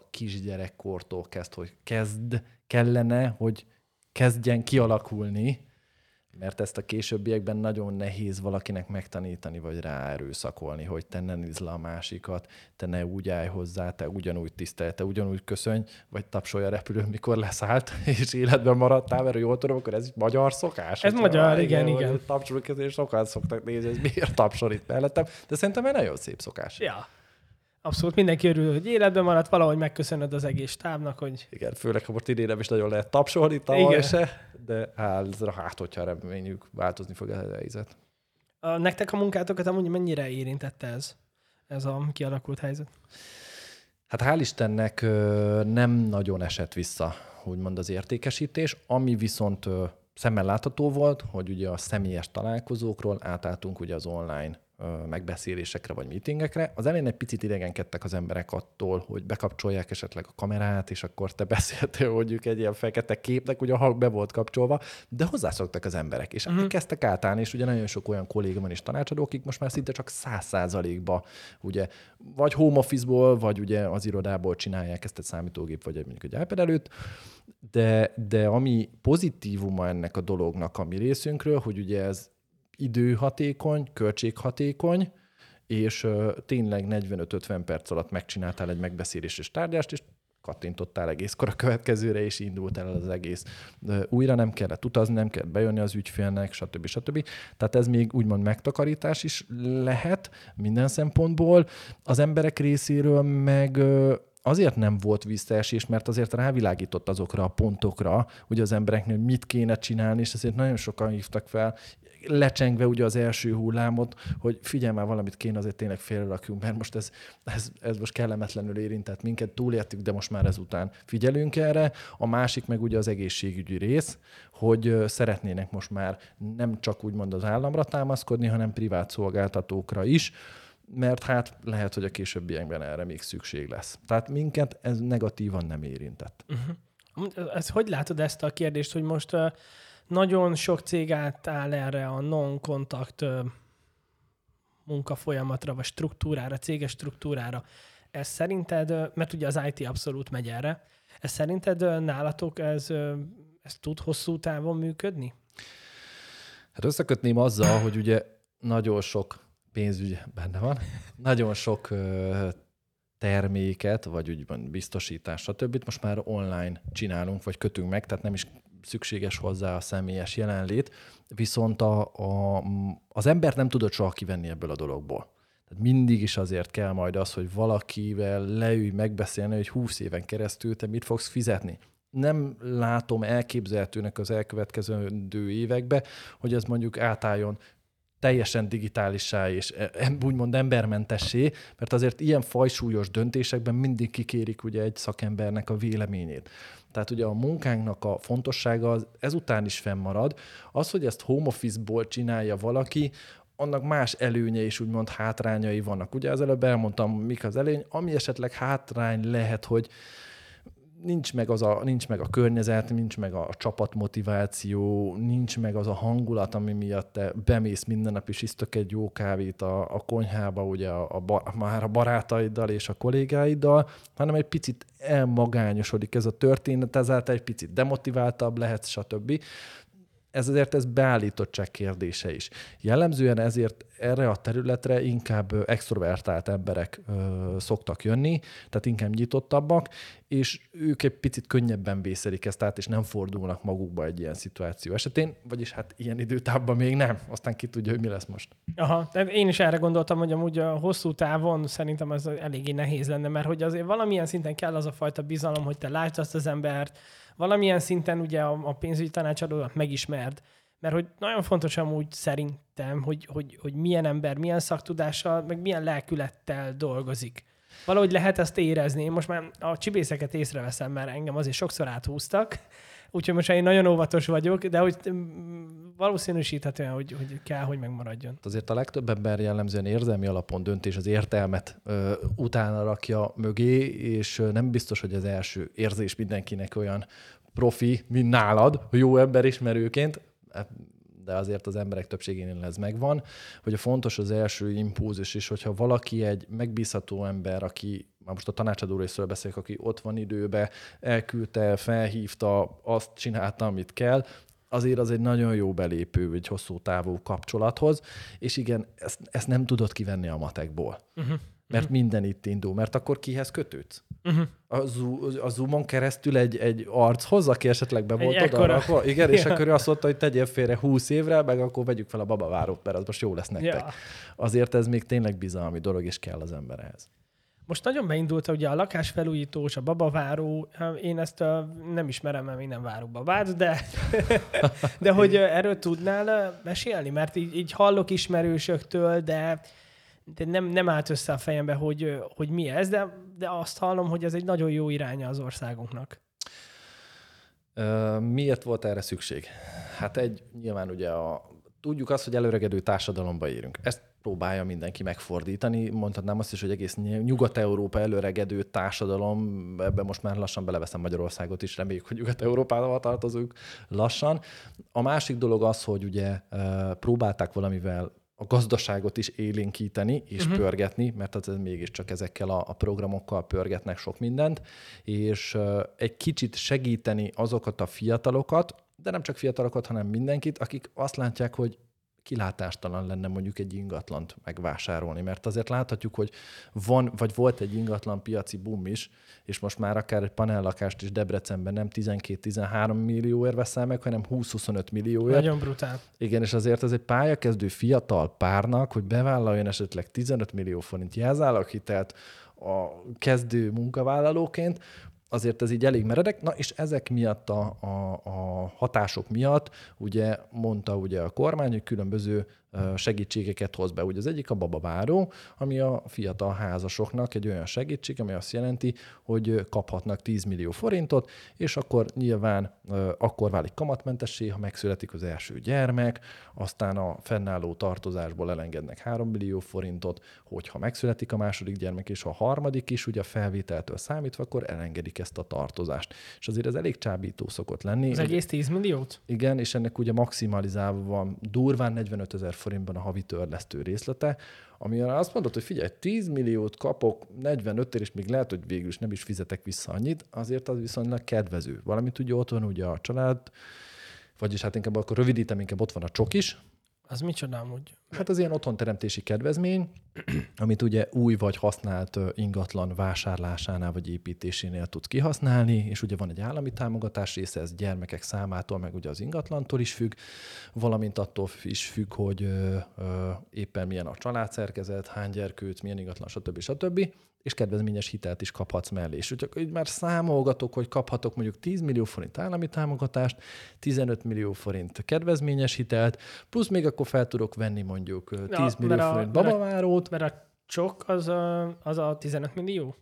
kisgyerekkortól kezd, hogy kezd, kellene, hogy kezdjen kialakulni, Mert ezt a későbbiekben nagyon nehéz valakinek megtanítani, vagy ráerőszakolni, hogy te ne nézd le a másikat, te ne úgy állj hozzá, te ugyanúgy tisztelj, te ugyanúgy köszönj, vagy tapsolj a repülőn, mikor leszállt, és életben maradtál, mert jól tudom, akkor ez magyar szokás. Ez magyar, ah, igen, igen. igen. Tapsoljuk, és sokan szoktak nézni, hogy miért tapsol itt mellettem, de szerintem egy nagyon szép szokás. Ja. Abszolút mindenki örül, hogy életben maradt, valahogy megköszönöd az egész stábnak, hogy... Igen, főleg, ha most idén nem is nagyon lehet tapsolni, tavaly se, de áll, hát, hogyha reményük, változni fog a helyzet. A, nektek a munkátokat amúgy mennyire érintette ez, ez a kialakult helyzet? Hát hál' Istennek nem nagyon esett vissza, úgymond az értékesítés, ami viszont szemmel látható volt, hogy ugye a személyes találkozókról átálltunk ugye az online megbeszélésekre vagy meetingekre. Az elején egy picit idegenkedtek az emberek attól, hogy bekapcsolják esetleg a kamerát, és akkor te beszéltél mondjuk egy ilyen fekete képnek, ugye a hang be volt kapcsolva, de hozzászoktak az emberek, és uh-huh. kezdtek átállni, és ugye nagyon sok olyan kolléga van és tanácsadó, akik most már szinte csak száz százalékba ugye vagy home office-ból, vagy ugye az irodából csinálják ezt egy számítógép, vagy mondjuk egy iPad előtt, de, de ami pozitívuma ennek a dolognak a mi részünkről, hogy ugye ez időhatékony, költséghatékony, és uh, tényleg negyvenöt-ötven perc alatt megcsináltál egy megbeszélés és tárgyást, és kattintottál egészkor a következőre, és indult el az egész. Uh, újra nem kellett utazni, nem kellett bejönni az ügyfélnek, stb. stb. Tehát ez még úgymond megtakarítás is lehet minden szempontból. Az emberek részéről meg uh, azért nem volt visszaesés, mert azért rávilágított azokra a pontokra, hogy az embereknél mit kéne csinálni, és ezért nagyon sokan hívtak fel, lecsengve ugye az első hullámot, hogy figyelj már, valamit kéne azért tényleg félrerakjunk, mert most ez, ez, ez most kellemetlenül érintett minket, túléltük, de most már ezután figyelünk erre. A másik meg ugye az egészségügyi rész, hogy szeretnének most már nem csak úgymond az államra támaszkodni, hanem privát szolgáltatókra is, mert hát lehet, hogy a későbbiekben erre még szükség lesz. Tehát minket ez negatívan nem érintett. Uh-huh. Ez, hogy látod ezt a kérdést, hogy most uh, nagyon sok cég átáll erre a non-kontakt uh, munkafolyamatra, vagy struktúrára, céges struktúrára. Ez szerinted, uh, mert ugye az i té abszolút megy erre, ez szerinted uh, nálatok ez, uh, ez tud hosszú távon működni? Hát összekötném azzal, hogy ugye nagyon sok pénzügy benne van. Nagyon sok ö, terméket, vagy úgymond biztosítás, stb. Most már online csinálunk, vagy kötünk meg, tehát nem is szükséges hozzá a személyes jelenlét, viszont a, a, az embert nem tudod soha kivenni ebből a dologból. Tehát mindig is azért kell majd az, hogy valakivel leülj megbeszélni, hogy húsz éven keresztül te mit fogsz fizetni. Nem látom elképzelhetőnek az elkövetkező évekbe, hogy ez mondjuk átálljon teljesen digitálissá és úgymond embermentessé, mert azért ilyen fajsúlyos döntésekben mindig kikérik ugye egy szakembernek a véleményét. Tehát ugye a munkánknak a fontossága az ezután is fennmarad. Az, hogy ezt home office-ból csinálja valaki, annak más előnye és úgymond hátrányai vannak. Ugye az előbb elmondtam, mik az előny, ami esetleg hátrány lehet, hogy nincs meg, az a, nincs meg a környezet, nincs meg a csapatmotiváció, nincs meg az a hangulat, ami miatt te bemész minden nap és isztok egy jó kávét a, a konyhába, ugye a, a, bar, már a barátaiddal és a kollégáiddal, hanem egy picit elmagányosodik ez a történet, ezáltal egy picit demotiváltabb lehet, stb. Ez azért ez beállítottság kérdése is. Jellemzően ezért erre a területre inkább extrovertált emberek ö, szoktak jönni, tehát inkább nyitottabbak, és ők egy picit könnyebben vészelik ezt át, és nem fordulnak magukba egy ilyen szituáció esetén, vagyis hát ilyen időtávban még nem. Aztán ki tudja, hogy mi lesz most. Aha, én is erre gondoltam, hogy amúgy a hosszú távon szerintem ez eléggé nehéz lenne, mert hogy azért valamilyen szinten kell az a fajta bizalom, hogy te lásd azt az embert, valamilyen szinten ugye a, a pénzügyi tanácsadót megismerd, mert hogy nagyon fontos amúgy szerintem, hogy, hogy, hogy milyen ember, milyen szaktudással, meg milyen lelkülettel dolgozik. Valahogy lehet ezt érezni. Én most már a csibészeket észreveszem, mert engem azért sokszor áthúztak, úgyhogy most én nagyon óvatos vagyok, de hogy valószínűsíthetően, hogy, hogy kell, hogy megmaradjon. Azért a legtöbb ember jellemzően érzelmi alapon dönt, és az értelmet ö, utána rakja mögé, és nem biztos, hogy az első érzés mindenkinek olyan profi, mint nálad, jó emberismerőként, de azért az emberek többségénél ez megvan, hogy a fontos az első impulzus is, hogyha valaki egy megbízható ember, aki, már most a tanácsadó részről beszélek, aki ott van időben, elküldte, felhívta, azt csinálta, amit kell, azért az egy nagyon jó belépő, egy hosszú távú kapcsolathoz, és igen, ezt, ezt nem tudod kivenni a matekból. Uh-huh. Mert uh-huh. minden itt indul, mert akkor kihez kötődsz? Uh-huh. A, Zoom, a Zoomon keresztül egy, egy archoz, aki esetleg be volt oda rakva. Igen, és akkor ő azt mondta, hogy tegyél félre húsz évre, meg akkor vegyük fel a babavárót, mert az most jó lesz nektek. Ja. Azért ez még tényleg bizalmi dolog, és kell az emberhez. Most nagyon beindult ugye a lakásfelújítós, a babaváró, én ezt a, nem ismerem, mert én nem várok babát, de, de hogy erről tudnál mesélni? Mert így, így hallok ismerősöktől, de, de nem, nem állt össze a fejembe, hogy, hogy mi ez, de, de azt hallom, hogy ez egy nagyon jó iránya az országunknak. Miért volt erre szükség? Hát egy, nyilván ugye a, tudjuk azt, hogy előregedő társadalomba érünk. Ezt próbálja mindenki megfordítani. Mondhatnám azt is, hogy egész Nyugat-Európa előregedő társadalom, ebben most már lassan beleveszem Magyarországot is, reméljük, hogy Nyugat-Európával tartozunk lassan. A másik dolog az, hogy ugye próbálták valamivel a gazdaságot is élénkíteni és uh-huh. pörgetni, mert az mégiscsak ezekkel a, a programokkal pörgetnek sok mindent, és egy kicsit segíteni azokat a fiatalokat, de nem csak fiatalokat, hanem mindenkit, akik azt látják, hogy kilátástalan lenne mondjuk egy ingatlant megvásárolni, mert azért láthatjuk, hogy van, vagy volt egy ingatlan piaci boom is, és most már akár egy panellakást is Debrecenben nem tizenkét-tizenhárom millióért veszel meg, hanem húsz-huszonöt millióért. Nagyon brutál. Igen, és azért ez egy pályakezdő fiatal párnak, hogy bevállaljon esetleg tizenöt millió forint jelzáloghitelt a kezdő munkavállalóként, azért ez így elég meredek, na és ezek miatt a, a, a hatások miatt ugye mondta ugye a kormány, hogy különböző segítségeket hoz be. Ugye az egyik a babaváró, ami a fiatal házasoknak egy olyan segítség, ami azt jelenti, hogy kaphatnak tíz millió forintot, és akkor nyilván akkor válik kamatmentessé, ha megszületik az első gyermek, aztán a fennálló tartozásból elengednek három millió forintot, hogyha megszületik a második gyermek, és a harmadik is, ugye a felvételtől számítva, akkor elengedik ezt a tartozást. És azért ez elég csábító szokott lenni. Az egész tíz milliót? Igen, és ennek ugye maximalizálva van durván negyvenötezer forintban a havi törlesztő részlete, amire azt mondod, hogy figyelj, tíz milliót kapok negyvenötért, és még lehet, hogy végül is nem is fizetek vissza annyit, azért az viszonylag kedvező. Valamint ugye ott van ugye a család, vagyis hát inkább akkor rövidítem, inkább ott van a csokis. Az micsoda amúgy? Hát az ilyen otthonteremtési kedvezmény, amit ugye új vagy használt ingatlan vásárlásánál vagy építésénél tudsz kihasználni, és ugye van egy állami támogatás része, ez gyermekek számától, meg ugye az ingatlantól is függ, valamint attól is függ, hogy ö, ö, éppen milyen a családszerkezet, hány gyerkőt, milyen ingatlan, stb. stb. És kedvezményes hitelt is kaphatsz mellé. És csak így már számolgatok, hogy kaphatok mondjuk tíz millió forint állami támogatást, tizenöt millió forint kedvezményes hitelt, plusz még akkor fel tudok venni mondjuk tíz millió a, forint babavárót. Mert a csok az a, az a tizenöt millió?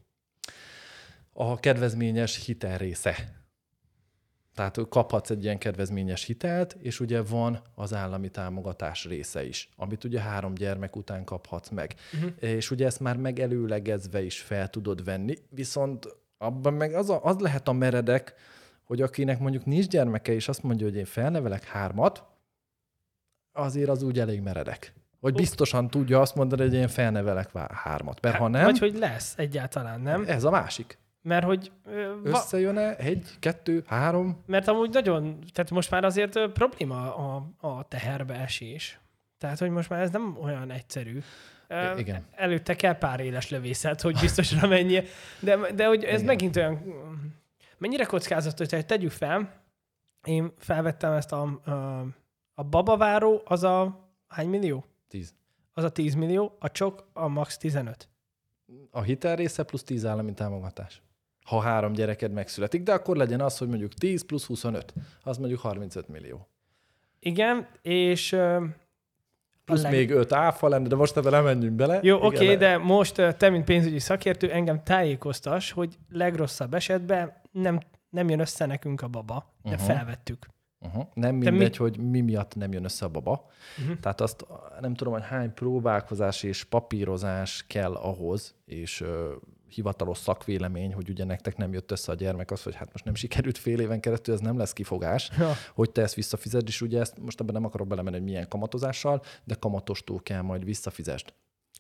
A kedvezményes hitel része. Tehát kaphatsz egy ilyen kedvezményes hitelt, és ugye van az állami támogatás része is, amit ugye három gyermek után kaphatsz meg. Uh-huh. És ugye ezt már megelőlegezve is fel tudod venni, viszont abban meg az, a, az lehet a meredek, hogy akinek mondjuk nincs gyermeke, és azt mondja, hogy én felnevelek hármat, azért az úgy elég meredek. Hogy biztosan tudja azt mondani, hogy én felnevelek hármat. Mert ha nem... Vagy hogy lesz egyáltalán, nem? Ez a másik. Mert hogy... Összejön-e egy, kettő, három? Mert amúgy nagyon... Tehát most már azért probléma a, a teherbeesés. Tehát, hogy most már ez nem olyan egyszerű. Igen. Előtte kell pár éles lövészet, hogy biztosra menjél. De, de hogy ez igen. Megint olyan... Mennyire kockázatos, hogy tegyük fel, én felvettem ezt a, a, a babaváró, az a hány millió? Tíz. Az a tíz millió, a csok a max tizenöt. A hitel része plusz tíz állami támogatás. Ha három gyereked megszületik, de akkor legyen az, hogy mondjuk tíz plusz huszonöt, az mondjuk harmincöt millió. Igen, és... Uh, plusz leg... még öt áfa lenne, de most ebben nem menjünk bele. Jó, oké, okay, de most te, mint pénzügyi szakértő, engem tájékoztass, hogy legrosszabb esetben nem, nem jön össze nekünk a baba, de uh-huh. felvettük. Uh-huh. Nem mindegy, mi... hogy mi miatt nem jön össze a baba. Uh-huh. Tehát azt nem tudom, hogy hány próbálkozás és papírozás kell ahhoz, és uh, hivatalos szakvélemény, hogy ugye nektek nem jött össze a gyermek, az, hogy hát most nem sikerült fél éven keresztül, ez nem lesz kifogás, ja. hogy te ezt visszafizesd, és ugye ezt most ebben nem akarok belemenni, hogy milyen kamatozással, de kamatostól kell majd visszafizesd.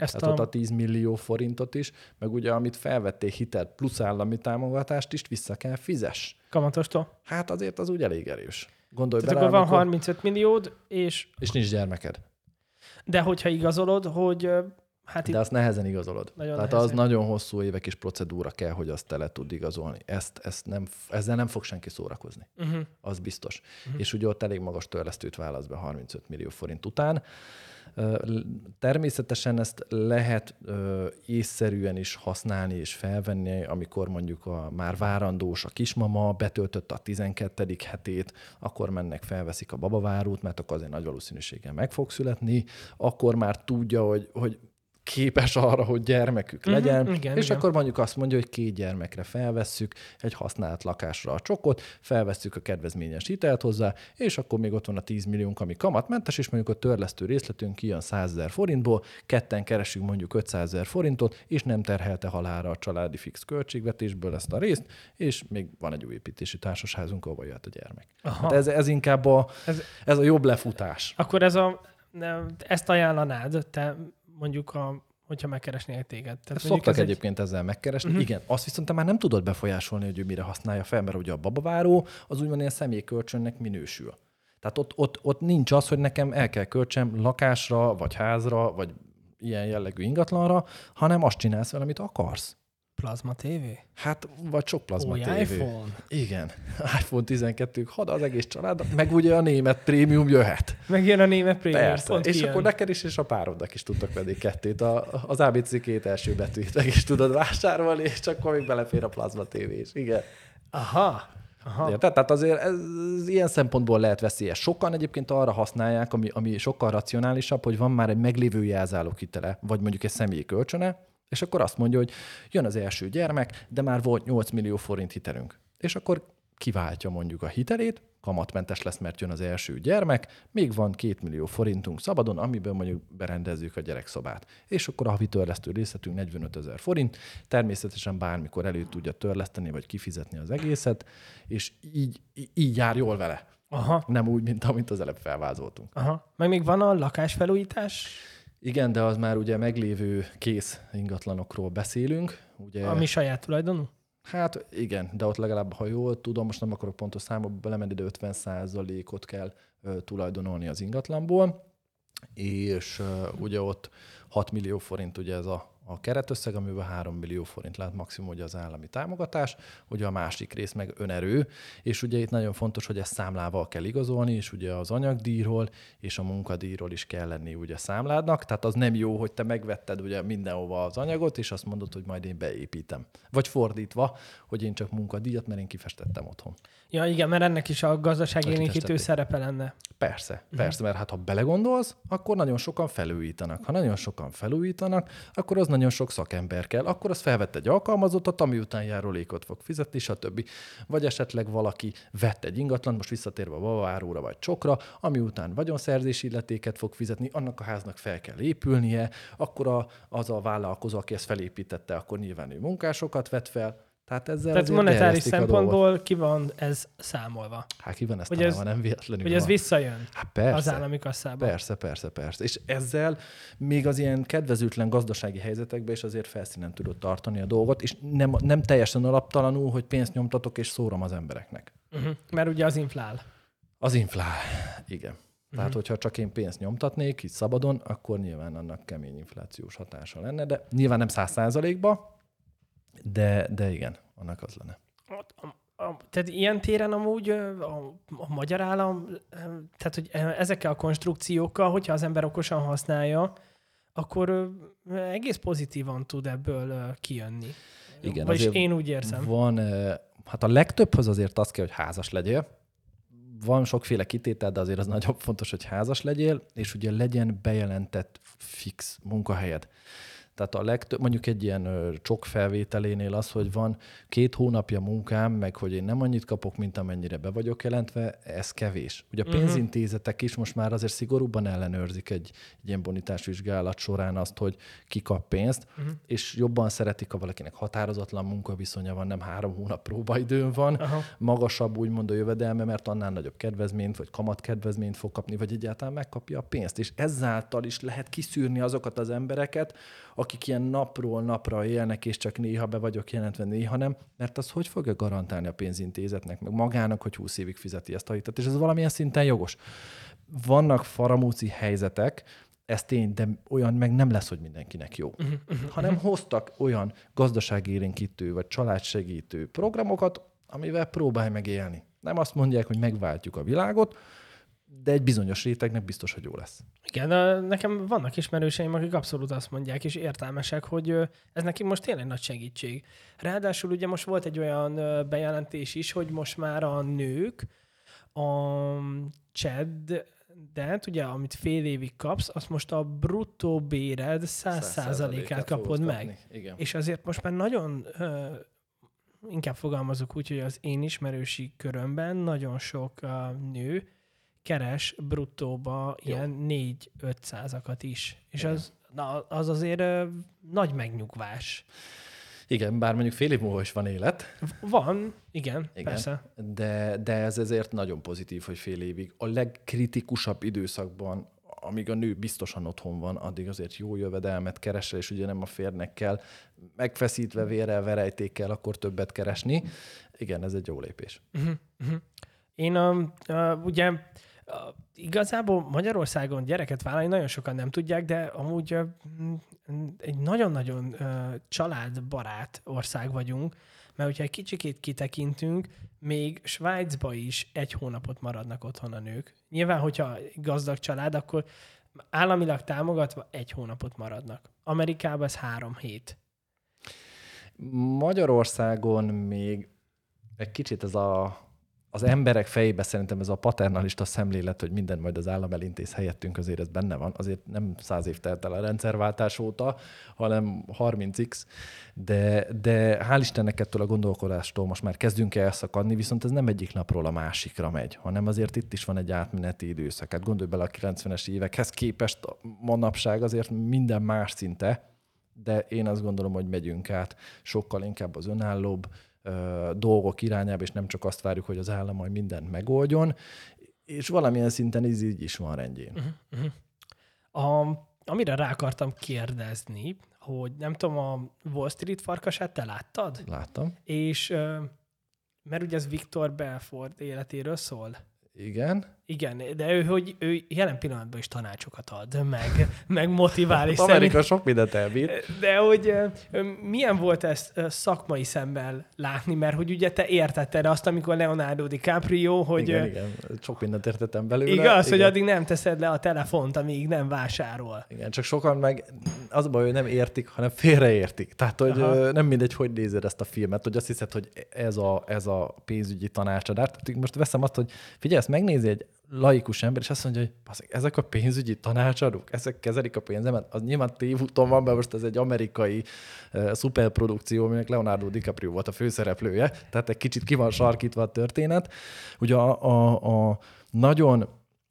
Ezt Tehát a... ott a tíz millió forintot is, meg ugye amit felvettél hitelt plusz állami támogatást is vissza kell fizess. Kamatostól? Hát azért az úgy elég erős. Gondolj Tehát bele, akkor van amikor... harmincöt milliód, és... És nincs gyermeked. De hogyha igazolod, hogy... Hát De itt... azt nehezen igazolod. Nagyon Tehát nehezen. az nagyon hosszú évek és procedúra kell, hogy azt te le tud igazolni. Ezt, ezt nem, ezzel nem fog senki szórakozni. Uh-huh. Az biztos. Uh-huh. És ugye ott elég magas törlesztőt válasz be harmincöt millió forint után. Természetesen ezt lehet észszerűen is használni és felvenni, amikor mondjuk a már várandós a kismama betöltötte a tizenkettedik hetét, akkor mennek, felveszik a babavárót, mert akkor azért nagy valószínűséggel meg fog születni, akkor már tudja, hogy, hogy képes arra, hogy gyermekük legyen, uh-huh, igen, és igen. akkor mondjuk azt mondja, hogy két gyermekre felvesszük egy használt lakásra a csokot, felvesszük a kedvezményes hitelt hozzá, és akkor még ott van a tíz milliónk, ami kamatmentes, és mondjuk a törlesztő részletünk kijön százezer forintból, ketten keresünk mondjuk ötszázezer forintot, és nem terhelte halálra a családi fix költségvetésből ezt a részt, és még van egy új építési társasházunk, ahol jöhet a gyermek. Hát ez, ez inkább a, ez, ez a jobb lefutás. Akkor ez a, ezt ajánlanád, te mondjuk, a, hogyha megkeresnél téged. Tehát szoktak ez egyébként egy... ezzel megkeresni. Uh-huh. Igen, azt viszont te már nem tudod befolyásolni, hogy ő mire használja fel, mert ugye a babaváró az úgymond ilyen személykölcsönnek minősül. Tehát ott, ott, ott nincs az, hogy nekem el kell költsem lakásra, vagy házra, vagy ilyen jellegű ingatlanra, hanem azt csinálsz vele, amit akarsz. Plazma tévé? Hát, vagy sok plazma Új tévé. iPhone? Igen. iPhone tizenkettő, had az egész család, meg ugye a német prémium jöhet. Megjön a német prémium. Persze, Pont és kijön. akkor neked is, és a párodnak is tudtak venni kettőt. A, az á bé cé két első betűt meg is tudod vásárolni, és akkor még belefér a plazma tévé is. Igen. Aha. Aha. Érted? Tehát azért ez, ez ilyen szempontból lehet veszélyes. Sokan egyébként arra használják, ami, ami sokkal racionálisabb, hogy van már egy meglévő jelzálók hitele, vagy mondjuk egy személyi kölcsöne, és akkor azt mondja, hogy jön az első gyermek, de már volt nyolc millió forint hitelünk. És akkor kiváltja mondjuk a hitelét, kamatmentes lesz, mert jön az első gyermek, még van két millió forintunk szabadon, amiből mondjuk berendezzük a gyerekszobát. És akkor a havi törlesztő részletünk negyvenötezer forint, természetesen bármikor elő tudja törleszteni, vagy kifizetni az egészet, és így, így jár jól vele. Aha. Nem úgy, mint amit az előbb felvázoltunk. Aha. Meg még van a lakásfelújítás? Igen, de az már ugye meglévő kész ingatlanokról beszélünk. Ugye... Ami saját tulajdonú? Hát igen, de ott legalább, ha jól tudom, most nem akarok pontos számokba belemenni, de ötven százalékot kell ö, tulajdonolni az ingatlanból, és ö, ugye ott hat millió forint ugye ez a, a keretösszeg, amiben három millió forint lehet maximum ugye az állami támogatás, ugye a másik rész meg önerő, és ugye itt nagyon fontos, hogy ezt számlával kell igazolni, és ugye az anyagdíjról és a munkadíjról is kell lenni ugye számládnak, tehát az nem jó, hogy te megvetted ugye mindenhova az anyagot, és azt mondod, hogy majd én beépítem. Vagy fordítva, hogy én csak munkadíjat, mert én kifestettem otthon. Ja igen, mert ennek is a gazdaságélénkítő szerepe lenne. Persze, persze, mert hát ha belegondolsz, akkor nagyon sokan felújítanak. Ha nagyon sokan felújítanak, akkor az nagyon sok szakember kell. Akkor az felvett egy alkalmazottat, ami után járulékot fog fizetni, stb. Vagy esetleg valaki vett egy ingatlan, most visszatérve a babaváróra vagy csokra, ami után vagyonszerzési illetéket fog fizetni, annak a háznak fel kell épülnie, akkor a, az a vállalkozó, aki ezt felépítette, akkor nyilván ő munkásokat vett fel. Tehát ezzel Tehát monetáris szempontból ki van ez számolva? Hát ki van ez hogy találva, ez, nem véletlenül hogy ez van. visszajön hát persze, az állami kasszába. Persze, persze, persze. És ezzel még az ilyen kedvezőtlen gazdasági helyzetekben is azért felszínen tudod tartani a dolgot, és nem, nem teljesen alaptalanul, hogy pénzt nyomtatok és szórom az embereknek. Uh-huh. Mert ugye az inflál. Az inflál, igen. Tehát, Uh-huh. hogyha csak én pénzt nyomtatnék, így szabadon, akkor nyilván annak kemény inflációs hatása lenne, de nyilván nem száz százalékba, de, de igen, annak az lenne. A, a, a, tehát ilyen téren amúgy a, a magyar állam, tehát hogy ezekkel a konstrukciókkal, hogyha az ember okosan használja, akkor egész pozitívan tud ebből kijönni. Igen, vagyis én úgy érzem. Van, hát a legtöbbhöz azért az kell, hogy házas legyél. Van sokféle kitétel, de azért az nagyon fontos, hogy házas legyél, és ugye legyen bejelentett fix munkahelyed. Tehát a legtöbb, mondjuk egy ilyen ö, csok felvételénél az, hogy van két hónapja munkám, meg hogy én nem annyit kapok, mint amennyire be vagyok jelentve, ez kevés. Ugye a pénzintézetek is most már azért szigorúbban ellenőrzik egy, egy ilyen bonitásvizsgálat során azt, hogy ki kap pénzt, uh-huh. és jobban szeretik, ha valakinek határozatlan munkaviszonya van, nem három hónap próbaidőn van, aha. magasabb úgymond a jövedelme, mert annál nagyobb kedvezményt, vagy kamatkedvezményt fog kapni, vagy egyáltalán megkapja a pénzt. És ezáltal is lehet kiszűrni azokat az embereket, akik ilyen napról napra élnek, és csak néha be vagyok jelentve, néha nem, mert az hogy fogja garantálni a pénzintézetnek, meg magának, hogy húsz évig fizeti ezt a hitet, és ez valamilyen szinten jogos. Vannak faramúci helyzetek, ez tény, de olyan meg nem lesz, hogy mindenkinek jó. Uh-huh, uh-huh, hanem hoztak olyan gazdaságélénkítő vagy családsegítő programokat, amivel próbálj meg élni. Nem azt mondják, hogy megváltjuk a világot, de egy bizonyos rétegnek biztos, hogy jó lesz. Igen, de nekem vannak ismerőseim, akik abszolút azt mondják, és értelmesek, hogy ez neki most tényleg nagy segítség. Ráadásul ugye most volt egy olyan bejelentés is, hogy most már a nők a csedet, ugye, amit fél évig kapsz, azt most a bruttó béred száz százalékát kapod meg. Igen. És azért most már nagyon, inkább fogalmazok úgy, hogy az én ismerősi körömben nagyon sok nő keres bruttóba jó. Ilyen négy-ötszázakat is. És az, na, az azért ö, nagy megnyugvás. Igen, bár mondjuk fél év múlva is van élet. Van, igen, igen. persze. De, de ez ezért nagyon pozitív, hogy fél évig. A legkritikusabb időszakban, amíg a nő biztosan otthon van, addig azért jó jövedelmet keresel, és ugye nem a férnek kell megfeszítve vérrel, verejtékkel akkor többet keresni. Igen, ez egy jó lépés. Uh-huh, uh-huh. Én uh, uh, ugye uh, igazából Magyarországon gyereket vállalni nagyon sokan nem tudják, de amúgy uh, egy nagyon-nagyon uh, családbarát ország vagyunk, mert hogyha egy kicsikét kitekintünk, még Svájcba is egy hónapot maradnak otthon a nők. Nyilván, hogyha gazdag család, akkor államilag támogatva egy hónapot maradnak. Amerikában ez három hét. Magyarországon még egy kicsit ez a, az emberek fejébe szerintem ez a paternalista szemlélet, hogy minden majd az állam elintéz helyettünk, azért ez benne van. Azért nem száz év telt el a rendszerváltás óta, hanem harminc x, de, de hál' Istennek ettől a gondolkodástól most már kezdünk el elszakadni, viszont ez nem egyik napról a másikra megy, hanem azért itt is van egy átmeneti időszak. Hát gondolj bele a kilencvenes évekhez képest manapság azért minden más szinte, de én azt gondolom, hogy megyünk át sokkal inkább az önállóbb dolgok irányába, és nem csak azt várjuk, hogy az állam majd mindent megoldjon, és valamilyen szinten ez így is van rendjén. Uh-huh, uh-huh. A, amire rá akartam kérdezni, hogy nem tudom, a Wall Street farkasát te láttad? Láttam. És mert ugye ez Viktor Belfort életéről szól. Igen. Igen, de ő, hogy ő jelen pillanatban is tanácsokat ad, meg, meg motivál. És Amerika szerint, sok mindent elbír. De hogy milyen volt ezt szakmai szemmel látni, mert hogy ugye te értetted azt, amikor Leonardo DiCaprio, hogy... Igen, igen, sok mindent értettem belőle. Igaz, igen. hogy addig nem teszed le a telefont, amíg nem vásárol. Igen, csak sokan meg az a baj, hogy nem értik, hanem félreértik. Tehát, hogy aha. nem mindegy, hogy nézed ezt a filmet, hogy azt hiszed, hogy ez a, ez a pénzügyi tanácsadár. Tehát most veszem azt, hogy figyelj, ezt megnézi egy laikus ember, és azt mondja, hogy ezek a pénzügyi tanácsadók, ezek kezelik a pénzemet, az nyilván tévúton van, mert most ez egy amerikai uh, szuperprodukció, aminek Leonardo DiCaprio volt a főszereplője, tehát egy kicsit ki van sarkítva a történet. Ugye a, a, a nagyon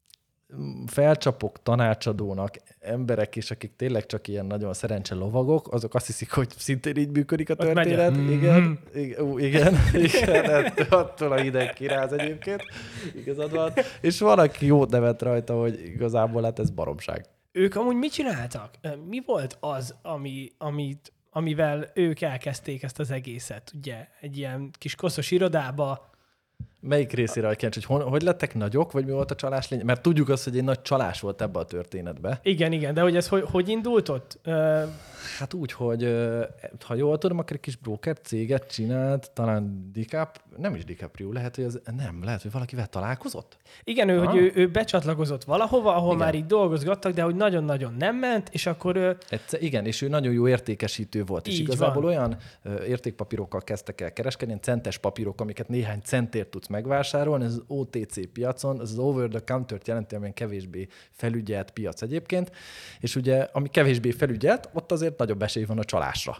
felcsapok tanácsadónak emberek is, akik tényleg csak ilyen nagyon szerencse lovagok, azok azt hiszik, hogy szintén így működik a történet. Mm-hmm. Igen, igen, igen, igen, attól a hideg kiráz egyébként, igazad van. És valaki jót nevet rajta, hogy igazából hát ez baromság. Ők amúgy mit csináltak? Mi volt az, ami, amit, amivel ők elkezdték ezt az egészet? Ugye egy ilyen kis koszos irodába. Melyik részére kíváncsi, hogy hogy lettek nagyok, vagy mi volt a csalás lényeg? Mert tudjuk azt, hogy egy nagy csalás volt ebbe a történetbe. Igen, igen, de hogy ez hogy, hogy indult ott? Uh... Hát úgy, hogy ha jól tudom, akkor egy kis broker céget csinált, talán DiCap, nem is DiCaprio, lehet, hogy ez nem, lehet, hogy valakivel találkozott? Igen, ő, hogy ő, ő becsatlakozott valahova, ahol igen. már így dolgozgattak, de hogy nagyon-nagyon nem ment, és akkor... Ő... Egyszer, igen, és ő nagyon jó értékesítő volt, így és igazából van. Olyan értékpapírokkal kezdtek el kereskedni, centes papírok, amiket néhány centért tudsz megvásárolni, ez az o té cé piacon, ez az over the counter-t jelenti, amilyen kevésbé felügyelt piac egyébként, és ugye, ami kevésbé felügyelt, ott azért nagyobb esély van a csalásra.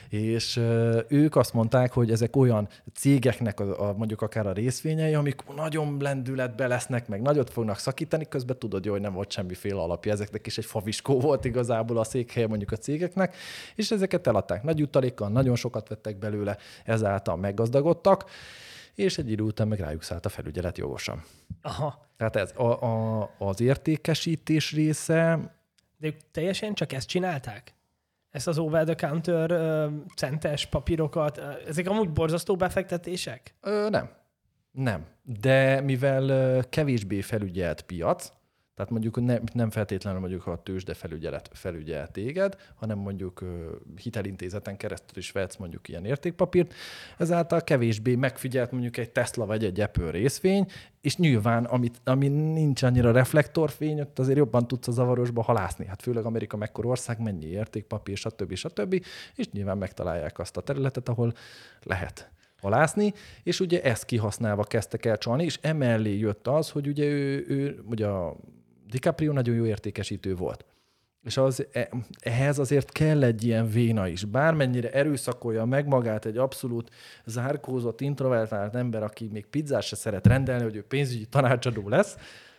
És ők azt mondták, hogy ezek olyan cégeknek a, a, mondjuk akár a részvényei, amik nagyon lendületbe lesznek, meg nagyot fognak szakítani, közben tudod jó, hogy nem volt semmiféle alapja. Ezeknek is egy faviskó volt igazából a székhelye mondjuk a cégeknek, és ezeket eladták nagy jutalékkal, nagyon sokat vettek belőle, ezáltal meggazdagodtak, és egy idő után meg rájuk szállt a felügyelet jogosan. Aha. Tehát ez a, a, az értékesítés része. De ők teljesen csak ezt csinálták? Ezt az over-the-counter uh, centes papírokat, uh, ezek amúgy borzasztó befektetések? Ö, nem. Nem. De mivel uh, kevésbé felügyelt piac, tehát mondjuk ne, nem feltétlenül mondjuk a tőzsde felügyelet felügyel téged, hanem mondjuk uh, hitelintézeten keresztül is vetsz mondjuk ilyen értékpapírt, ezáltal kevésbé megfigyelt mondjuk egy Tesla vagy egy Apple részvény, és nyilván, amit, ami nincs annyira reflektorfény, ott azért jobban tudsz a zavarosba halászni. Hát főleg Amerika mekkora ország, mennyi értékpapír, stb. stb. És nyilván megtalálják azt a területet, ahol lehet halászni, és ugye ezt kihasználva kezdtek el csalni, és emellé jött az, hogy ugye ő, ő ugye a DiCaprio nagyon jó értékesítő volt. És az, ehhez azért kell egy ilyen véna is. Bármennyire erőszakolja meg magát egy abszolút zárkózott, introvertált ember, aki még pizzát se szeret rendelni, hogy ő pénzügyi tanácsadó lesz,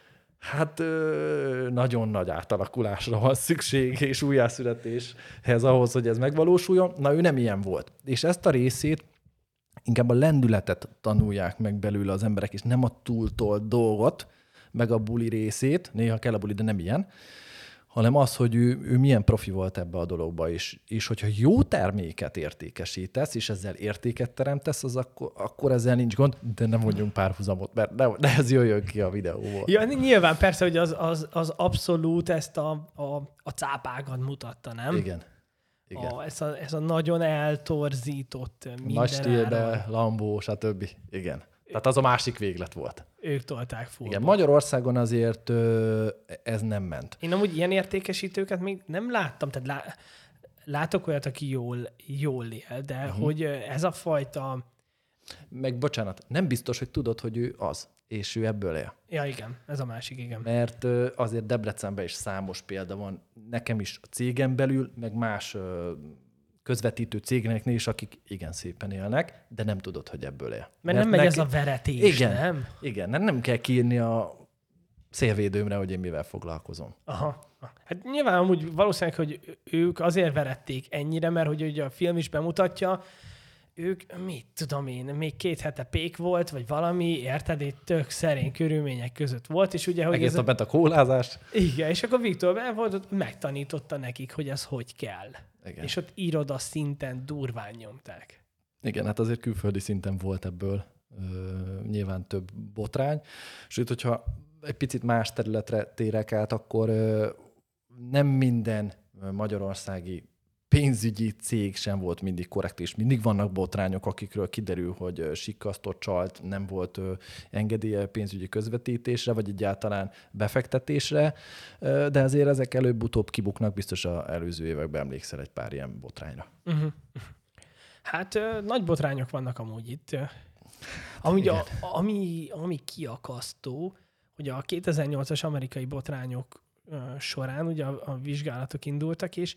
hát ö, nagyon nagy átalakulásra van szükség, és újjászületéshez ahhoz, hogy ez megvalósuljon. Na, ő nem ilyen volt. És ezt a részét inkább a lendületet tanulják meg belőle az emberek, és nem a túltolt dolgot, meg a buli részét, néha kell a buli, de nem ilyen, hanem az, hogy ő, ő milyen profi volt ebbe a dologba is. És hogyha jó terméket értékesítesz, és ezzel értéket teremtesz, az akkor, akkor ezzel nincs gond, de nem mondjunk párhuzamot, mert de, de ez jöjjön ki a videóból. Ja, nyilván persze, hogy az, az, az abszolút ezt a, a, a cápágat mutatta, nem? Igen. Igen. A, ez, a, ez a nagyon eltorzított minden nagy stílbe, Lambó, stb. Igen. Tehát az a másik véglet volt. Ők tolták fullba. Igen, Magyarországon azért ö, ez nem ment. Én amúgy ilyen értékesítőket még nem láttam, tehát lá, látok olyat, aki jól, jól él, de uh-huh. hogy ez a fajta... Meg bocsánat, nem biztos, hogy tudod, hogy ő az, és ő ebből él. Ja, igen, ez a másik, igen. Mert ö, azért Debrecenben is számos példa van, nekem is a cégen belül, meg más ö, közvetítő cégeknél is, akik igen szépen élnek, de nem tudod, hogy ebből él. Mert, Mert nem megy neki... ez a veretés, igen, nem? Igen, nem kell kiírni a szélvédőmre, hogy én mivel foglalkozom. Aha. Hát nyilván amúgy valószínűleg, hogy ők azért verették ennyire, mert hogy ugye a film is bemutatja, ők, mit tudom én, még két hete pék volt, vagy valami, érted, egy tök szerény körülmények között volt, és ugye, hogy egész ez nap ment a kólázás. Igen, és akkor Viktor Ben volt, ott megtanította nekik, hogy ez hogy kell. Igen. És ott iroda szinten durván nyomták. Igen, hát azért külföldi szinten volt ebből ö, nyilván több botrány. Sőt, hogyha egy picit más területre térek át, akkor ö, nem minden magyarországi pénzügyi cég sem volt mindig korrekt, és mindig vannak botrányok, akikről kiderül, hogy sikkasztott, csalt, nem volt engedélye pénzügyi közvetítésre, vagy egyáltalán befektetésre, de azért ezek előbb-utóbb kibuknak, biztos az előző években emlékszel egy pár ilyen botrányra. Uh-huh. Hát nagy botrányok vannak amúgy itt. Amúgy a, ami, ami kiakasztó, hogy a kétezer-nyolcas amerikai botrányok során ugye a, a vizsgálatok indultak, és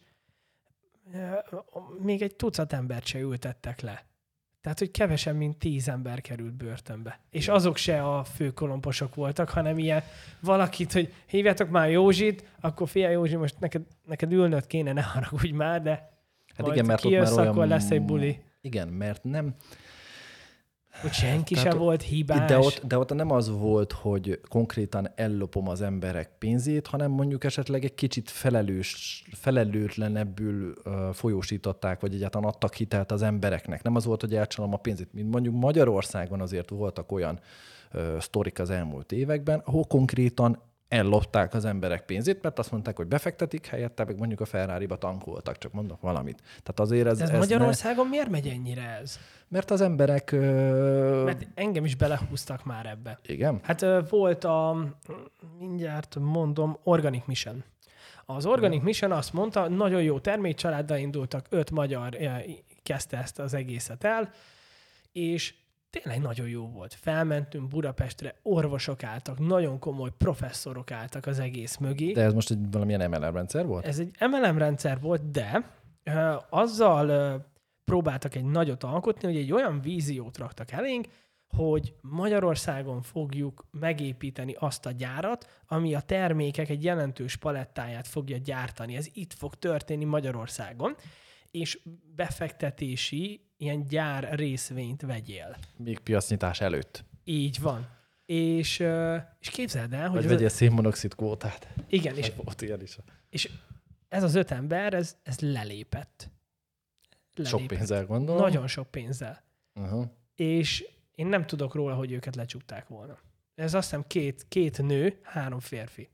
még egy tucat embert se ültettek le. Tehát, hogy kevesebb, mint tíz ember került börtönbe. És azok se a főkolomposok voltak, hanem ilyen valakit, hogy hívjátok már Józsit, akkor fia Józsi, most neked, neked ülnöd kéne, ne haragudj már, de hát majd igen, mert kijössz, már olyan... akkor lesz egy buli. Igen, mert nem... Hogy senki sem ott, volt hibás. De ott, de ott nem az volt, hogy konkrétan ellopom az emberek pénzét, hanem mondjuk esetleg egy kicsit felelős, felelőtlenebbül uh, folyósították, vagy egyáltalán adtak hitelt az embereknek. Nem az volt, hogy elcsalom a pénzét. Mint mondjuk Magyarországon azért voltak olyan uh, sztorik az elmúlt években, ahol konkrétan ellopták az emberek pénzét, mert azt mondták, hogy befektetik, helyette meg mondjuk a Ferrari-ba tankoltak, csak mondok valamit. Tehát azért ez, ez, ez Magyarországon ne... miért megy ennyire ez? Mert az emberek... Ö... Mert engem is belehúztak már ebbe. Igen? Hát ö, volt a, mindjárt mondom, Organic Mission. Az Organic Mission azt mondta, nagyon jó termékcsaláddal indultak, öt magyar kezdte ezt az egészet el, és tényleg nagyon jó volt. Felmentünk Budapestre, orvosok álltak, nagyon komoly professzorok álltak az egész mögé. De ez most egy valamilyen em el em rendszer volt? Ez egy em el em rendszer volt, de uh, azzal uh, próbáltak egy nagyot alkotni, hogy egy olyan víziót raktak elénk, hogy Magyarországon fogjuk megépíteni azt a gyárat, ami a termékek egy jelentős palettáját fogja gyártani. Ez itt fog történni Magyarországon, és befektetési ilyen gyár részvényt vegyél. Még piacnyitás előtt. Így van. És, és képzeld el, hogy... Vagy vegyél szénmonoxid kvótát. Igen, és, volt ilyen is. És ez az öt ember, ez, ez lelépett. lelépett. Sok pénzzel gondolom. Nagyon sok pénzzel. Uh-huh. És én nem tudok róla, hogy őket lecsukták volna. Ez azt hiszem két, két nő, három férfi.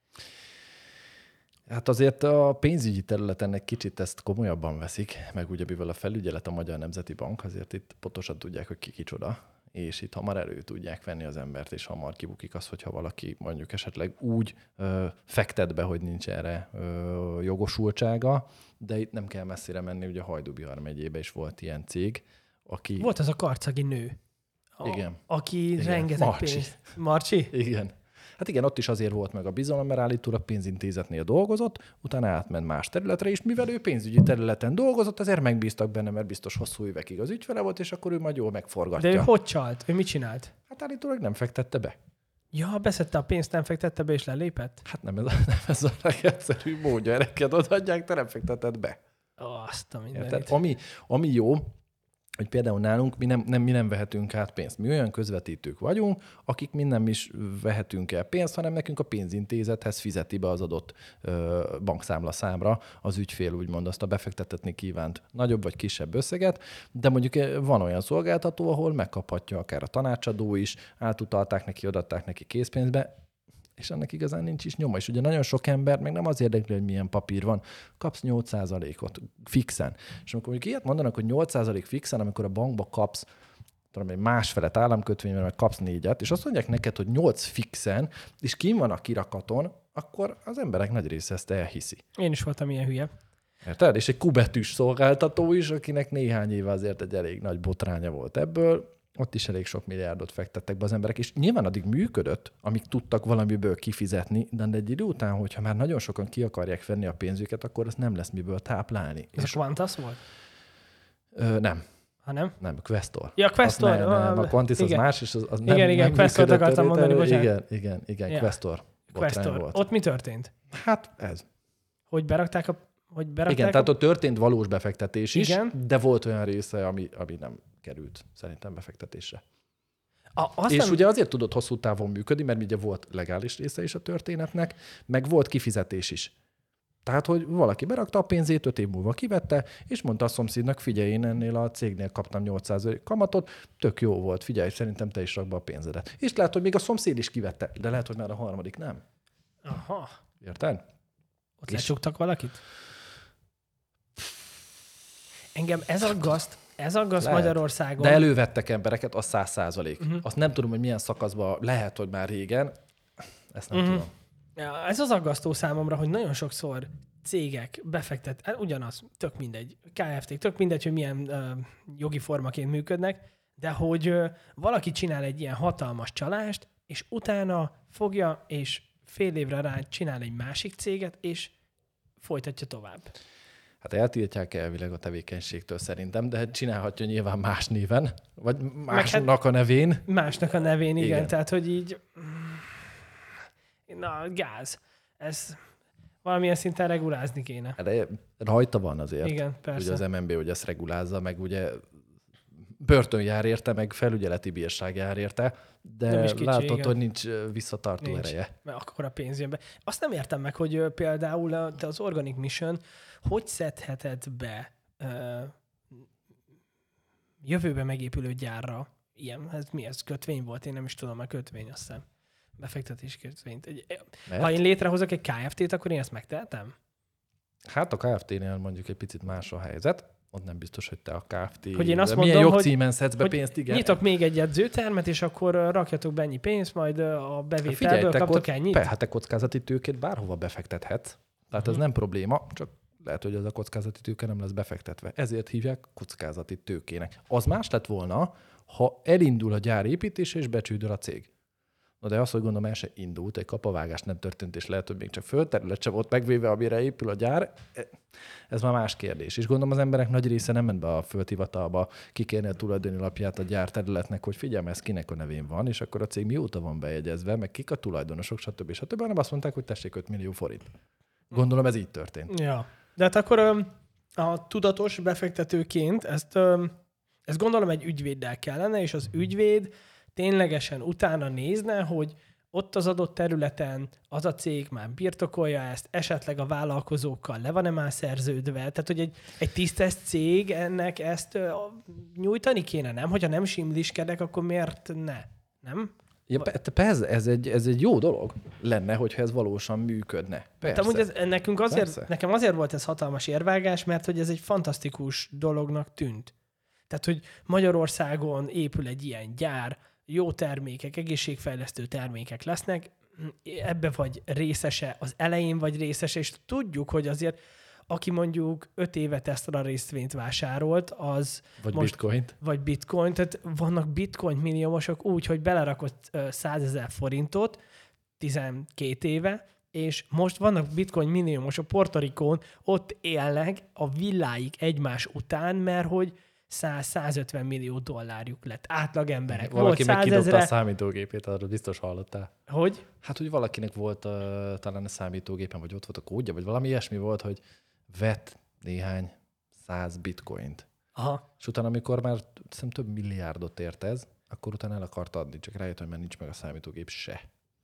Hát azért a pénzügyi területen egy kicsit ezt komolyabban veszik, meg ugye mivel a felügyelet a Magyar Nemzeti Bank, azért itt pontosan tudják, hogy ki kicsoda, és itt hamar elő tudják venni az embert, és hamar kibukik az, hogyha valaki mondjuk esetleg úgy ö, fektet be, hogy nincs erre ö, jogosultsága, de itt nem kell messzire menni, ugye Hajdú-Bihar megyébe is volt ilyen cég, aki... Volt az a karcagi nő. A, Igen. Aki Igen. rengeteg Marcsi. pénzt... Marcsi? Igen. Hát igen, ott is azért volt meg a bizalom, mert állítólag pénzintézetnél dolgozott, utána átment más területre, és mivel ő pénzügyi területen dolgozott, ezért megbíztak benne, mert biztos hosszú évekig az ügyfele volt, és akkor ő majd jól megforgatja. De ő hogy csalt? Ő mit csinált? Hát állítólag nem fektette be. Ja, beszedte a pénzt, nem fektette be, és lelépett? Hát nem ez a, nem ez a legegyszerűbb módja, neked odaadják, te nem fekteted be. Azt a mindenit. Érted? Ami, ami jó, hogy például nálunk mi nem, nem, mi nem vehetünk át pénzt. Mi olyan közvetítők vagyunk, akik mi nem is vehetünk el pénzt, hanem nekünk a pénzintézethez fizeti be az adott ö, bankszámla számra az ügyfél, úgymond azt a befektetni kívánt nagyobb vagy kisebb összeget, de mondjuk van olyan szolgáltató, ahol megkaphatja akár a tanácsadó is, átutalták neki, adatták neki készpénzbe, és ennek igazán nincs is nyoma. És ugye nagyon sok ember meg nem az érdekli, hogy milyen papír van, kapsz nyolc százalékot fixen. És amikor mondjuk ilyet mondanak, hogy nyolc százalék fixen, amikor a bankba kapsz tudom, egy másfelet államkötvényben, meg kapsz négyet, és azt mondják neked, hogy nyolc fixen, és kim van a kirakaton, akkor az emberek nagy része ezt elhiszi. Én is voltam ilyen hülye. Érted? És egy kubetűs szolgáltató is, akinek néhány éve azért egy elég nagy botránya volt ebből, ott is elég sok milliárdot fektettek be az emberek, és nyilván addig működött, amíg tudtak valamiből kifizetni, de egy idő után, hogyha már nagyon sokan ki akarják venni a pénzüket, akkor az nem lesz miből táplálni. Ez és a Quantas volt? Ö, nem. Ha nem? Nem, Questor. Ja, Questor. Nem, nem, a Quantis az igen. más, és az, az igen, nem, igen, nem Questort akartam mondani, bocsánat. Igen, igen, igen, Ja. Questor. Questor. Volt. Ott mi történt? Hát ez. Hogy berakták a... Hogy berakták Igen, a... tehát ott történt valós befektetés is, Igen. de volt olyan része, ami, ami nem került szerintem befektetésre. A, azt És nem... ugye azért tudott hosszú távon működni, mert ugye volt legális része is a történetnek, meg volt kifizetés is. Tehát, hogy valaki berakta a pénzét, öt év múlva kivette, és mondta a szomszédnak, figyelj, én ennél a cégnél kaptam nyolcszáz kamatot, tök jó volt, figyelj, szerintem te is rak be a pénzedet. És lehet, hogy még a szomszéd is kivette, de lehet, hogy már a harmadik nem. Aha. Érted? Ott És- lecsuktak valakit? Engem ez aggaszt, ez aggaszt Lehet. Magyarországon. De elővettek embereket, az száz százalék. Uh-huh. Azt nem tudom, hogy milyen szakaszban, lehet, hogy már régen, ezt nem Mhm. tudom. Ja, ez az aggasztó számomra, hogy nagyon sokszor cégek befektet, hát ugyanaz, tök mindegy, ká ef té, tök mindegy, hogy milyen uh, jogi formaként működnek, de hogy uh, valaki csinál egy ilyen hatalmas csalást, és utána fogja, és fél évre rá csinál egy másik céget, és folytatja tovább. Hát eltiltják elvileg a tevékenységtől szerintem, de csinálhatja nyilván más néven, vagy másnak a nevén. Másnak a nevén, igen, Igen. tehát hogy így... Na, gáz. Ez valamilyen szinten regulázni kéne. De rajta van azért. Igen, persze. Ugye az em en bé ugye ezt regulázza, meg ugye börtön jár érte, meg felügyeleti bírság jár érte, Nem de is kicsi, látod, igen. hogy nincs visszatartó Nincs. ereje. Mert akkor a pénz jön be. Azt nem értem meg, hogy ö, például a- te az Organic Mission hogy szedheted be ö, jövőbe megépülő gyárra ilyen, ez mi ez? Kötvény volt? Én nem is tudom, a kötvény, azt hiszem. Befektetési kötvényt. Egy, Mert? ha én létrehozok egy ká ef té-t, akkor én ezt megtehetem? Hát a ká ef té-nél mondjuk egy picit más a helyzet. Ott nem biztos, hogy te a ká ef té... Hogy én azt de milyen mondom, hogy- jogcímen szedsz be hogy pénzt, igen. Nyitok még egy edzőtermet, és akkor ö, rakjatok be ennyi pénzt, majd ö, a Hát bevételből te kaptok kock- ennyit? pe- hát te kockázati tőkét bárhova befektethetsz. Tehát ez Mhm. nem probléma, csak lehet, hogy ez a kockázati tőke nem lesz befektetve. Ezért hívják kockázati tőkének. Az más lett volna, ha elindul a gyár építése, és becsődöl a cég. Na de azt, hogy gondolom, el se indult, egy kapavágás nem történt, és lehet, hogy még csak földterület sem volt megvéve, amire épül a gyár. Ez már más kérdés. És gondolom, az emberek nagy része nem ment be a földhivatalba kikérni a tulajdoni lapját a gyár területnek, hogy figyelj, ez kinek a nevén van, és akkor a cég mióta van bejegyezve, meg kik a tulajdonosok, stb. stb. hanem azt mondták, hogy tessék öt millió forint. Gondolom, ez így történt. Ja. De hát akkor a tudatos befektetőként ezt, ezt gondolom egy ügyvéddel kellene, és az ügyvéd ténylegesen utána nézne, hogy ott az adott területen az a cég már birtokolja ezt, esetleg a vállalkozókkal le van-e már szerződve. Tehát, hogy egy, egy tisztes cég ennek ezt uh, nyújtani kéne, nem? Hogyha nem simliskedek, akkor miért ne? Nem? Ja, persze, ez egy, ez egy jó dolog lenne, hogyha ez valósan működne. Persze. Hát, ez, nekünk azért, nekem azért volt ez hatalmas érvágás, mert hogy ez egy fantasztikus dolognak tűnt. Tehát, hogy Magyarországon épül egy ilyen gyár, jó termékek, egészségfejlesztő termékek lesznek, ebbe vagy részese, az elején vagy részese, és tudjuk, hogy azért aki mondjuk öt éve Tesla részvényt vásárolt, az vagy most, bitcoint. Vagy bitcoin, tehát vannak bitcoin milliómosok úgy, hogy belerakott százezer forintot tizenkét éve, és most vannak bitcoin milliómosok Portorikón, ott élnek a villáik egymás után, mert hogy száz-százötven millió dollárjuk lett. Átlag emberek. Valaki meg kidobta százezre... a számítógépét, arról biztos hallottál. Hogy? Hát, hogy valakinek volt uh, talán a számítógépen, vagy ott volt a kódja, vagy valami ilyesmi volt, hogy vett néhány száz bitcoint. Aha. És utána, amikor már hiszem, több milliárdot ért ez, akkor utána el akart adni, csak rájött, hogy már nincs meg a számítógép se.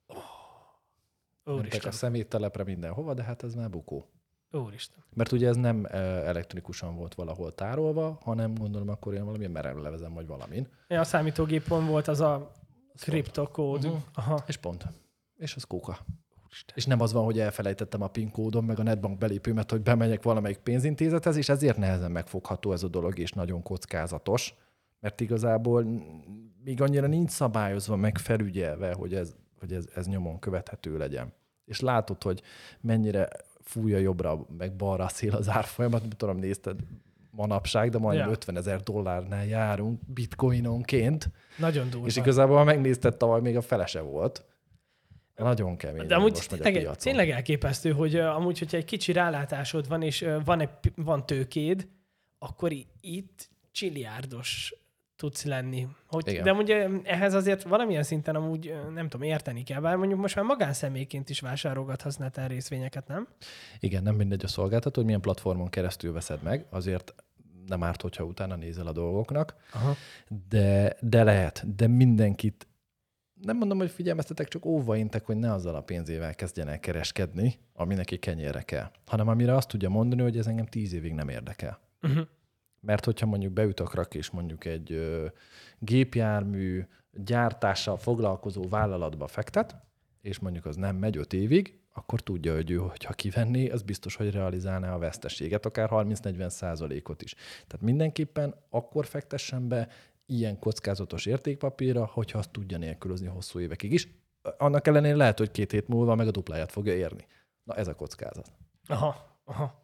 Oh. Mentek a szeméttelepre mindenhova, de hát ez már bukó. Úristen. Mert ugye ez nem elektronikusan volt valahol tárolva, hanem gondolom akkor ilyen valamilyen merevlevezem vagy valamin. Ja, a számítógépon volt az a kriptokód. Uh-huh. Aha. És pont. És az kóka. Úristen. És nem az van, hogy elfelejtettem a PIN kódom, meg a netbank belépőmet, hogy bemegyek valamelyik pénzintézethez, és ezért nehezen megfogható ez a dolog, és nagyon kockázatos. Mert igazából még annyira nincs szabályozva, meg felügyelve, hogy ez, hogy ez, ez nyomon követhető legyen. És látod, hogy mennyire fújja jobbra, meg balra a szél az árfolyamat, nem tudom, nézted manapság, de majdnem ja. ötvenezer dollárnál járunk bitcoinonként. Nagyon durva. És igazából, ha megnézted, tavaly még a felese volt. Nagyon kemény. De amúgy tényleg, tényleg elképesztő, hogy uh, amúgy, hogyha egy kicsi rálátásod van, és uh, van, egy, van tőkéd, akkor itt csilliárdos tudsz lenni. Hogy, de ugye ehhez azért valamilyen szinten amúgy nem tudom, érteni kell, bár mondjuk most már magánszemélyként is vásárolgathatsz neten részvényeket, nem? Igen, nem mindegy a szolgáltató, hogy milyen platformon keresztül veszed meg, azért nem árt, hogyha utána nézel a dolgoknak, Aha. De, de lehet, de mindenkit nem mondom, hogy figyelmeztetek, csak óva intek, hogy ne azzal a pénzével kezdjenek kereskedni, ami neki kenyérre kell, hanem amire azt tudja mondani, hogy ez engem tíz évig nem érdekel. Uh-huh. Mert hogyha mondjuk beütök rak és mondjuk egy ö, gépjármű gyártással foglalkozó vállalatba fektet, és mondjuk az nem megy öt évig, akkor tudja, hogy ő, hogyha kivenné, az biztos, hogy realizálná a veszteséget, akár harminc-negyven százalékot is. Tehát mindenképpen akkor fektessen be ilyen kockázatos értékpapírra, hogyha azt tudja nélkülözni hosszú évekig is. Annak ellenére lehet, hogy két hét múlva meg a dupláját fogja érni. Na ez a kockázat. Aha, aha.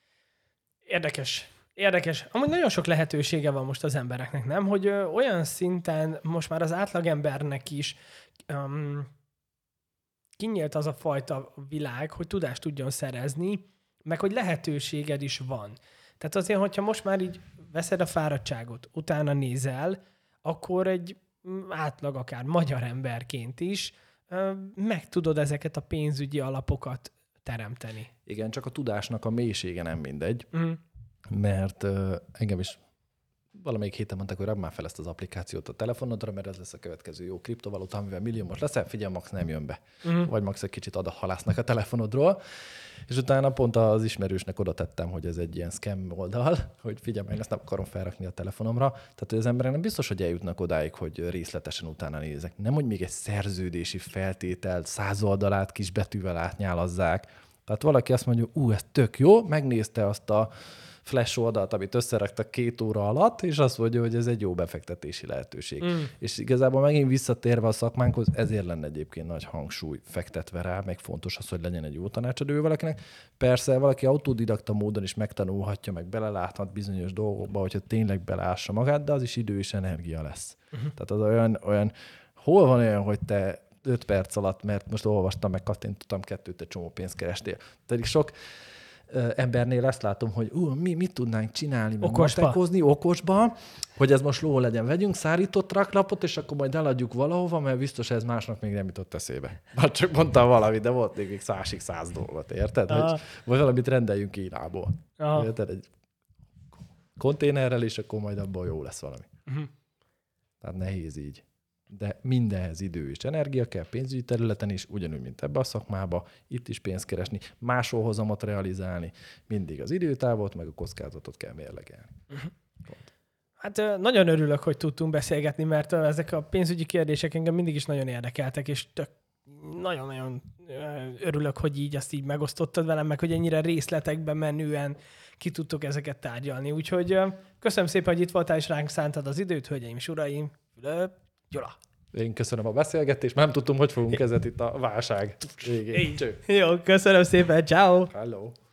Érdekes. Érdekes. Amúgy nagyon sok lehetősége van most az embereknek, nem? Hogy ö, olyan szinten most már az átlagembernek is um, kinyílt az a fajta világ, hogy tudást tudjon szerezni, meg hogy lehetőséged is van. Tehát azért, hogyha most már így veszed a fáradtságot, utána nézel, akkor egy átlag akár magyar emberként is ö, meg tudod ezeket a pénzügyi alapokat teremteni. Igen, csak a tudásnak a mélysége nem mindegy. Mm. Mert uh, engem is valamelyik héten mondták, hogy rabb már fel ezt az applikációt a telefonodra, mert ez lesz a következő jó kriptovaluta, amivel milliómos leszel, figyelj, max nem jön be. Uh-huh. Vagy max egy kicsit adathalásznak a telefonodról. És utána pont az ismerősnek oda tettem, hogy ez egy ilyen scam oldal, hogy figyelj meg, ezt nem akarom felrakni a telefonomra. Tehát hogy az emberek nem biztos, hogy eljutnak odáig, hogy részletesen utána nézek. Nem, hogy még egy szerződési feltétel száz oldalát kisbetűvel átnyálazzák. Tehát valaki azt mondja, ú, ez tök jó, megnézte azt a flash oldalt, amit összeraktak két óra alatt, és azt mondja, hogy ez egy jó befektetési lehetőség. Mm. És igazából megint visszatérve a szakmánkhoz, ezért lenne egyébként nagy hangsúly fektetve rá, meg fontos az, hogy legyen egy jó tanácsadó valakinek. Persze valaki autodidakta módon is megtanulhatja, meg beleláthat bizonyos dolgokba, hogyha tényleg beleássa magát, de az is idő és energia lesz. Uh-huh. Tehát az olyan, olyan, hol van olyan, hogy te öt perc alatt, mert most olvastam, meg kattintottam kettőt, egy csomó pénzt kerestél. Pedig sok ö, embernél ezt látom, hogy ú, mi mit tudnánk csinálni, matekozni okosba, hogy ez most ló legyen. Vegyünk szárított raklapot, és akkor majd eladjuk valahova, mert biztos ez másnak még nem jutott eszébe. Már csak mondtam valamit, de volt még százig száz dolgot, érted? Hogy, vagy valamit rendeljünk Kínából. Aha. Érted? Egy konténerrel, és akkor majd abból jó lesz valami. Uh-huh. Tehát nehéz így. De mindenhez idő és energia kell pénzügyi területen is, ugyanúgy, mint ebbe a szakmába, itt is pénzt keresni, máshol hozamot realizálni, mindig az időtávot, meg a kockázatot kell mérlegelni. Uh-huh. Hát nagyon örülök, hogy tudtunk beszélgetni, mert ezek a pénzügyi kérdések engem mindig is nagyon érdekeltek, és tök nagyon-nagyon örülök, hogy így azt így megosztottad velem, meg hogy ennyire részletekben menően ki tudtok ezeket tárgyalni. Úgyhogy köszönöm szépen, hogy itt voltál, és ránk szántad az időt, hölgyeim és uraim. Fülöp, Gyula. Én köszönöm a beszélgetést, nem tudtam, hogy fogunk kezdeni itt a válság végén. Jó, köszönöm szépen, ciao. Hello.